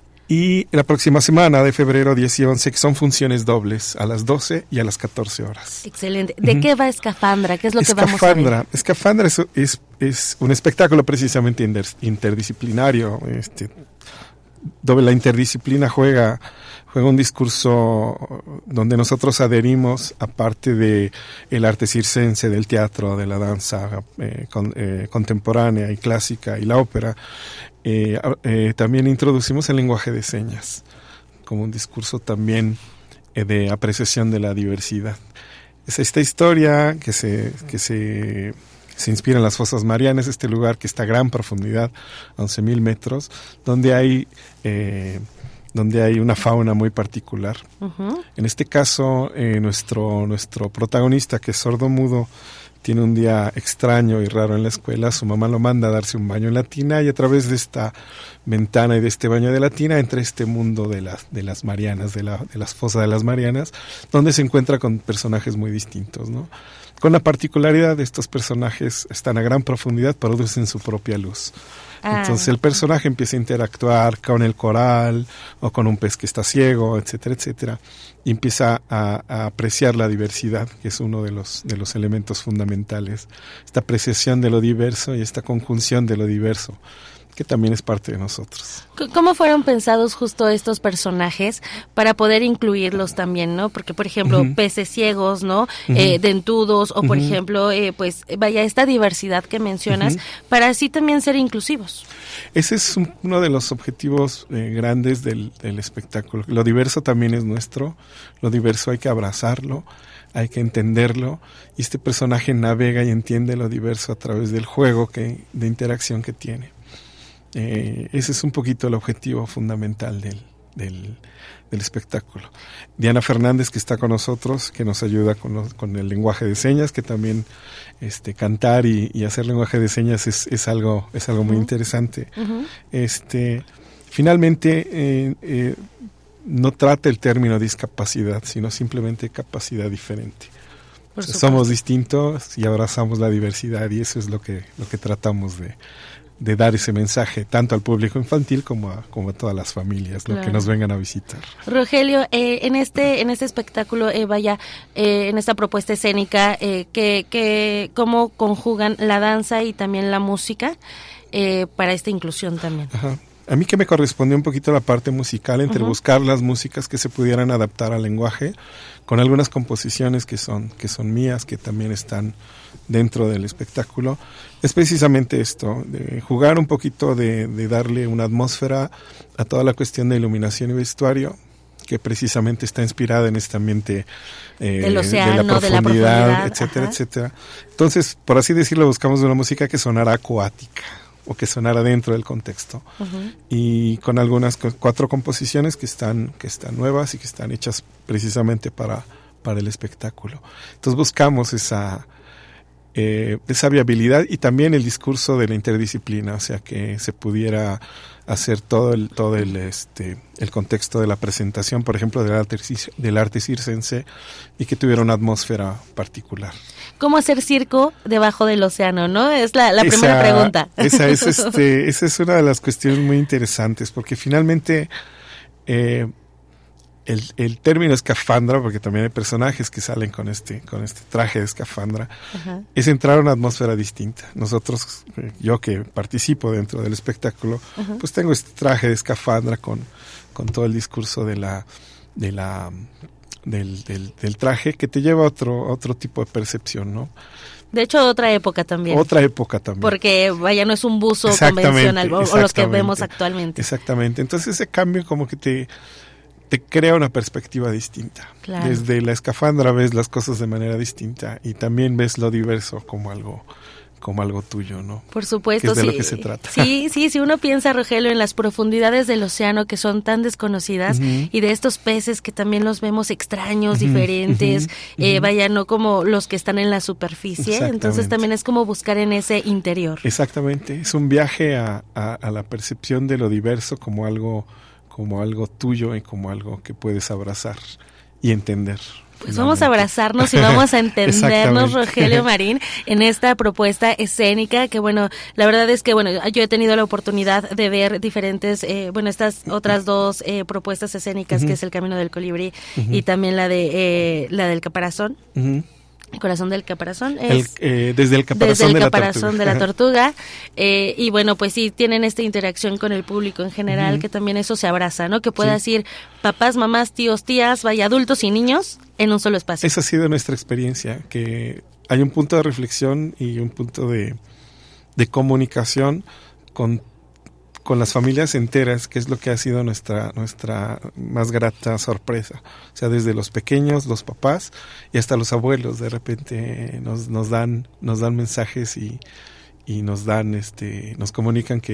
Y la próxima semana de febrero diez y once, que son funciones dobles, a las doce y a las catorce horas. Excelente. ¿De uh-huh. qué va Escafandra? ¿Qué es lo Escafandra. que vamos a ver? Escafandra es, es, es un espectáculo precisamente inter, interdisciplinario. Este, donde la interdisciplina juega, juega un discurso donde nosotros adherimos, aparte de el arte circense, del teatro, de la danza eh, con, eh, contemporánea y clásica y la ópera. Eh, eh, también introducimos el lenguaje de señas como un discurso también eh, de apreciación de la diversidad. Es esta historia que se que se, se inspira en las Fosas Marianas, este lugar que está a gran profundidad, once mil metros, donde hay eh, donde hay una fauna muy particular. Uh-huh. En este caso, eh, nuestro nuestro protagonista, que es sordo-mudo, tiene un día extraño y raro en la escuela, su mamá lo manda a darse un baño en la tina y a través de esta ventana y de este baño de la tina entra este mundo de las, de las Marianas, de, la, de las fosas de las Marianas, donde se encuentra con personajes muy distintos, ¿no? Con la particularidad de estos personajes están a gran profundidad, producen su propia luz. Ah. Entonces el personaje empieza a interactuar con el coral o con un pez que está ciego, etcétera, etcétera, y empieza a, a apreciar la diversidad, que es uno de los, de los elementos fundamentales, esta apreciación de lo diverso y esta conjunción de lo diverso, que también es parte de nosotros. ¿Cómo fueron pensados justo estos personajes para poder incluirlos también, no? Porque, por ejemplo, uh-huh. peces ciegos, ¿no? Uh-huh. Eh, dentudos, o por uh-huh. ejemplo, eh, pues, vaya, esta diversidad que mencionas, uh-huh. para así también ser inclusivos. Ese es un, uno de los objetivos eh, grandes del, del espectáculo. Lo diverso también es nuestro, lo diverso hay que abrazarlo, hay que entenderlo, y este personaje navega y entiende lo diverso a través del juego que, de interacción que tiene. Eh, ese es un poquito el objetivo fundamental del, del, del espectáculo. Diana Fernández, que está con nosotros, que nos ayuda con, los, con el lenguaje de señas, que también este, cantar y, y hacer lenguaje de señas es, es algo, es algo uh-huh. muy interesante. Uh-huh. Este, finalmente, eh, eh, no trata el término discapacidad, sino simplemente capacidad diferente. O sea, somos distintos y abrazamos la diversidad, y eso es lo que, lo que tratamos de de dar ese mensaje tanto al público infantil como a, como a todas las familias, ¿no? Claro. Que nos vengan a visitar. Rogelio, eh, en este en este espectáculo, eh, vaya, eh, en esta propuesta escénica, eh, que, que cómo conjugan la danza y también la música eh, para esta inclusión también. Ajá. A mí que me correspondió un poquito la parte musical, entre uh-huh. buscar las músicas que se pudieran adaptar al lenguaje, con algunas composiciones que son que son mías, que también están dentro del espectáculo. Es precisamente esto, de jugar un poquito, de, de darle una atmósfera a toda la cuestión de iluminación y vestuario, que precisamente está inspirada en este ambiente eh, del océano, de, la profundidad, de la profundidad, etcétera, ajá. etcétera. Entonces, por así decirlo, buscamos una música que sonara acuática, o que sonara dentro del contexto, uh-huh. y con algunas cuatro composiciones que están que están nuevas y que están hechas precisamente para para el espectáculo. Entonces buscamos esa eh, esa viabilidad y también el discurso de la interdisciplina, o sea, que se pudiera hacer todo el todo el este el contexto de la presentación, por ejemplo, del arte del arte circense, y que tuviera una atmósfera particular. ¿Cómo hacer circo debajo del océano, no? Es la, la esa, primera pregunta. Esa es este esa es una de las cuestiones muy interesantes, porque finalmente eh, el, el término escafandra, porque también hay personajes que salen con este con este traje de escafandra, ajá. es entrar a una atmósfera distinta. Nosotros, yo que participo dentro del espectáculo, ajá. pues tengo este traje de escafandra con, con todo el discurso de la de la del, del, del traje, que te lleva a otro, otro tipo de percepción, ¿no? De hecho, otra época también. Otra época también. Porque, vaya, no es un buzo convencional, o, o los que vemos actualmente. Exactamente. Entonces, ese cambio como que te... te crea una perspectiva distinta. Claro. Desde la escafandra ves las cosas de manera distinta y también ves lo diverso como algo como algo tuyo, ¿no? Por supuesto, que es de sí. lo que se trata. Sí, sí, si uno piensa, Rogelio, en las profundidades del océano que son tan desconocidas, uh-huh. y de estos peces que también los vemos extraños, uh-huh. diferentes, uh-huh. eh, vaya, no como los que están en la superficie, entonces también es como buscar en ese interior. Exactamente, es un viaje a, a, a la percepción de lo diverso como algo como algo tuyo y como algo que puedes abrazar y entender. Pues vamos a abrazarnos y vamos a entendernos, Rogelio Marín, en esta propuesta escénica que, bueno, la verdad es que, bueno, yo he tenido la oportunidad de ver diferentes, eh, bueno, estas otras dos eh, propuestas escénicas, uh-huh. que es El Camino del Colibrí, uh-huh. y también la de eh, la del Caparazón. Uh-huh. El corazón del caparazón es el, eh, desde el caparazón, desde el de, caparazón la de la tortuga, eh, y bueno, pues sí tienen esta interacción con el público en general, uh-huh. que también eso se abraza, ¿no? Que puedas sí. ir papás, mamás, tíos, tías, vaya, adultos y niños en un solo espacio. Esa ha sido nuestra experiencia, que hay un punto de reflexión y un punto de, de comunicación con con las familias enteras, que es lo que ha sido nuestra nuestra más grata sorpresa. O sea, desde los pequeños, los papás y hasta los abuelos, de repente nos nos dan nos dan mensajes y y nos dan este nos comunican que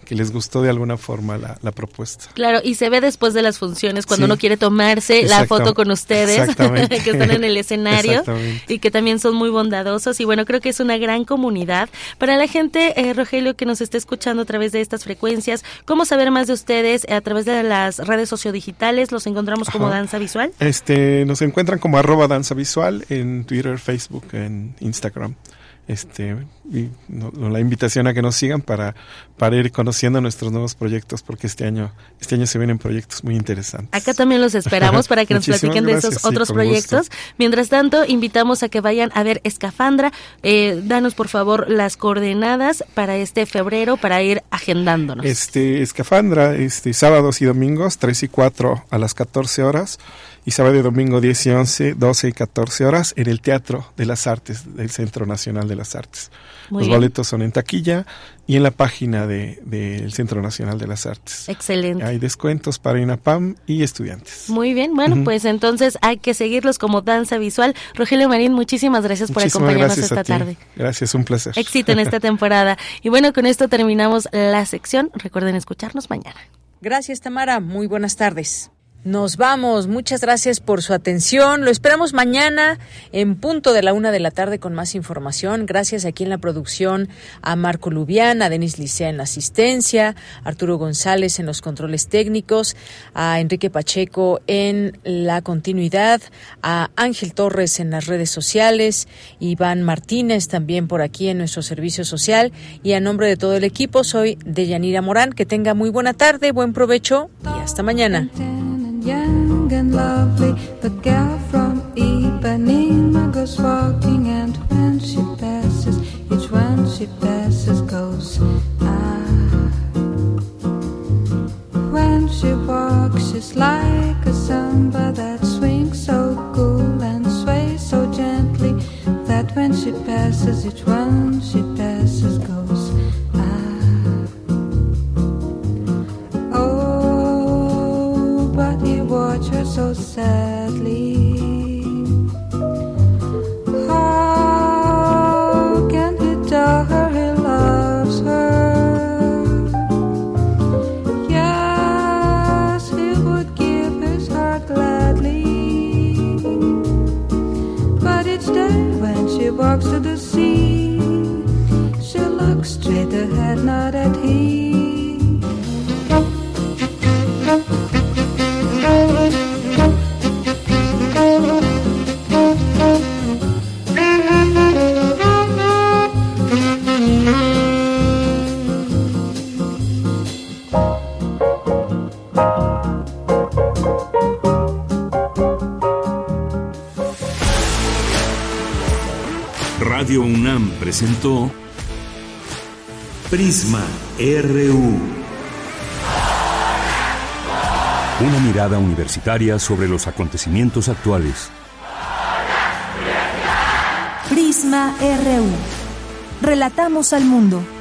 que les gustó de alguna forma la, la propuesta. Claro, y se ve después de las funciones cuando sí. uno quiere tomarse la foto con ustedes, que están en el escenario y que también son muy bondadosos. Y bueno, creo que es una gran comunidad. Para la gente, eh, Rogelio, que nos está escuchando a través de estas frecuencias, ¿cómo saber más de ustedes? A través de las redes sociodigitales, ¿los encontramos Ajá. como Danza Visual? Este, nos encuentran como arroba Danza Visual en Twitter, Facebook, en Instagram. Este, y no, no, la invitación a que nos sigan para, para ir conociendo nuestros nuevos proyectos, porque este año, este año se vienen proyectos muy interesantes. Acá también los esperamos para que nos platiquen de esos sí, otros proyectos. Gusto. Mientras tanto, invitamos a que vayan a ver Escafandra. Eh, danos, por favor, las coordenadas para este febrero, para ir agendándonos. Este, Escafandra, este, sábados y domingos, tres y cuatro a las catorce horas. Y sábado y domingo diez y once, doce y catorce horas en el Teatro de las Artes del Centro Nacional de las Artes. Muy Los bien. boletos son en taquilla y en la página del de, de Centro Nacional de las Artes. Excelente. Hay descuentos para INAPAM y estudiantes. Muy bien, bueno, uh-huh. pues entonces hay que seguirlos como Danza Visual. Rogelio Marín, muchísimas gracias muchísimas por acompañarnos gracias esta tarde. Gracias, un placer. Éxito en esta temporada. Y bueno, con esto terminamos la sección. Recuerden escucharnos mañana. Gracias, Tamara. Muy buenas tardes. Nos vamos, muchas gracias por su atención, lo esperamos mañana en punto de la una de la tarde con más información. Gracias aquí en la producción a Marco Lubián, a Denis Licea en la asistencia, a Arturo González en los controles técnicos, a Enrique Pacheco en la continuidad, a Ángel Torres en las redes sociales, Iván Martínez también por aquí en nuestro servicio social, y a nombre de todo el equipo soy Deyanira Morán. Que tenga muy buena tarde, buen provecho y hasta mañana. Young and lovely, the girl from Ipanema goes walking, and when she passes, each one she passes goes ah. When she walks, she's like a samba that swings so cool and sways so gently, that when she passes, each one she passes goes ah. Watch her so sadly. How can he tell her he loves her? Yes, he would give his heart gladly. But each day when she walks to the sea, she looks straight ahead, not at him. Radio UNAM presentó Prisma R U. Una mirada universitaria sobre los acontecimientos actuales. Prisma R U. Relatamos al mundo.